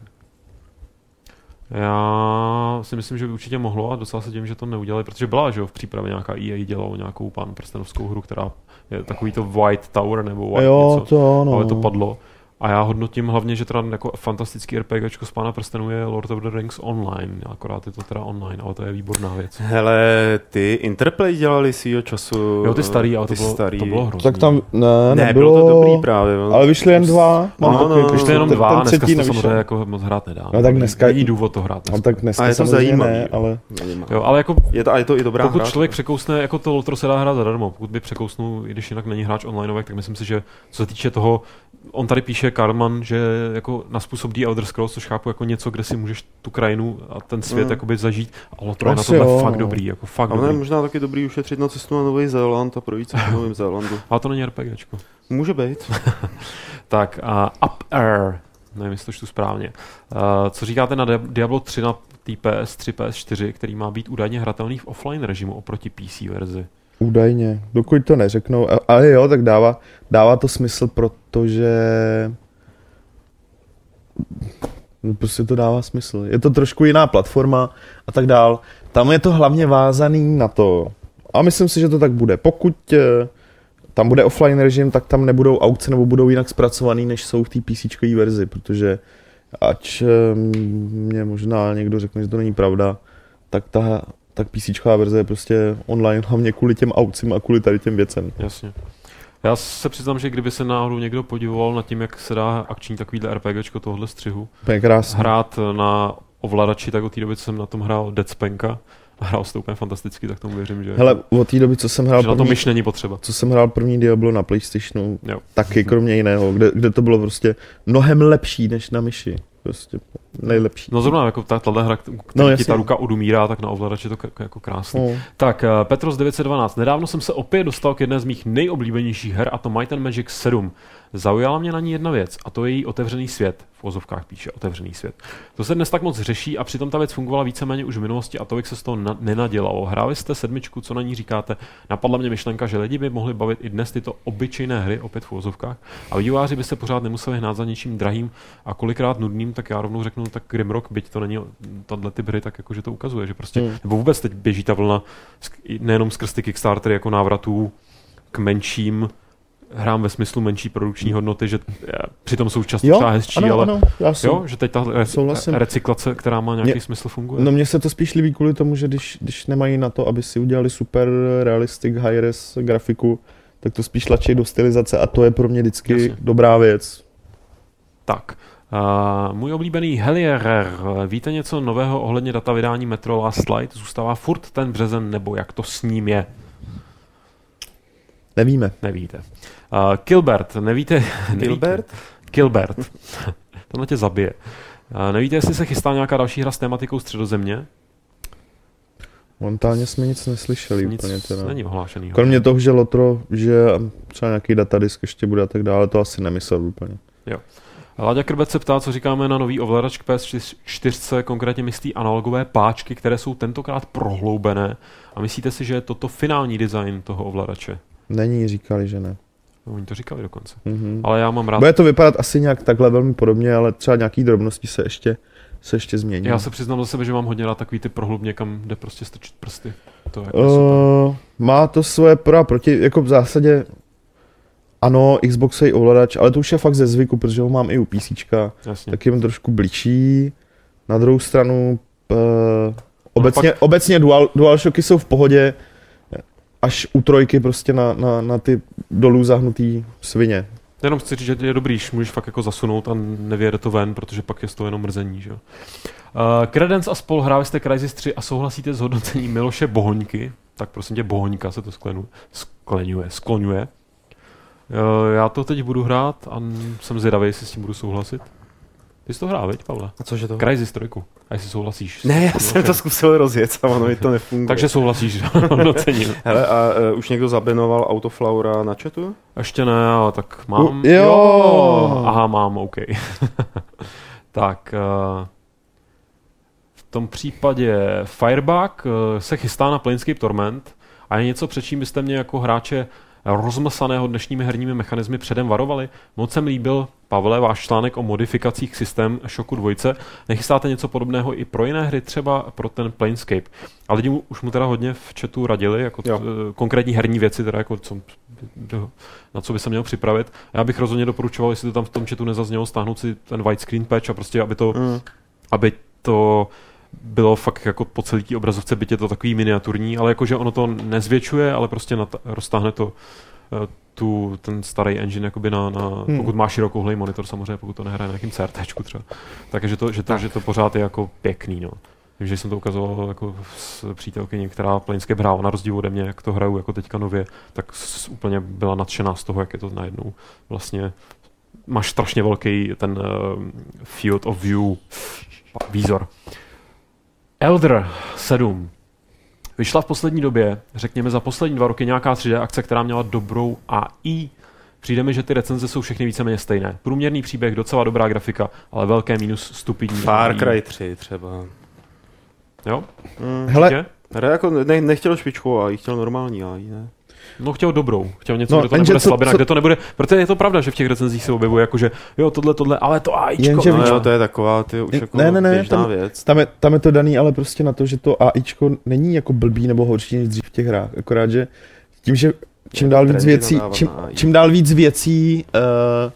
Já si myslím, že by určitě mohlo a docela se tím, že to neudělali, protože byla, že v přípravě nějaká EA dělalo nějakou Pán prstenovskou hru, která je takový to White Tower nebo White něco, ale to padlo. A já hodnotím hlavně, že teda jako fantastický RPGčko z Pána prstenů je Lord of the Rings Online, akorát je to teda online, ale to je výborná věc. Hele, ty Interplay dělali svýho času. Jo, ty starý, ale to bylo hrozný. Tak tam nebylo to dobrý právě. Ale vyšly jen 2. Vyšly jenom 2, dneska se to samozřejmě jako moc hrát nedá. No tak dneska není důvod to hrát. No tak dneska a je to zajímavý, ne, ale... Jo, ale jako je to i dobrá pokud hra. člověk překousne, jako to Lotro se dá hrát zadarmo, pokud by překousnul, i když jinak není hráč onlineovek, tak myslím si, že co se týče toho, on tady píše Karman, že jako na způsob The Elder Scrolls, což chápu jako něco, kde si můžeš tu krajinu a ten svět jakoby zažít, a Lotro je na tohle fakt dobrý, jako fakt dobrý. Ale možná taky dobrý ušetřit na cestu na Nový Zéland a projít se po Novém Zélandu. Ale to není RPGčko. Může být. Tak Up Air, nevím, jestli to čtu správně. Co říkáte na Diablo 3 na té PS3, PS4, který má být údajně hratelný v offline režimu oproti PC verzi? Údajně, dokud to neřeknou, ale jo, tak dává to smysl, protože prostě to dává smysl. Je to trošku jiná platforma a tak dál. Tam je to hlavně vázaný na to. A myslím si, že to tak bude. Pokud tam bude offline režim, tak tam nebudou aukce nebo budou jinak zpracovaný, než jsou v té PCčkové verzi, protože ač mě možná někdo řekne, že to není pravda, tak PCčková verze je prostě online hlavně kvůli těm aukcím a kvůli tady těm věcem. Jasně. Já se přiznám, že kdyby se náhodou někdo podíval nad tím, jak se dá akční takovýhle RPGčko tohohle střihu hrát na ovladači, tak od té doby, co jsem na tom hrál Dead Spanka, a hrál se to úplně fantasticky, tak tomu věřím, že... Hele, od té doby, co jsem hrál na to myš není potřeba. Co jsem hrál první Diablo na PlayStationu, taky kromě jiného, kde to bylo prostě mnohem lepší než na myši. Prostě nejlepší. No zrovna jako tahle hra, ti ta ruka odumírá, tak na ovladači to jako krásný. Tak, Petros 912. Nedávno jsem se opět dostal k jedné z mých nejoblíbenějších her, a to Might and Magic 7. Zaujala mě na ní jedna věc, a to je její otevřený svět. V ozovkách píše otevřený svět. To se dnes tak moc řeší a přitom ta věc fungovala víceméně už v minulosti a tolik se z toho nenadělalo. Hráli jste 7, co na ní říkáte? Napadla mě myšlenka, že lidi by mohli bavit i dnes tyto obyčejné hry, opět v ozovkách, a vývojáři by se pořád nemuseli hnát za něčím drahým a kolikrát nudným, tak já rovnou řeknu, tak Grimrock, byť to není tahle typ hry, tak jakože to ukazuje, že prostě, nebo vůbec teď běží ta vlna nejenom skrz ty Kickstartery jako návratů k menším hrám ve smyslu menší produkční hodnoty, že přitom jsou často třeba hezčí, ale že teď ta recyklace, která má nějaký smysl, funguje. No mně se to spíš líbí kvůli tomu, že když nemají na to, aby si udělali super realistic high-res grafiku, tak to spíš tlačí do stylizace a to je pro mě vždycky dobrá věc. Tak. Můj oblíbený Helierer, víte něco nového ohledně data vydání Metro Last Light? Zůstává furt ten březen, nebo jak to s ním je? Nevíme. Nevíte. Kilbert, nevíte? Kilbert. Tohle tě zabije. Nevíte, jestli se chystá nějaká další hra s tématikou Středozemě? Momentálně jsme nic neslyšeli. Nic úplně teda. Není ohlášený. Kromě toho, že Lotro, že třeba nějaký datadisk ještě bude a tak dále, to asi nemyslel úplně. Jo. Láďa Krbec se ptá, co říkáme na nový ovladač k PS4, konkrétně myslí analogové páčky, které jsou tentokrát prohloubené. A myslíte si, že je toto finální design toho ovladače? Není, říkali, že ne. No, oni to říkali dokonce. Ale já mám rád... Bude to vypadat asi nějak takhle velmi podobně, ale třeba nějaký drobnosti se ještě změní. Já se přiznám za sebe, že mám hodně rád takový ty prohlubně, kam jde prostě strčit prsty. To jako má to svoje pro a proti, jako v zásadě ano, Xbox je ovladač, ale to už je fakt ze zvyku, protože ho mám i u PCčka. Tak je mi trošku bličí. Na druhou stranu obecně DualShocky jsou v pohodě, až u trojky prostě na ty dolů zahnutý svině. Jenom chci říct, že je dobrý, můžeš fakt jako zasunout a nevyjede to ven, protože pak je z toho jenom mrzení, že? Credence a spol, hráli jste Crysis 3 a souhlasíte s hodnocením Miloše Bohoňky? Tak prosím tě, Bohoňka se to skloňuje. Já to teď budu hrát a jsem zvědavý, jestli s tím budu souhlasit. Ty jsi to hrál, veď, Pavle? A cože to? Crysis 3. A jestli souhlasíš? Ne, já jsem to zkusil rozjet a ono mi to nefunguje. Takže souhlasíš, docením. Hele, a už někdo zabenoval Autoflaura na chatu? Ještě ne, ale tak mám. Jo! Aha, mám, OK. Tak, v tom případě Firebug se chystá na Planescape Torment a je něco, před čím byste mě jako hráče rozmlsaného dnešními herními mechanismy předem varovali. Moc jsem líbil, Pavle, váš článek o modifikacích systém Shocku 2. Nechystáte něco podobného i pro jiné hry, třeba pro ten Planescape? A lidi už mu teda hodně v chatu radili, jako konkrétní herní věci, teda jako na co by se měl připravit. Já bych rozhodně doporučoval, jestli to tam v tom chatu nezaznělo, stáhnout si ten widescreen patch a prostě, aby to bylo fakt jako po celý té obrazovce, byť je to takový miniaturní, ale jakože ono to nezvětšuje, ale prostě roztáhne to ten starý engine jakoby pokud má širokouhlej monitor samozřejmě, pokud to nehraje na nějakým CRTčku třeba. Takže že to pořád je jako pěkný, no. Vím, že jsem to ukazoval jako s přítelkyní, která Planescape hrála na rozdíl ode mě, jak to hraju jako teďka nově, tak úplně byla nadšená z toho, jak je to najednou vlastně máš strašně velký ten field of view výzor. Elder 7. Vyšla v poslední době, řekněme za poslední 2 roky, nějaká 3D akce, která měla dobrou AI. Přijde mi, že ty recenze jsou všechny víceméně stejné. Průměrný příběh, docela dobrá grafika, ale velké minus stupidní. Far Cry 3 třeba. Jo? Hele, jako nechtěl špičku AI, chtěl normální AI, ne? No chtěl dobrou, chtěl něco, kde to nebude slabina, kde to nebude, protože je to pravda, že v těch recenzích se objevuje jakože jo, tohle, ale to AIčko. No jo, to je taková, ty už jako běžná věc. Tam je to daný, ale prostě na to, že to AIčko není jako blbý nebo horší než dřív v těch hrách, akorát, že tím, že čím dál víc věcí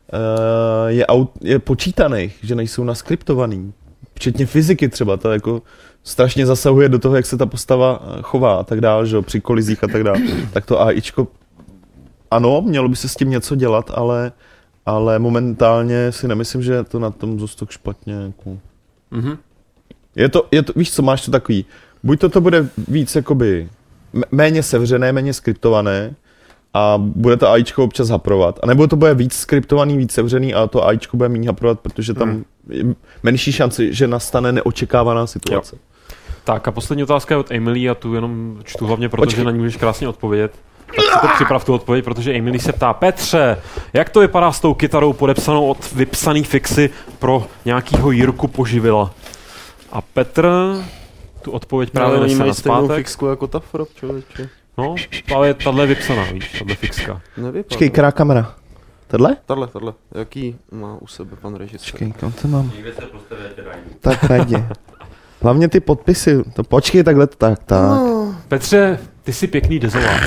je počítaných, že nejsou naskriptovaný. Včetně fyziky třeba, to jako strašně zasahuje do toho, jak se ta postava chová a tak dále, že při kolizích a tak dále. Tak to AIčko, ano, mělo by se s tím něco dělat, ale momentálně si nemyslím, že je to na tom zase tak špatně. Jako. Mm-hmm. Je to, víš co, máš to takový, buď to bude víc jakoby méně sevřené, méně skriptované a bude to AIčko občas haprovat, anebo to bude víc skriptovaný, víc sevřený a to AIčko bude méně haprovat, protože tam je menší šanci, že nastane neočekávaná situace. Jo. Tak a poslední otázka je od Emily a tu jenom čtu hlavně, protože na ní můžeš krásně odpovědět. Tak si to připrav tu odpověď, protože Emily se ptá: Petře, jak to vypadá s tou kytarou podepsanou od vypsaný fixy pro nějakýho Jirku Poživila? A Petr tu odpověď právě nese na zpátek. Fixku jako ta Frop, člověče. No, ale tahle je vypsaná, víš, tahle fixka. Počkej, která kamera? Tahle? Tahle. Jaký má u sebe pan režisér? Počkej, kam to mám? Tak najdi. Hlavně ty podpisy. To počkej, takhle, tak. No. Petře, ty jsi pěkný dezolát.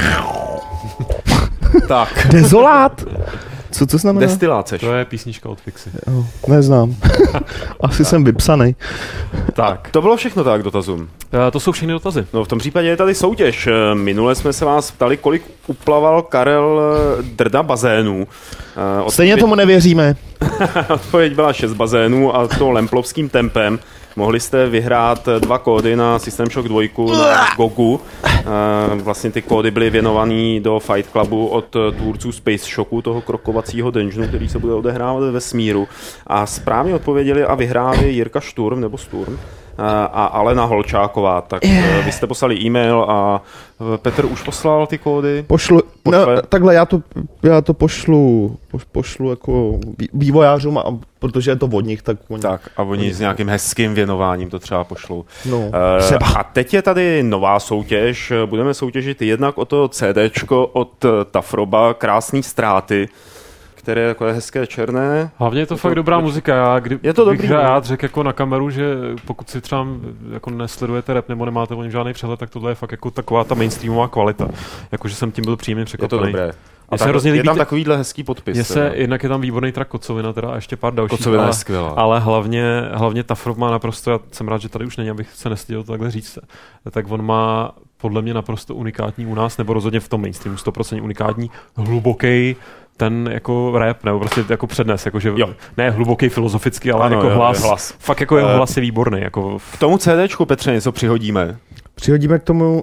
Tak. Dezolát? Co to znamená? Destilát seš. To je písnička od Fixy. Neznám. Asi jsem vypsaný. Tak, to bylo všechno tak dotazům. To jsou všechny dotazy. No v tom případě je tady soutěž. Minule jsme se vás ptali, kolik uplaval Karel Drda bazénů. Stejně tomu nevěříme. Odpověď byla 6 bazénů a to lemplovským tempem. Mohli jste vyhrát 2 kódy na System Shock 2 na Gogu. Vlastně ty kódy byly věnovaný do Fight Clubu od tvůrců Space Shocku, toho krokovacího dungeonu, který se bude odehrávat ve vesmíru. A správně odpověděli a vyhráli Jirka Šturm nebo Sturm a Alena Holčáková. Tak vy jste poslali e-mail a Petr už poslal ty kódy? Takhle já to pošlu jako vývojářům, protože je to od nich, tak oni s nějakým hezkým věnováním to třeba pošlou. No, a teď je tady nová soutěž. Budeme soutěžit jednak o to CDčko od Tafroba, Krásný ztráty, které je takové hezké černé. Hlavně je to fakt dobrá muzika. Je to dobrý. Já řekl jako na kameru, že pokud si třeba jako nesledujete rap nebo nemáte o něm žádný přehled, tak tohle je fakt jako taková ta mainstreamová kvalita. Jakože jsem tím byl příjemně překvapený. Je to dobré. A tak, je tam takovýhle hezký podpis. Jednak je tam výborný track Kocovina teda a ještě pár dalších. Kocovina je skvělá. Ale hlavně Tafrop má naprosto, já jsem rád, že tady už není, abych se nestyděl to takhle říct. Tak on má podle mě naprosto unikátní u nás, nebo rozhodně v tom mainstreamu 100% unikátní, hluboký ten jako rap, nebo prostě jako přednes, jakože ne hluboký filozofický, ale ano, jako hlas. Fakt jako jeho hlas je výborný. Jako k tomu CDčku, Petře, něco přihodíme? Přihodíme k tomu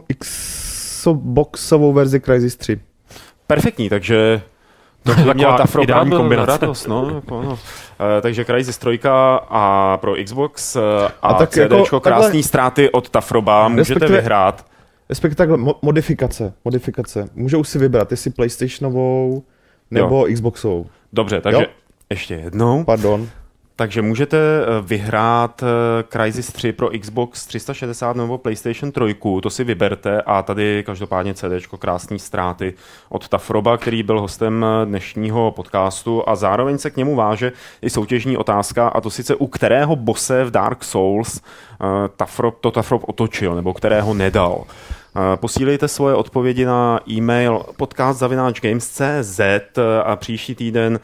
Xboxovou verzi Crysis 3. Perfektní, takže to je taková ideální kombinace. Takže Crysis 3 a pro Xbox a tak CDčko jako, Krásný ztráty od Tafroba můžete vyhrát. Respektive takhle, modifikace. Můžou si vybrat, jestli PlayStationovou nebo Xboxovou. Dobře, takže ještě jednou. Pardon. Takže můžete vyhrát Crysis 3 pro Xbox 360 nebo PlayStation 3, to si vyberte a tady každopádně CDčko Krásný ztráty od Tafroba, který byl hostem dnešního podcastu a zároveň se k němu váže i soutěžní otázka, a to sice u kterého bose v Dark Souls Tafrob otočil nebo kterého nedal. Posílejte svoje odpovědi na e-mail podcast@games.cz a příští týden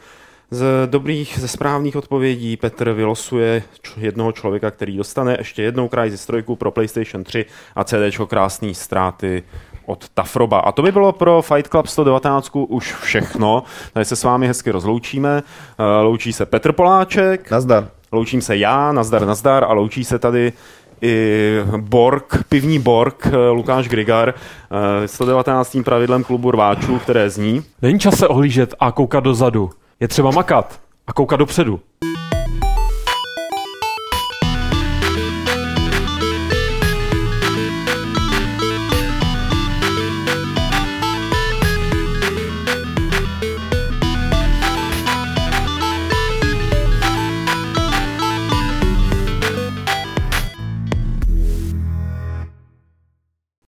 ze správných odpovědí Petr vylosuje jednoho člověka, který dostane ještě jednou Crysis 3 pro PlayStation 3 a CDčko Krásný ztráty od Tafroba. A to by bylo pro Fight Club 119 už všechno. Tady se s vámi hezky rozloučíme. Loučí se Petr Poláček. Nazdar. Loučím se já, nazdar a loučí se tady i pivní Borg, Lukáš Grigar, 119. pravidlem klubu rváčů, které zní: Není čas se ohlížet a koukat dozadu. Je třeba makat a koukat dopředu.